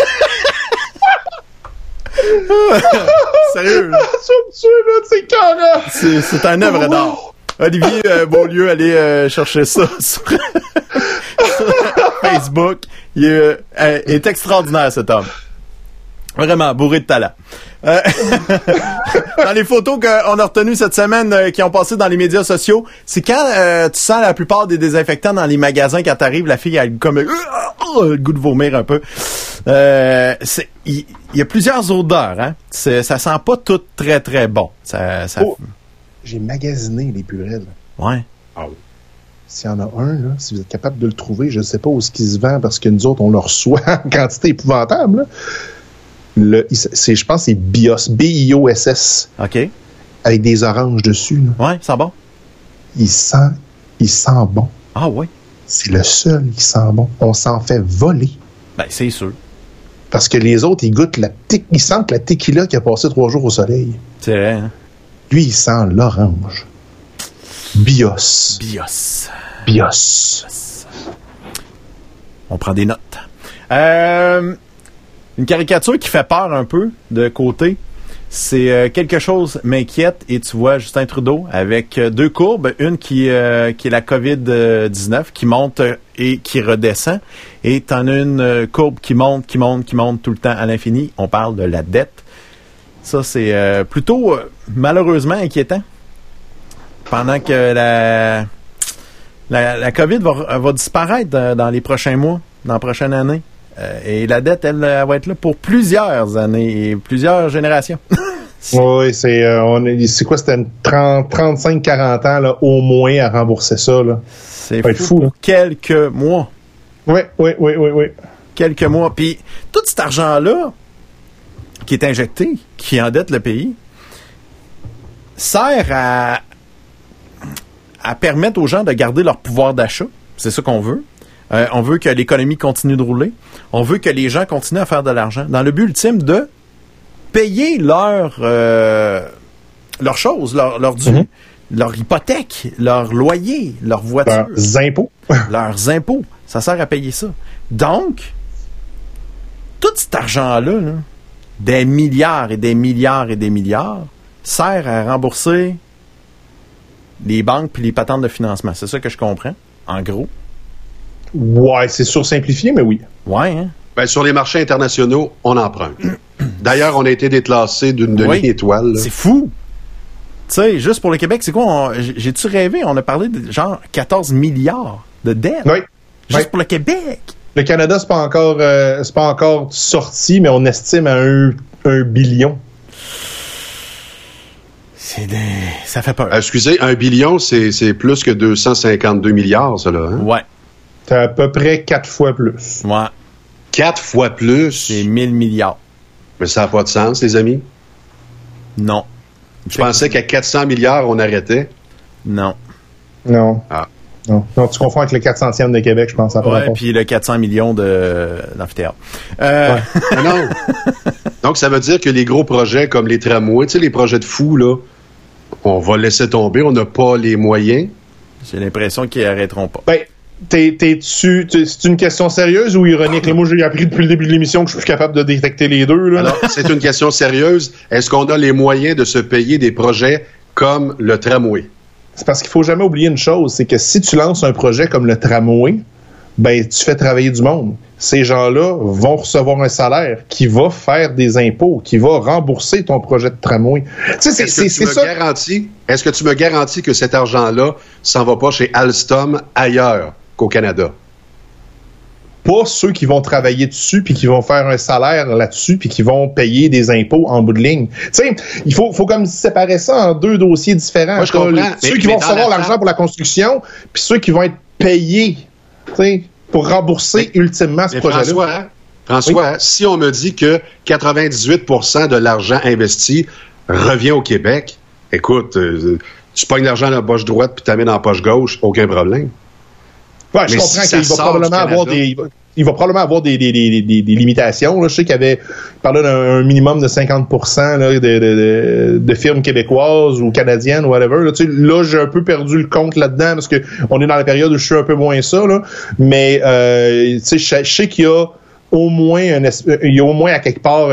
Sérieux? C'est carré! C'est un œuvre d'art. Olivier Beaulieu, allez chercher ça sur Facebook. Il est extraordinaire, cet homme. Vraiment, bourré de talent. Dans les photos qu'on a retenues cette semaine, qui ont passé dans les médias sociaux, c'est quand tu sens la plupart des désinfectants dans les magasins, quand t'arrives, la fille a comme le goût de vomir un peu. Il y a plusieurs odeurs, hein. Ça sent pas tout très très bon. J'ai magasiné les purelles. Ouais. Ah oui. S'il y en a un, là, si vous êtes capable de le trouver, je ne sais pas où il se vend parce que nous autres, on le reçoit en quantité épouvantable. Je pense que c'est Bios, B-I-O-S-S. OK. Avec des oranges dessus. Là. Ouais, ça sent bon. Il sent bon. Ah oui. C'est le seul qui sent bon. On s'en fait voler. Ben, c'est sûr. Parce que les autres, ils goûtent ils sentent la tequila qui a passé 3 jours au soleil. C'est vrai, hein? Lui, il sent l'orange. Bios. On prend des notes. Une caricature qui fait peur un peu de côté, c'est quelque chose m'inquiète et tu vois Justin Trudeau avec 2 courbes, une qui est la COVID-19 qui monte et qui redescend et t'en as une courbe qui monte tout le temps à l'infini. On parle de la dette. Ça, c'est plutôt malheureusement inquiétant. Pendant que la COVID va disparaître dans les prochains mois, dans la prochaine année. Et la dette, elle va être là pour plusieurs années et plusieurs générations. Oui, c'est quoi? C'était 35-40 ans là, au moins à rembourser ça. Là. C'est fou. Pour quelques mois. Oui. Quelques mois. Puis tout cet argent-là qui est injecté, qui endette le pays, sert à permettre aux gens de garder leur pouvoir d'achat. C'est ça qu'on veut. On veut que l'économie continue de rouler. On veut que les gens continuent à faire de l'argent dans le but ultime de payer leurs choses, leurs dû. leur hypothèque, leur loyer, leur voiture. Leurs impôts. Leurs impôts. Ça sert à payer ça. Donc, tout cet argent-là, là, des milliards et des milliards et des milliards, sert à rembourser les banques puis les patentes de financement. C'est ça que je comprends, en gros. Ouais, c'est sursimplifié, mais oui. Ouais, hein? Ben, sur les marchés internationaux, on emprunte. D'ailleurs, on a été déclassé d'une demi-étoile. C'est fou! Tu sais, juste pour le Québec, c'est quoi? J'ai-tu rêvé? On a parlé de genre 14 milliards de dettes. Oui. Juste pour le Québec. Le Canada, c'est pas encore sorti, mais on estime à 1 billion. Ça fait peur. Excusez, 1 billion, c'est plus que 252 milliards, ça, là. Hein? Ouais. C'est à peu près 4 fois plus. Ouais. 4 fois plus? C'est 1000 milliards. Mais ça n'a pas de sens, les amis? Non. Je pensais qu'à 400 milliards, on arrêtait. Non. Non. Ah. Non, tu confonds avec le 400e de Québec, je pense. Ouais, puis le 400 millions d'amphithéâtre. Ouais. Non. Donc, ça veut dire que les gros projets comme les tramways, tu sais, les projets de fous, là, on va laisser tomber, on n'a pas les moyens. J'ai l'impression qu'ils arrêteront pas. Ben, c'est une question sérieuse ou ironique? Là, moi, j'ai appris depuis le début de l'émission que je suis plus capable de détecter les deux. Là. Alors, c'est une question sérieuse. Est-ce qu'on a les moyens de se payer des projets comme le tramway? C'est parce qu'il faut jamais oublier une chose, c'est que si tu lances un projet comme le tramway, ben tu fais travailler du monde. Ces gens-là vont recevoir un salaire qui va faire des impôts, qui va rembourser ton projet de tramway. Tu sais, est-ce que tu me garantis que cet argent-là s'en va pas chez Alstom ailleurs qu'au Canada? Pas ceux qui vont travailler dessus puis qui vont faire un salaire là-dessus puis qui vont payer des impôts en bout de ligne. Tu sais, il faut comme séparer ça en deux dossiers différents. Moi, je comprends. Ceux qui vont recevoir l'argent pour la construction puis ceux qui vont être payés, tu sais, pour rembourser ultimement ce projet-là. François, si on me dit que 98% de l'argent investi revient au Québec, écoute, tu pognes l'argent dans la poche droite puis tu l'amènes dans la poche gauche, aucun problème. Ouais, je comprends qu'il va probablement avoir des limitations. Là. Je sais qu'il parlait d'un minimum de 50% là, de firmes québécoises ou canadiennes ou whatever. Là, j'ai un peu perdu le compte là-dedans parce que on est dans la période où je suis un peu moins ça. Là. Mais je sais qu'il y a au moins à quelque part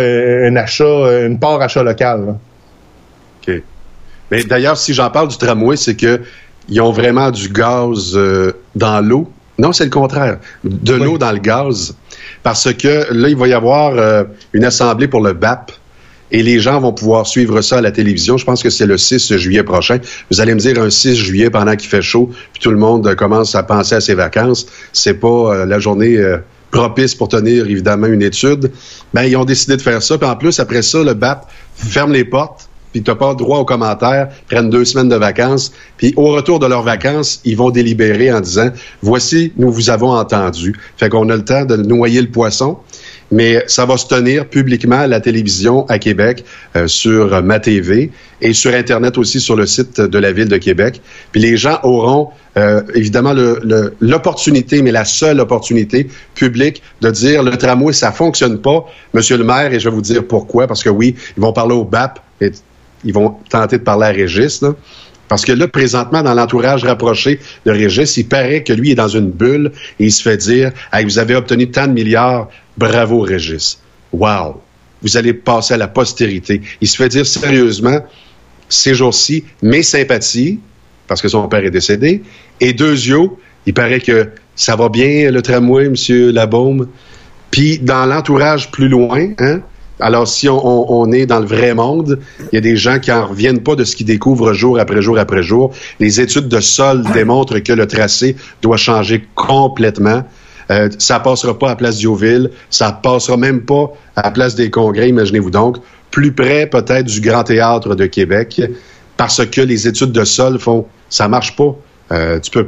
une part achat local. Là. OK. Mais d'ailleurs, si j'en parle du tramway, c'est que ils ont vraiment du gaz dans l'eau. Non, c'est le contraire. De l'eau dans le gaz. Parce que là, il va y avoir une assemblée pour le BAP et les gens vont pouvoir suivre ça à la télévision. Je pense que c'est le 6 juillet prochain. Vous allez me dire un 6 juillet pendant qu'il fait chaud puis tout le monde commence à penser à ses vacances. C'est pas la journée propice pour tenir, évidemment, une étude. Ben, ils ont décidé de faire ça. Puis en plus, après ça, le BAP ferme les portes. Puis tu n'as pas droit aux commentaires, prennent 2 semaines de vacances, puis au retour de leurs vacances, ils vont délibérer en disant « Voici, nous vous avons entendu ». Fait qu'on a le temps de noyer le poisson, mais ça va se tenir publiquement à la télévision à Québec, sur Ma TV et sur Internet aussi sur le site de la Ville de Québec. Puis les gens auront évidemment l'opportunité, mais la seule opportunité publique de dire « Le tramway, ça fonctionne pas, Monsieur le maire », et je vais vous dire pourquoi, parce que oui, ils vont parler au BAP, et ils vont tenter de parler à Régis, là. Parce que là, présentement, dans l'entourage rapproché de Régis, il paraît que lui est dans une bulle et il se fait dire « Hey, vous avez obtenu tant de milliards, bravo Régis. Wow! Vous allez passer à la postérité. » Il se fait dire sérieusement, ces jours-ci, mes sympathies, parce que son père est décédé, et Deuxiot, il paraît que ça va bien, le tramway, M. Labaume. Puis, dans l'entourage plus loin, hein, alors, si on est dans le vrai monde, il y a des gens qui en reviennent pas de ce qu'ils découvrent jour après jour après jour. Les études de sol démontrent que le tracé doit changer complètement. Ça passera pas à Place Diouville, ça passera même pas à Place des Congrès, imaginez-vous donc, plus près peut-être du Grand Théâtre de Québec, parce que les études de sol font, ça marche pas. Tu peux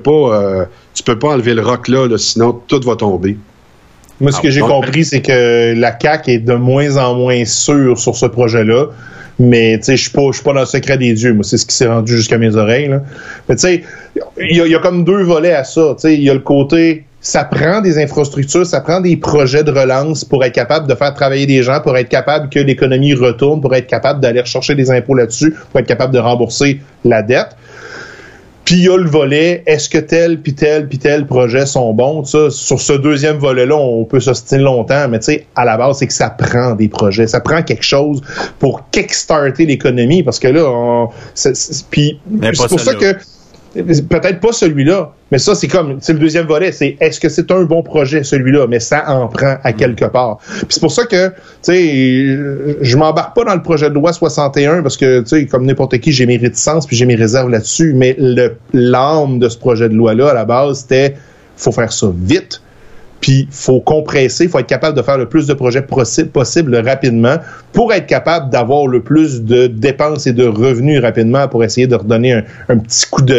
pas enlever le roc là, sinon tout va tomber. Moi, ce que j'ai compris, c'est que la CAQ est de moins en moins sûre sur ce projet-là. Mais, tu sais, je suis pas dans le secret des dieux. Moi, c'est ce qui s'est rendu jusqu'à mes oreilles, là. Mais, tu sais, il y a comme 2 volets à ça. Tu sais, il y a le côté, ça prend des infrastructures, ça prend des projets de relance pour être capable de faire travailler des gens, pour être capable que l'économie retourne, pour être capable d'aller rechercher des impôts là-dessus, pour être capable de rembourser la dette. Puis il y a le volet, est-ce que tel puis tel projet sont bons? Ça, sur ce deuxième volet-là, on peut s'ostiner longtemps, mais tu sais, à la base, c'est que ça prend des projets. Ça prend quelque chose pour kickstarter l'économie, parce que là, c'est pour ça que peut-être pas celui-là, mais ça, c'est le deuxième volet, c'est est-ce que c'est un bon projet, celui-là, mais ça en prend à quelque part. Puis c'est pour ça que, tu sais, je m'embarque pas dans le projet de loi 61 parce que, tu sais, comme n'importe qui, j'ai mes réticences puis j'ai mes réserves là-dessus, mais l'âme de ce projet de loi-là, à la base, c'était faut faire ça vite, puis faut compresser, faut être capable de faire le plus de projets possible rapidement pour être capable d'avoir le plus de dépenses et de revenus rapidement pour essayer de redonner un petit coup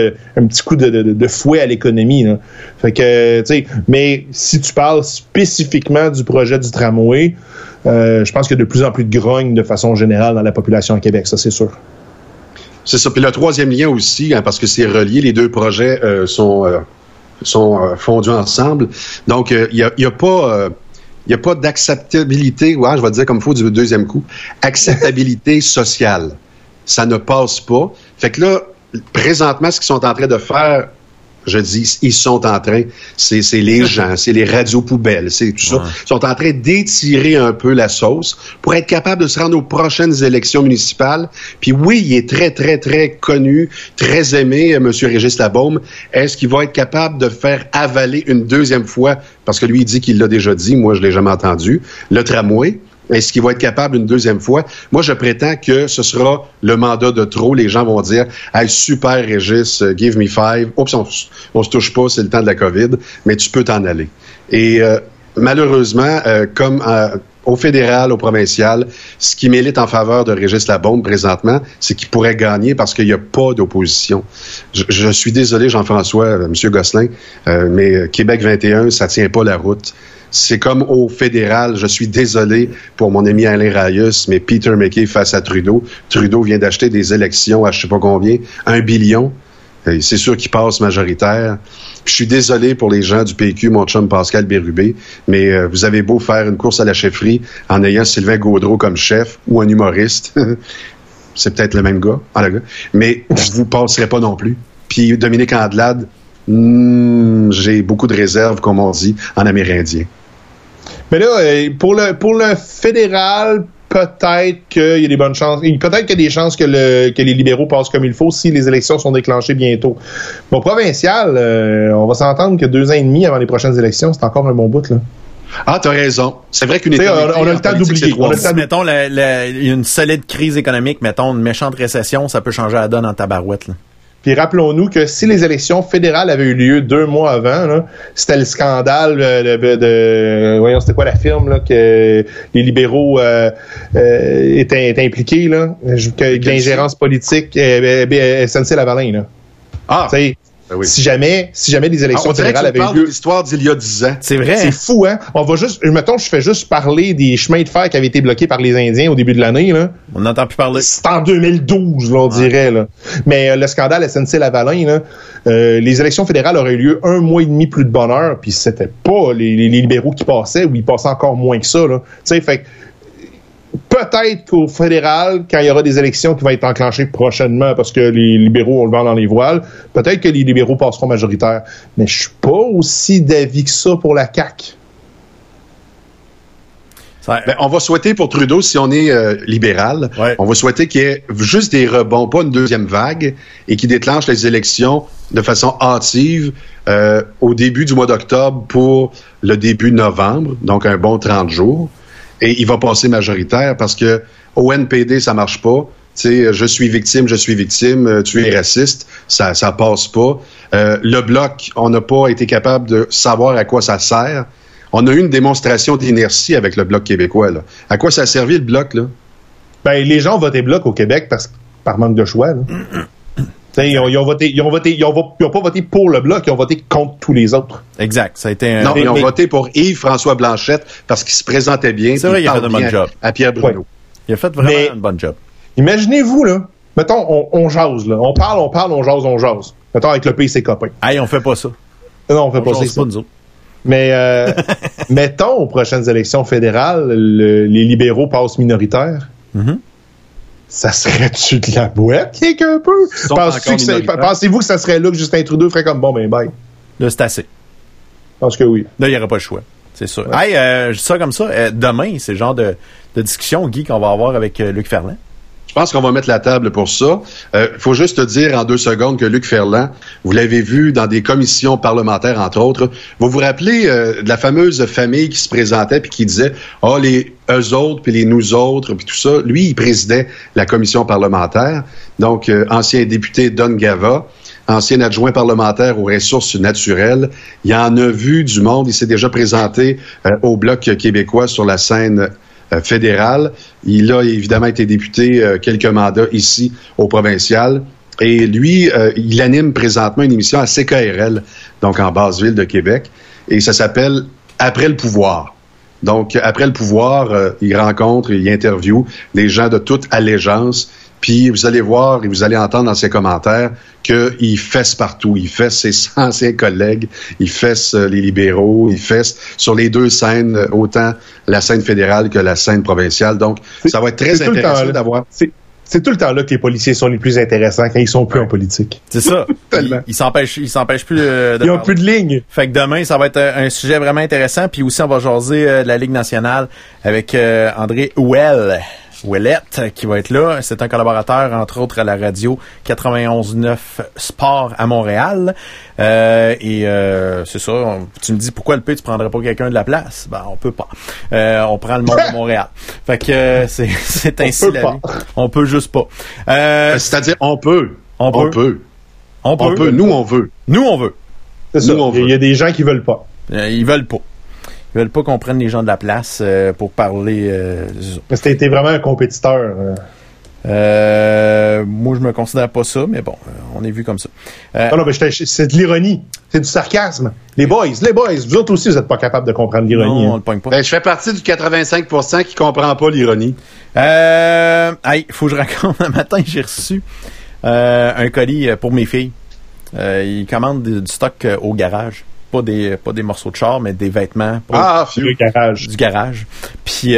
de fouet à l'économie, là. Fait que, tu sais, mais si tu parles spécifiquement du projet du tramway, je pense qu'il y a de plus en plus de grogne de façon générale dans la population à Québec, ça c'est sûr. C'est ça. Puis le troisième lien aussi, hein, parce que c'est relié, les deux projets sont fondus ensemble. Donc, il y a pas d'acceptabilité, je vais dire comme il faut du deuxième coup, acceptabilité sociale. Ça ne passe pas. Fait que là, présentement, ce qu'ils sont en train de faire, je dis, ils sont en train, c'est les gens, c'est les radios poubelles, c'est tout ça. Ils sont en train d'étirer un peu la sauce pour être capable de se rendre aux prochaines élections municipales. Puis oui, il est très, très, très connu, très aimé, M. Régis Labaume. Est-ce qu'il va être capable de faire avaler une deuxième fois, parce que lui, il dit qu'il l'a déjà dit, moi, je l'ai jamais entendu, le tramway? Est-ce qu'il va être capable une deuxième fois? Moi, je prétends que ce sera le mandat de trop. Les gens vont dire « Hey, super, Régis, give me 5. Oups, on se touche pas, c'est le temps de la COVID, mais tu peux t'en aller. » Et malheureusement, comme au fédéral, au provincial, ce qui milite en faveur de Régis Labaume présentement, c'est qu'il pourrait gagner parce qu'il n'y a pas d'opposition. Je suis désolé, Jean-François, M. Gosselin, mais Québec 21, ça tient pas la route. C'est comme au fédéral, je suis désolé pour mon ami Alain Rayus, mais Peter MacKay face à Trudeau. Trudeau vient d'acheter des élections à je sais pas combien, 1 billion. C'est sûr qu'il passe majoritaire. Je suis désolé pour les gens du PQ, mon chum Pascal Bérubé, mais vous avez beau faire une course à la chefferie en ayant Sylvain Gaudreau comme chef ou un humoriste. C'est peut-être le même gars, mais vous passerez pas non plus. Puis Dominique Andelade, j'ai beaucoup de réserves, comme on dit, en amérindien. Mais là, pour le fédéral, peut-être qu'il y a des bonnes chances. Peut-être qu'il y a des chances que les libéraux passent comme il faut si les élections sont déclenchées bientôt. Bon, provincial, on va s'entendre que 2 ans et demi avant les prochaines élections, c'est encore un bon bout, là. Ah, t'as raison. C'est vrai qu'une on a le temps d'oublier. Mettons, il y a une solide crise économique, mettons, une méchante récession, ça peut changer la donne en tabarouette, là. Puis rappelons-nous que si les élections fédérales avaient eu lieu 2 mois avant, là, c'était le scandale voyons, c'était quoi la firme là, que les libéraux étaient impliqués, là, que l'ingérence politique SNC-Lavalin, là. Ah! T'sais, oui. Si jamais les élections fédérales avaient lieu... l'histoire d'il y a 10 ans. C'est vrai. C'est fou, hein? Je fais juste parler des chemins de fer qui avaient été bloqués par les Indiens au début de l'année, là. On n'entend plus parler. C'est en 2012, là, on dirait, là. Mais le scandale SNC-Lavalin, là, les élections fédérales auraient eu lieu 1 mois et demi plus de bonne heure, puis c'était pas les libéraux qui passaient, ou ils passaient encore moins que ça, là. Tu sais, fait peut-être qu'au fédéral, quand il y aura des élections qui vont être enclenchées prochainement parce que les libéraux ont le vent dans les voiles, peut-être que les libéraux passeront majoritaire. Mais je suis pas aussi d'avis que ça pour la CAQ. On va souhaiter pour Trudeau, si on est libéral, on va souhaiter qu'il y ait juste des rebonds, pas une deuxième vague, et qu'il déclenche les élections de façon hâtive au début du mois d'octobre pour le début novembre, donc un bon 30 jours. Et il va passer majoritaire parce que au NPD, ça marche pas. Tu sais, je suis victime, tu es raciste, ça passe pas. Le Bloc, on n'a pas été capable de savoir à quoi ça sert. On a eu une démonstration d'inertie avec le Bloc québécois, là. À quoi ça a servi, le Bloc, là? Ben, les gens ont voté Bloc au Québec par manque de choix, là. Ils ont pas voté pour le Bloc, ils ont voté contre tous les autres. Exact. Ça a été Non, ils ont voté pour Yves-François Blanchette parce qu'il se présentait bien. C'est vrai, il a fait un bon job. À Pierre Bruno. Ouais. Il a fait vraiment un bon job. Imaginez-vous, là. Mettons, on jase, là. On parle, on jase. Mettons, avec le pays, ses copains. Hey, on fait pas ça. Non, on fait pas ça. Pas nous autres. Mais, mettons, aux prochaines élections fédérales, les libéraux passent minoritaires. Mm-hmm. ça serait-tu de la boîte, quelque peu? Pensez-vous que ça serait là que Justin Trudeau ferait comme bon, ben, bye? Là, c'est assez. Je pense que oui. Là, il n'y aurait pas le choix. C'est sûr. Ouais. Hey, je dis ça comme ça. Demain, c'est le genre de discussion, Guy, qu'on va avoir avec Luc Ferland. Je pense qu'on va mettre la table pour ça. Faut juste te dire en 2 secondes que Luc Ferland, vous l'avez vu dans des commissions parlementaires, entre autres. Vous vous rappelez de la fameuse famille qui se présentait puis qui disait les eux autres puis les nous autres puis tout ça. Lui, il présidait la commission parlementaire. Donc, ancien député Don Gava, ancien adjoint parlementaire aux ressources naturelles. Il en a vu du monde. Il s'est déjà présenté au Bloc québécois sur la scène fédéral. Il a évidemment été député quelques mandats ici au provincial. Et lui, il anime présentement une émission à CKRL, donc en Basse-Ville de Québec. Et ça s'appelle « Après le pouvoir ». Donc, après le pouvoir, il rencontre, il interviewe des gens de toute allégeance. Puis vous allez voir et vous allez entendre dans ses commentaires qu'il fesse partout. Il fesse ses anciens collègues, il fesse les libéraux, il fesse sur les 2 scènes, autant la scène fédérale que la scène provinciale. Donc, ça va être très intéressant d'avoir... C'est tout le temps là que les policiers sont les plus intéressants quand ils sont plus en politique. C'est ça. Ils s'empêchent plus de ils ont plus de ligne. Fait que demain, ça va être un sujet vraiment intéressant. Puis aussi, on va jaser de la Ligue nationale avec André Ouellette qui va être là. C'est un collaborateur, entre autres, à la radio 91.9 Sport à Montréal. C'est ça. Tu me dis, pourquoi le P, tu prendrais pas quelqu'un de la place? Ben, on peut pas. On prend le monde de Montréal. Fait que c'est ainsi la vie. On peut juste pas. C'est-à-dire, on peut. On peut. Nous, on veut. Nous, on veut. C'est ça. Il y a des gens qui veulent pas. Ils veulent pas. Ils veulent pas qu'on prenne les gens de la place pour parler. Mais t'es vraiment un compétiteur. Moi, je me considère pas ça, mais bon, on est vu comme ça. Non, mais c'est de l'ironie. C'est du sarcasme. Les boys, vous autres aussi, vous êtes pas capables de comprendre l'ironie. Non, on le pogne pas. Ben, je fais partie du 85% qui comprend pas l'ironie. Faut que je raconte. Un matin, j'ai reçu un colis pour mes filles. Ils commandent du stock au garage. Pas des morceaux de char, mais des vêtements. Du garage. Puis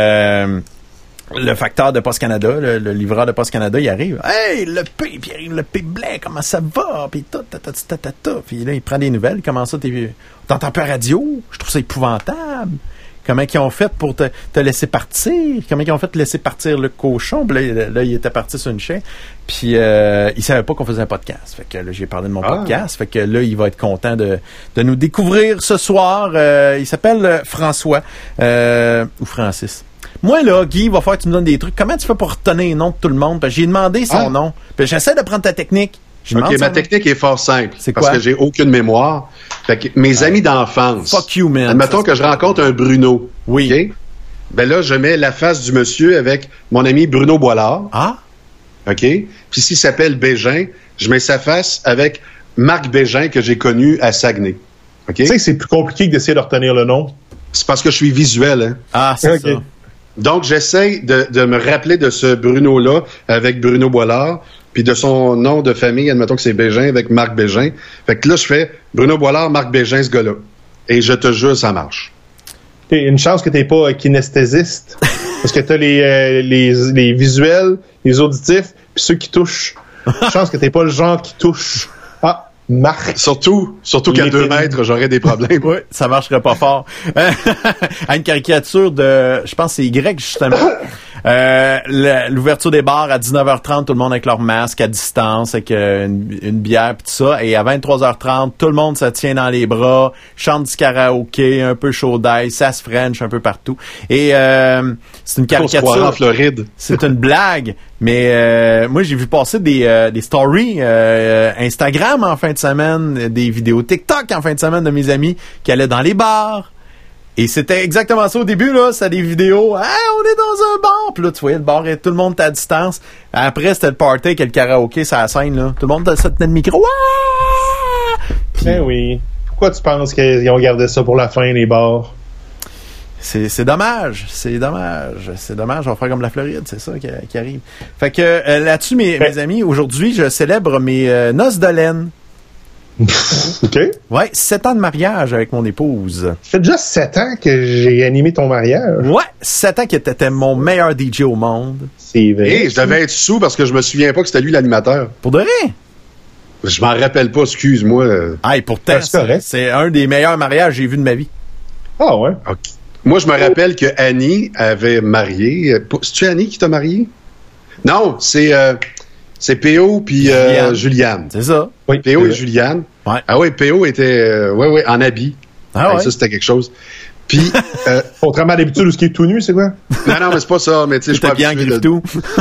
le facteur de Post Canada, le livreur de Post Canada, il arrive. Hey, le P, puis il arrive le P Blais, comment ça va? Puis tout, Puis là, il prend des nouvelles. Comment ça, t'entends pas radio? Je trouve ça épouvantable. Comment ils ont fait pour te laisser partir? Comment ils ont fait te laisser partir le cochon? Puis là, il était parti sur une chaîne. Puis il savait pas qu'on faisait un podcast. Fait que là, j'ai parlé de mon podcast. Fait que là, il va être content de nous découvrir ce soir. Il s'appelle François ou Francis. Moi, là, Guy, il va falloir que tu me donnes des trucs. Comment tu fais pour retenir le nom de tout le monde? Parce que j'ai demandé son nom. Puis j'essaie de prendre ta technique. Ma technique est fort simple. C'est parce que j'ai aucune mémoire. Fait que mes amis d'enfance. Fuck you, man. Admettons que je rencontre un Bruno. Oui. Okay? Ben là, je mets la face du monsieur avec mon ami Bruno Boilard. Ah. OK? Puis s'il s'appelle Bégin, je mets sa face avec Marc Bégin que j'ai connu à Saguenay. OK? Tu sais que c'est plus compliqué que d'essayer de retenir le nom. C'est parce que je suis visuel, hein? Ah, c'est ça. Donc, j'essaie de me rappeler de ce Bruno-là avec Bruno Boilard, puis de son nom de famille, admettons que c'est Bégin, avec Marc Bégin. Fait que là, je fais Bruno Boilard, Marc Bégin, ce gars-là. Et je te jure, ça marche. Une chance que t'es pas kinesthésiste, parce que t'as les visuels, les auditifs, puis ceux qui touchent. Une chance que t'es pas le genre qui touche. Ah, Marc. Surtout qu'à 2 mètres, j'aurais des problèmes. Oui, ça marcherait pas fort. À une caricature de, je pense que c'est Y, justement. L'ouverture des bars à 19h30, tout le monde avec leur masque à distance, avec une bière pis tout ça. Et à 23h30, tout le monde se tient dans les bras, chante du karaoké, un peu chaud d'ail, ça se French un peu partout. Et c'est une caricature. On se croirait en Floride. C'est une blague. Mais moi, j'ai vu passer des stories Instagram en fin de semaine, des vidéos TikTok en fin de semaine de mes amis qui allaient dans les bars. Et c'était exactement ça au début, là. C'était des vidéos. Hey, on est dans un bar. Puis là, tu voyais le bar et tout le monde était à distance. Après, c'était le party avec le karaoké sur la scène, là. Tout le monde se tenait le micro. Ben oui. Pourquoi tu penses qu'ils ont gardé ça pour la fin, les bars? C'est dommage. C'est dommage. On va faire comme la Floride. C'est ça qui arrive. Fait que là-dessus, mes amis, aujourd'hui, je célèbre mes noces de laine. OK. Ouais, 7 ans de mariage avec mon épouse. Ça fait déjà 7 ans que j'ai animé ton mariage. Ouais, 7 ans qu'il était mon meilleur DJ au monde. C'est vrai. Hey, je devais être sous parce que je me souviens pas que c'était lui l'animateur. Pour de vrai? Je m'en rappelle pas, excuse-moi. Ah, et pourtant, c'est un des meilleurs mariages que j'ai vu de ma vie. Ah ouais? Okay. Moi, je me rappelle que Annie avait marié. C'est-tu Annie qui t'a marié? Non, c'est P.O. puis Juliane. C'est ça. Oui, P.O. et Juliane. Ouais. Ah oui, P.O. était en habit. Ah ouais. Ça, c'était quelque chose. Puis, contrairement à d'habitude où ce qui est tout nu, c'est quoi? Non, mais c'est pas ça. Mais tu sais, je suis pas bien habitué tout.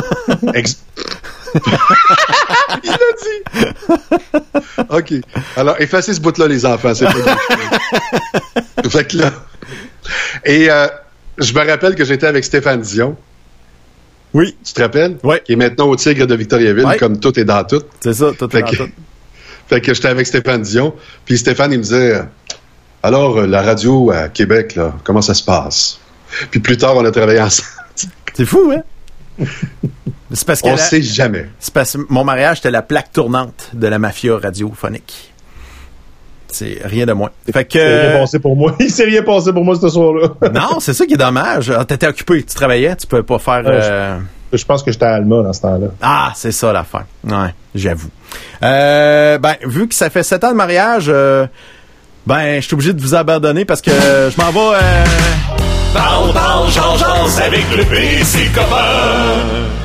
Il l'a dit. OK. Alors, effacez ce bout-là, les enfants. C'est pas grave. Fait que là... Et je me rappelle que j'étais avec Stéphane Dion. Oui. Tu te rappelles? Oui. Qui est maintenant au Tigre de Victoriaville, comme tout est dans tout. C'est ça, tout est dans tout. Fait que j'étais avec Stéphane Dion. Puis Stéphane, il me disait, alors, la radio à Québec, là, comment ça se passe? Puis plus tard, on a travaillé ensemble. C'est fou, hein? C'est parce que on sait jamais. C'est parce que mon mariage, c'était la plaque tournante de la mafia radiophonique. C'est rien de moins. Fait que... Il s'est rien passé pour moi. Il s'est rien passé pour moi ce soir-là. Non, c'est ça qui est dommage. T'étais occupé, tu travaillais, tu pouvais pas faire... Je pense que j'étais à Alma dans ce temps-là. Ah, c'est ça l'affaire. Ouais, j'avoue. Vu que ça fait 7 ans de mariage, je suis obligé de vous abandonner parce que je m'en vais... Parle, change avec le PC copain.